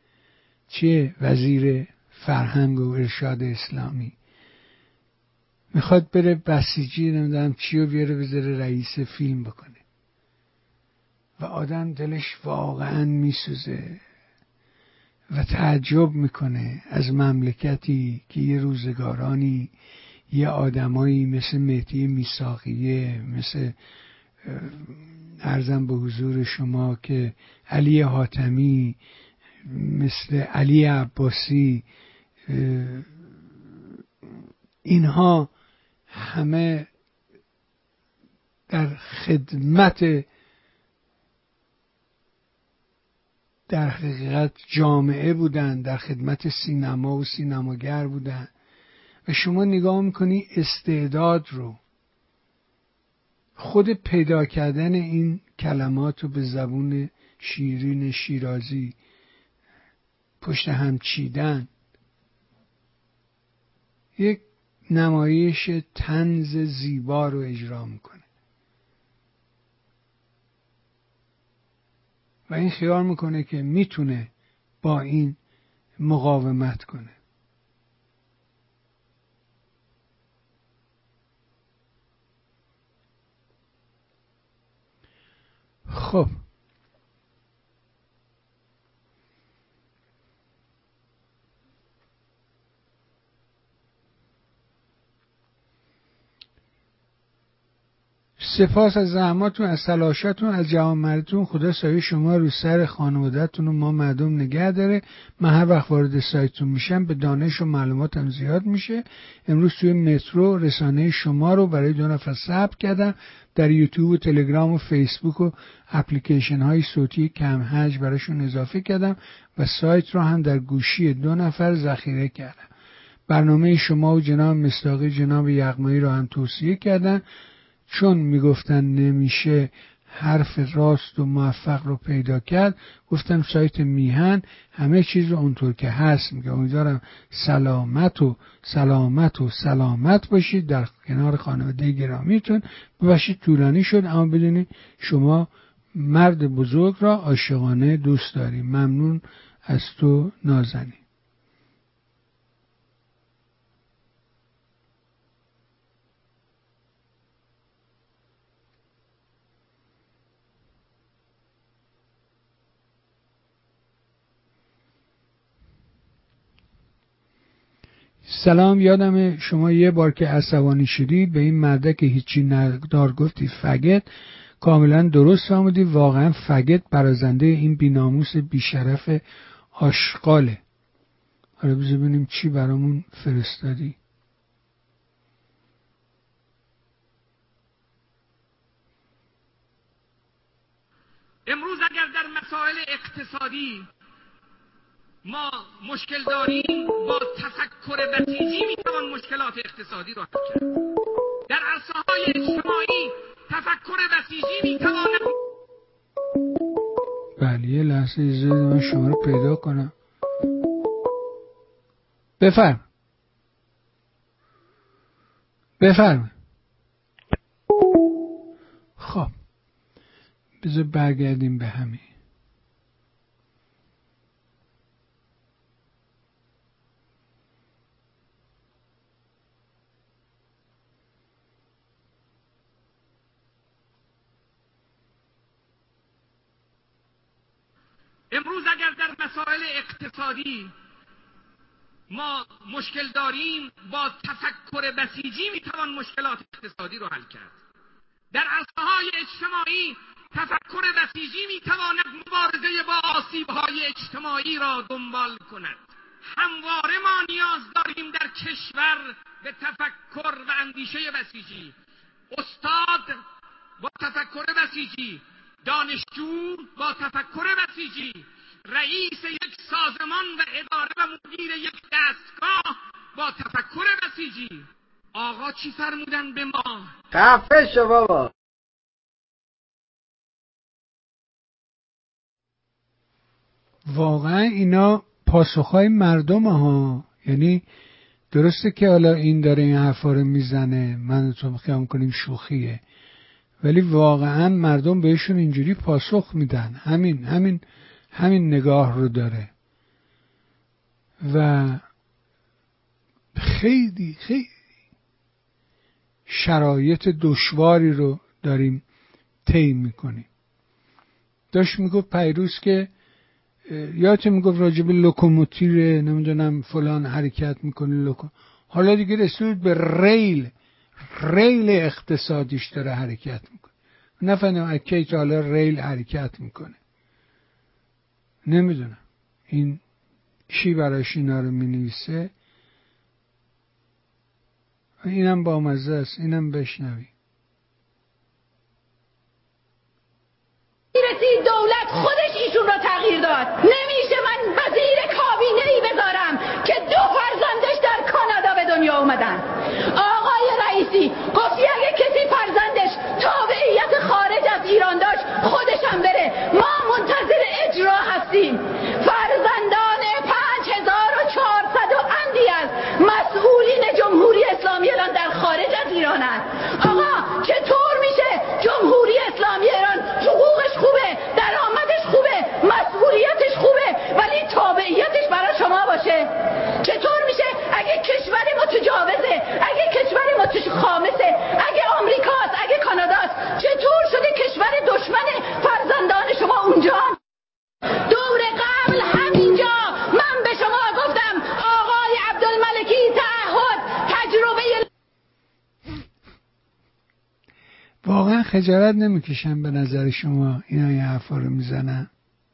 S2: وزیر فرهنگ و ارشاد اسلامی میخواد بره بسیجی نمیدونم چیو بیاره بذاره رئیس فیلم بکنه و آدم دلش واقعا میسوزه و تعجب میکنه از مملکتی که یه روزگارانی یه آدمایی مثل مهدی میثاقیه، مثل عرضم به حضور شما که علی حاتمی، مثل علی عباسی، اینها همه در خدمت در حقیقت جامعه بودن، در خدمت سینما و سینماگر بودن و شما نگاه میکنی استعداد رو، خود پیدا کردن این کلمات رو به زبون شیرین شیرازی پشت هم چیدن، یک نمایش طنز زیبا رو اجرا میکنه و این خیال میکنه که میتونه با این مقاومت کنه. خب سپاس از زحماتون، از تلاشاتون، از جوانمردیتون. خدا سایه شما رو سر خانواده‌تون و ما مردم نگه داره. من هر وقت وارد سایتتون میشم به دانش و معلوماتم زیاد میشه. امروز توی مترو رسانه شما رو برای 2 نفر ثبت کردم، در یوتیوب و تلگرام و فیسبوک و اپلیکیشن های صوتی کم حجم براشون اضافه کردم و سایت رو هم در گوشی 2 نفر ذخیره کردم. برنامه شما و جناب مصداقی، جناب یغمایی رو هم توصیه کردم، چون میگفتن نمیشه حرف راست و موفق رو پیدا کرد، گفتن سایت میهن همه چیز رو اونطور که هست میگه. امیدوارم سلامت باشید در کنار خانواده گرامیتون. ببخشید طولانی شد، اما بدونید شما مرد بزرگ را عاشقانه دوست داری. ممنون از تو نازنین. سلام، یادم شما یه بار که عصبانی شدید به این مرده که هیچی ندار گفتی فگت، کاملا درست فرمودی. واقعا فگت برازنده این بیناموس بیشرف آشغاله. حالا بذار ببینیم چی برامون فرستادی.
S15: امروز اگر در مسائل اقتصادی ما مشکل داریم، با تفکر بسیجی میتوان مشکلات اقتصادی را حل کرد. در عرصه‌های اجتماعی تفکر بسیجی میتواند.
S2: بله یه لحظه اجازه بدید من شما رو پیدا کنم. بفرم. خب بذار برگردیم به همین.
S15: امروز اگر در مسائل اقتصادی ما مشکل داریم، با تفکر بسیجی میتوان مشکلات اقتصادی رو حل کرد. در عرصه‌های اجتماعی تفکر بسیجی میتواند مبارزه با آسیب‌های اجتماعی را دنبال کند. همواره ما نیاز داریم در کشور به تفکر و اندیشه بسیجی. استاد با تفکر بسیجی، دانشجو با تفکر بسیجی، رئیس یک سازمان و اداره و مدیر یک دستگاه با تفکر بسیجی. آقا چی فرمودن به ما؟
S9: خفه شو بابا.
S2: واقعا اینا پاسخهای مردم ها. یعنی درسته که حالا این داره این حرفا رو میزنه، من تو خیام کنیم شوخیه، ولی واقعا مردم بهشون اینجوری پاسخ میدن. همین نگاه رو داره و خیلی شرایط دشواری رو داریم طی میکنیم. داشت میگفت پیروز که یادت میگفت راجب لوکوموتیو نمیدونم فلان حرکت میکنه حالا دیگه رسید به ریل اقتصادیش داره حرکت میکنه. نفهمیدم اکی تا حالا ریل حرکت میکنه. نمیدونم این کی براش اینا رو مینویسه. اینم با مزه است، اینم بشنوی.
S16: رسید دولت خودش ایشون رو تغییر داد. نمیشه من وزیر کابینه ای بذارم که 2 فرزندش در کانادا به دنیا اومدن. آقای رئیسی گفتی اگه کسی فرزندش تابعیت خارج از ایران داشت خودش هم بره. ما منتظر اجرا هستیم. فرزندان 5400 اندی از مسئولین جمهوری اسلامی ایران در خارج از ایران هست. آقا چطور میشه جمهوری اسلامی ایران حقوقش خوبه، درآمدش خوبه، مسئولیتش خوبه، ولی تابعیتش برای شما باشه؟ چطور میشه اگه کشور متجاوزه، اگه کشور خامسه، اگه آمریکاست، اگه کاناداست، چطور شده کشور دشمن فرزندان شما اونجا؟ دور قبل همینجا من به شما گفتم آقای عبدالملکی تعهد تجربه.
S2: واقعا خجالت نمیکشن به نظر شما اینا این حرفا رو میزنن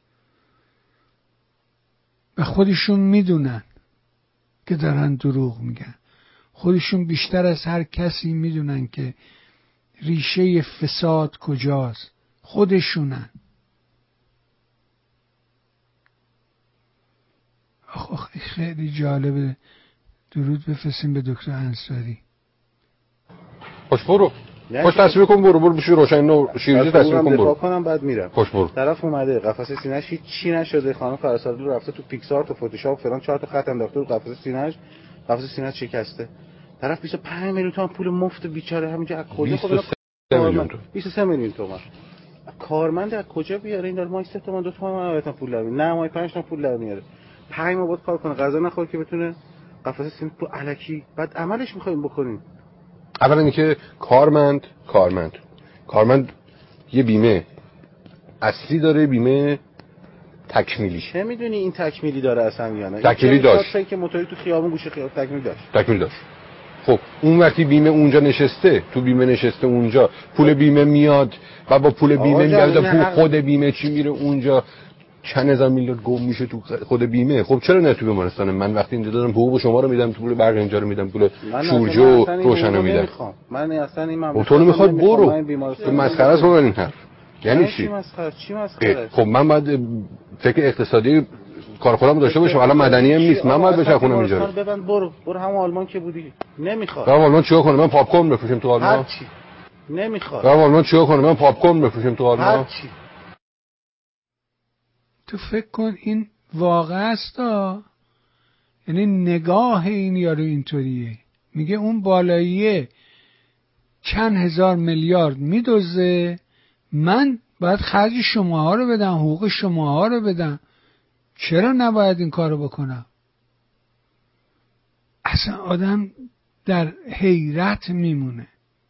S2: و خودشون میدونن که دارن دروغ میگن. خودشون بیشتر از هر کسی میدونن که ریشه فساد کجاست. خودشونن. خیلی جالبه. درود بفرستیم به دکتر انصاری.
S17: خوش برو. خوش تصویر کن برو بشی روشن شیرجه تصویر کن برو.
S18: کنم بعد میرم.
S17: خوش برو.
S18: طرف اومده قفسه سینه‌اش هیچ چی نشده. خانم فرسادلو رفته تو پیکسار تو فتوشاپ فلان 4 تا خط انداخته رو قفسه سینه‌اش. قفسه سینه‌اش شکسته. طرف 25 میلیون تومان پول مفت بیچاره همینجا از کجا خب 23 میلیون تومان. کارمند از کجا بیاره این داره ماهی 3 تومن 2 تومن البته پول در میاره. نه ماهی 5 تومن پول در میاره. 5 ماه بعد کار کنه غذا نخوره که بتونه قفسه سینه تو الکی بعد عملش می‌خوایم بکنیم.
S17: اولا اینکه کارمند یه بیمه اصلی داره، بیمه تکمیلی.
S18: چه میدونی این تکمیلی داره اصلا یا نه؟
S17: تکمیلی داشت.
S18: که موتوری تو خیابون گوشه خیابون تکمیلی داشت.
S17: خب اون وقتی بیمه اونجا نشسته، تو بیمه نشسته اونجا، پول بیمه میاد و با پول بیمه میاد خود بیمه چی میره اونجا، چند هزار میلیارد گم میشه تو خود بیمه. خب چرا نه تو بیمارستان من وقتی اینجا دارم حقوق شما رو میدم، تو پول برق اینجا رو میدم، پول شورجه و روشن رو میدم.
S18: من اصلا این مملکت
S17: تو نمیخواد برو به مسخره است با این حرف. یعنی چی مسخره؟ خب من باید فکر اقتصادی کار خودم داشته باشم. الان مدنی هم نیست، من باید بچرخونم اینجا.
S18: ببند برو همون آلمان که بودی. نمیخواد.
S17: برم آلمان چیکار کنم؟ من پاپ کورن بفروشم تو آلمان.
S18: هرچی. نمیخواد.
S17: برم آلمان چیکار کنم؟ من پاپ کورن بفروشم تو آلمان.
S18: هرچی.
S2: تو فکر کن این واقع است یعنی نگاه این یارو اینطوریه. میگه اون بالاییه چند هزار میلیارد میدوزه، من باید خرج شماها رو بدم، حقوق شماها رو بدم، چرا نباید این کارو بکنم؟ اصلا آدم در حیرت میمونه.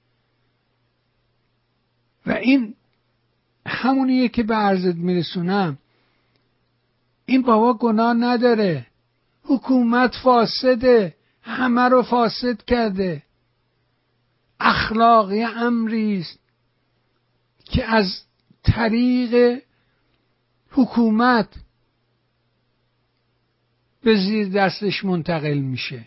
S2: و این همونیه که به عرضت میرسونم، این بابا گناه نداره، حکومت فاسده، همه رو فاسد کرده، اخلاقی امریست که از طریق حکومت به زیر دستش منتقل میشه.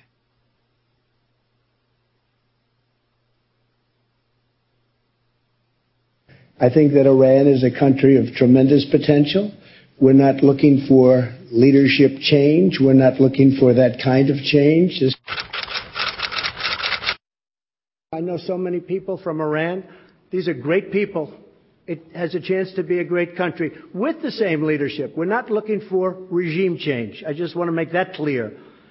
S19: I think that Iran is a country of tremendous potential. We're not looking for leadership change. We're not looking for that kind of change. I know so many people from Iran. These are great people. It has a chance to be a great country with the same leadership. We're not looking for regime change. I just want to make that clear.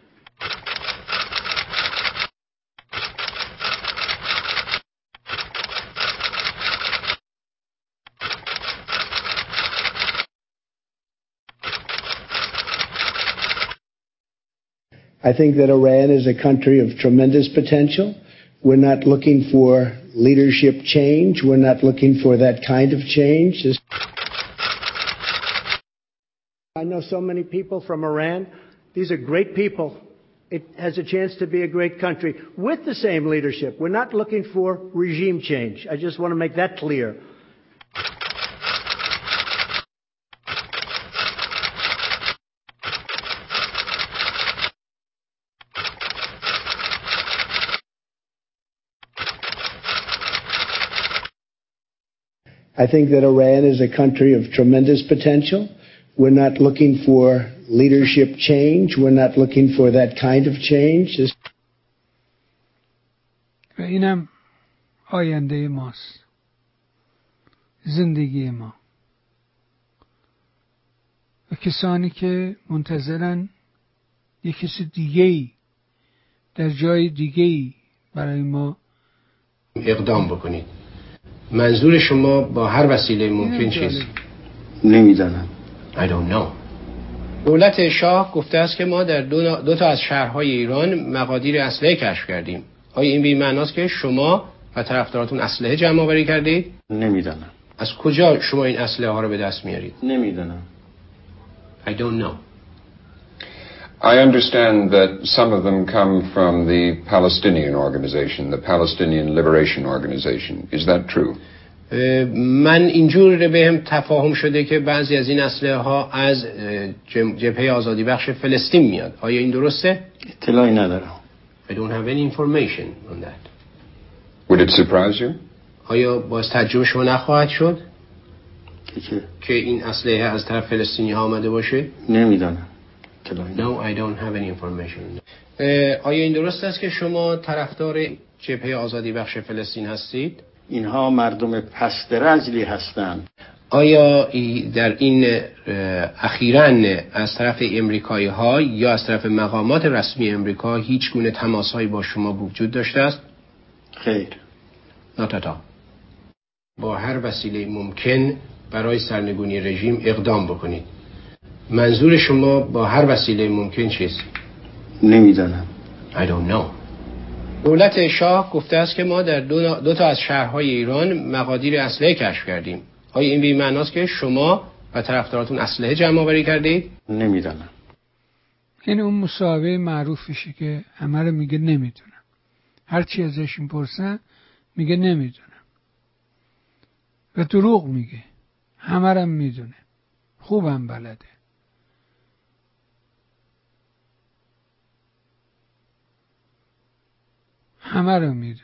S19: I think that Iran is a country of tremendous potential. We're not looking for leadership change. We're not looking for that kind of change. I know so many people from Iran. These are great people. It has a chance to be a great country with the same leadership. We're not looking for regime change. I just want to make that clear. I think that Iran is a country of tremendous potential. We're not looking for leadership change. We're not looking for that kind of change.
S2: و اینم آینده ماست، زندگی ما. و کسانی که منتظرن یک کسی دیگه‌ای در جای دیگه‌ای برای ما
S20: اقدام بکنید. منظور شما با هر وسیله ممکن چیست؟
S18: نمیدانم.
S20: I don't know. دولت شاه گفته است که ما در دو تا از شهرهای ایران مقادیر اسلحه کشف کردیم. آیا این به معناست که شما و طرفداراتون اسلحه جمع آوری کردید؟
S18: نمیدانم.
S20: از کجا شما این اسلحه ها رو به دست میارید؟
S18: نمیدانم.
S20: I don't know.
S21: I understand that some of them come from the Palestinian organization, the Palestinian Liberation Organization. Is that true?
S20: من اینجور بهم تفاهم شده که بعضی از این اسلحه ها از جبهه آزادی بخش فلسطین میاد. آیا این درسته؟
S18: اطلاعی ندارم.
S20: I don't have any information on that.
S21: Would it surprise you?
S20: آیا باز تعجب شما نخواهد شد؟ که این اسلحه از طرف فلسطینی ها آمده باشه؟
S18: نمیدانم.
S20: No, I don't have any information. آیا این درست است که شما طرفدار جبهه آزادی بخش فلسطین هستید؟
S18: اینها مردم پست رجلی هستند.
S20: آیا در این اخیراً از طرف امریکایی ها یا از طرف مقامات رسمی امریکا هیچ گونه تماس هایی با شما وجود داشته است؟
S18: خیر.
S20: Not at all. با هر وسیله ممکن برای سرنگونی رژیم اقدام بکنید. منظور شما با هر وسیله ممکن چیست؟
S18: نمیدانم.
S20: I don't know. دولت شاه گفته است که ما در دو تا از شهرهای ایران مقادیر اسلحه کشف کردیم. آیا این به معناست که شما و طرفداراتون اسلحه جمع آوری کردید؟
S18: نمیدانم.
S2: این اون مصاحبه معروفشه که همه رو میگه نمیدونم. هرچی ازش میپرسن میگه نمیدونم و دروغ میگه. همه رو میدونه، خوبم بلده. همه رو میدونه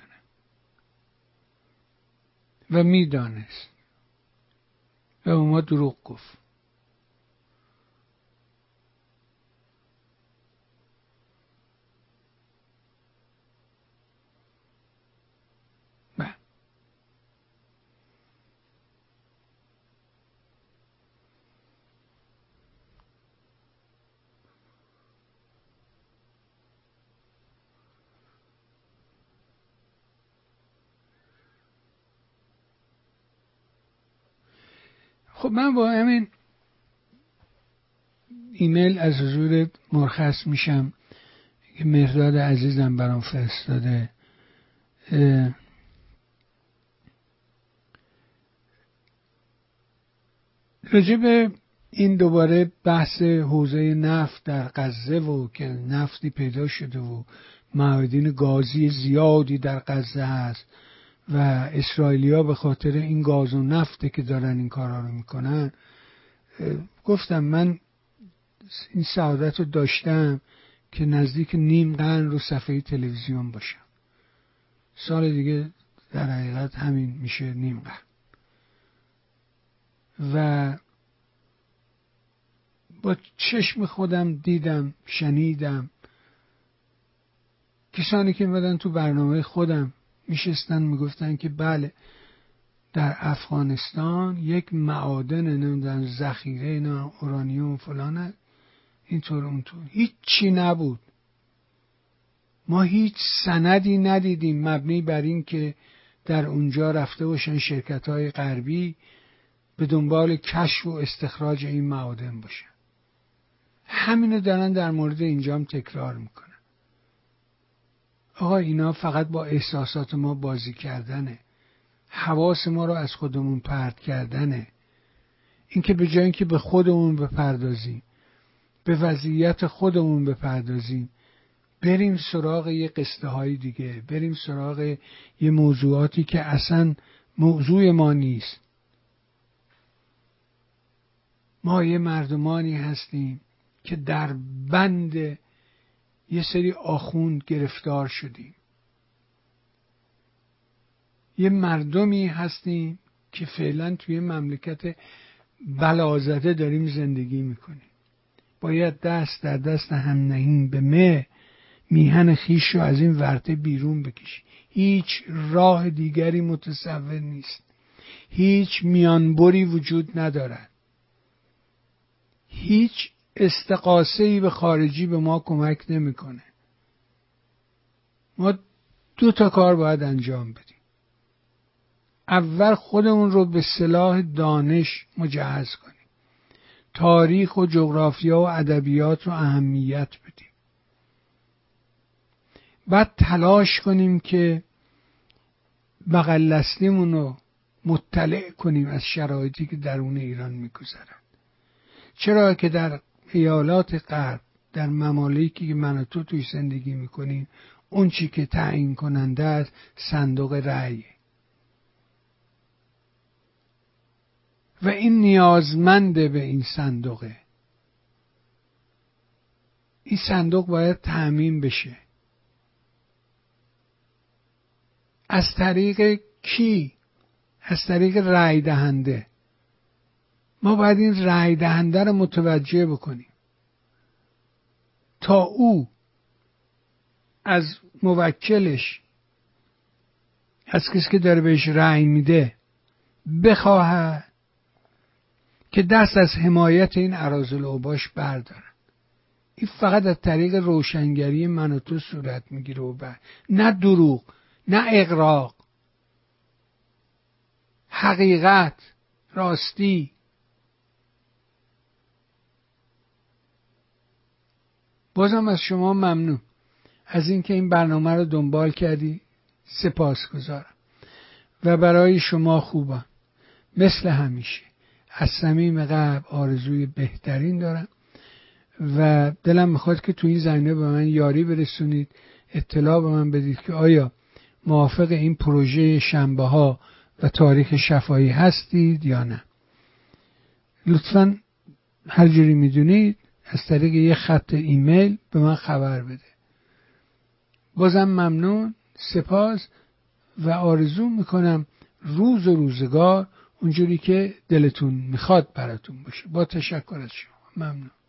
S2: و میدانست و ما دروغ گفت. خب من با همین ایمیل از حضور مرخص میشم که مهرداد عزیزم برام فرستاده. راجع به این دوباره بحث حوزه نفت در غزه و که نفتی پیدا شده و معادن گازی زیادی در غزه هست و اسرائیلیا به خاطر این گاز و نفته که دارن این کارا رو میکنن، گفتم من این سعادت رو داشتم که نزدیک نیم قرن رو صفحه تلویزیون باشم. سال دیگه در حقیقت همین میشه نیم قرن و با چشم خودم دیدم، شنیدم کسانی که میدن تو برنامه خودم میشستن میگفتن که بله در افغانستان یک معادن نمیدن ذخیره اینا اورانیوم فلانه اینطور اونطور. هیچ چی نبود. ما هیچ سندی ندیدیم مبنی بر این که در اونجا رفته باشن شرکت‌های غربی به دنبال کشف و استخراج این معادن باشن. همینو دارن در مورد اینجا هم تکرار میکنن. آقا اینا فقط با احساسات ما بازی کردنه، حواس ما رو از خودمون پرت کردنه. اینکه به جای اینکه به خودمون بپردازیم، به وضعیت خودمون بپردازیم، بریم سراغ یه قصه های دیگه، بریم سراغ یه موضوعاتی که اصلا موضوع ما نیست. ما یه مردمانی هستیم که در بند یه سری آخوند گرفتار شدیم. یه مردمی هستیم که فعلا توی مملکت بلازده داریم زندگی میکنیم. باید دست در دست هم نهیم به میهن خیش رو از این ورطه بیرون بکشیم. هیچ راه دیگری متصور نیست. هیچ میانبری وجود ندارد. هیچ استقاسه‌ای به خارجی به ما کمک نمیکنه. ما 2 کار باید انجام بدیم. اول خودمون رو به سلاح دانش مجهز کنیم. تاریخ و جغرافیا و ادبیات رو اهمیت بدیم. بعد تلاش کنیم که بغل دستیمون رو مطلع کنیم از شرایطی که درون ایران میگذرد. چرا که در ایالات غرب، در ممالکی که من و تو توی زندگی میکنیم، اون چی که تعیین کننده است صندوق رأی و این نیازمنده به این صندوقه. این صندوق باید تأمین بشه. از طریق کی؟ از طریق رأی دهنده. ما باید این رأی دهنده رو متوجه بکنیم تا او از موکلش، از کسی که داره بهش رأی میده، بخواه که دست از حمایت این اراذل اوباش بردارن. این فقط از طریق روشنگری من و تو صورت میگیره و نه دروغ، نه اغراق، حقیقت، راستی. بازم از شما ممنون از اینکه این برنامه رو دنبال کردی. سپاسگزارم و برای شما خوبم. مثل همیشه از صمیم قلب آرزوی بهترین دارم و دلم میخواد که تو این زمینه به من یاری برسونید، اطلاع به من بدید که آیا موافق این پروژه شنبه ها و تاریخ شفاهی هستید یا نه. لطفاً هر جوری میدونید از طریق یه خط ایمیل به من خبر بده. بازم ممنون، سپاس و آرزو میکنم روز و روزگار اونجوری که دلتون میخواد براتون باشه. با تشکر از شما. ممنون.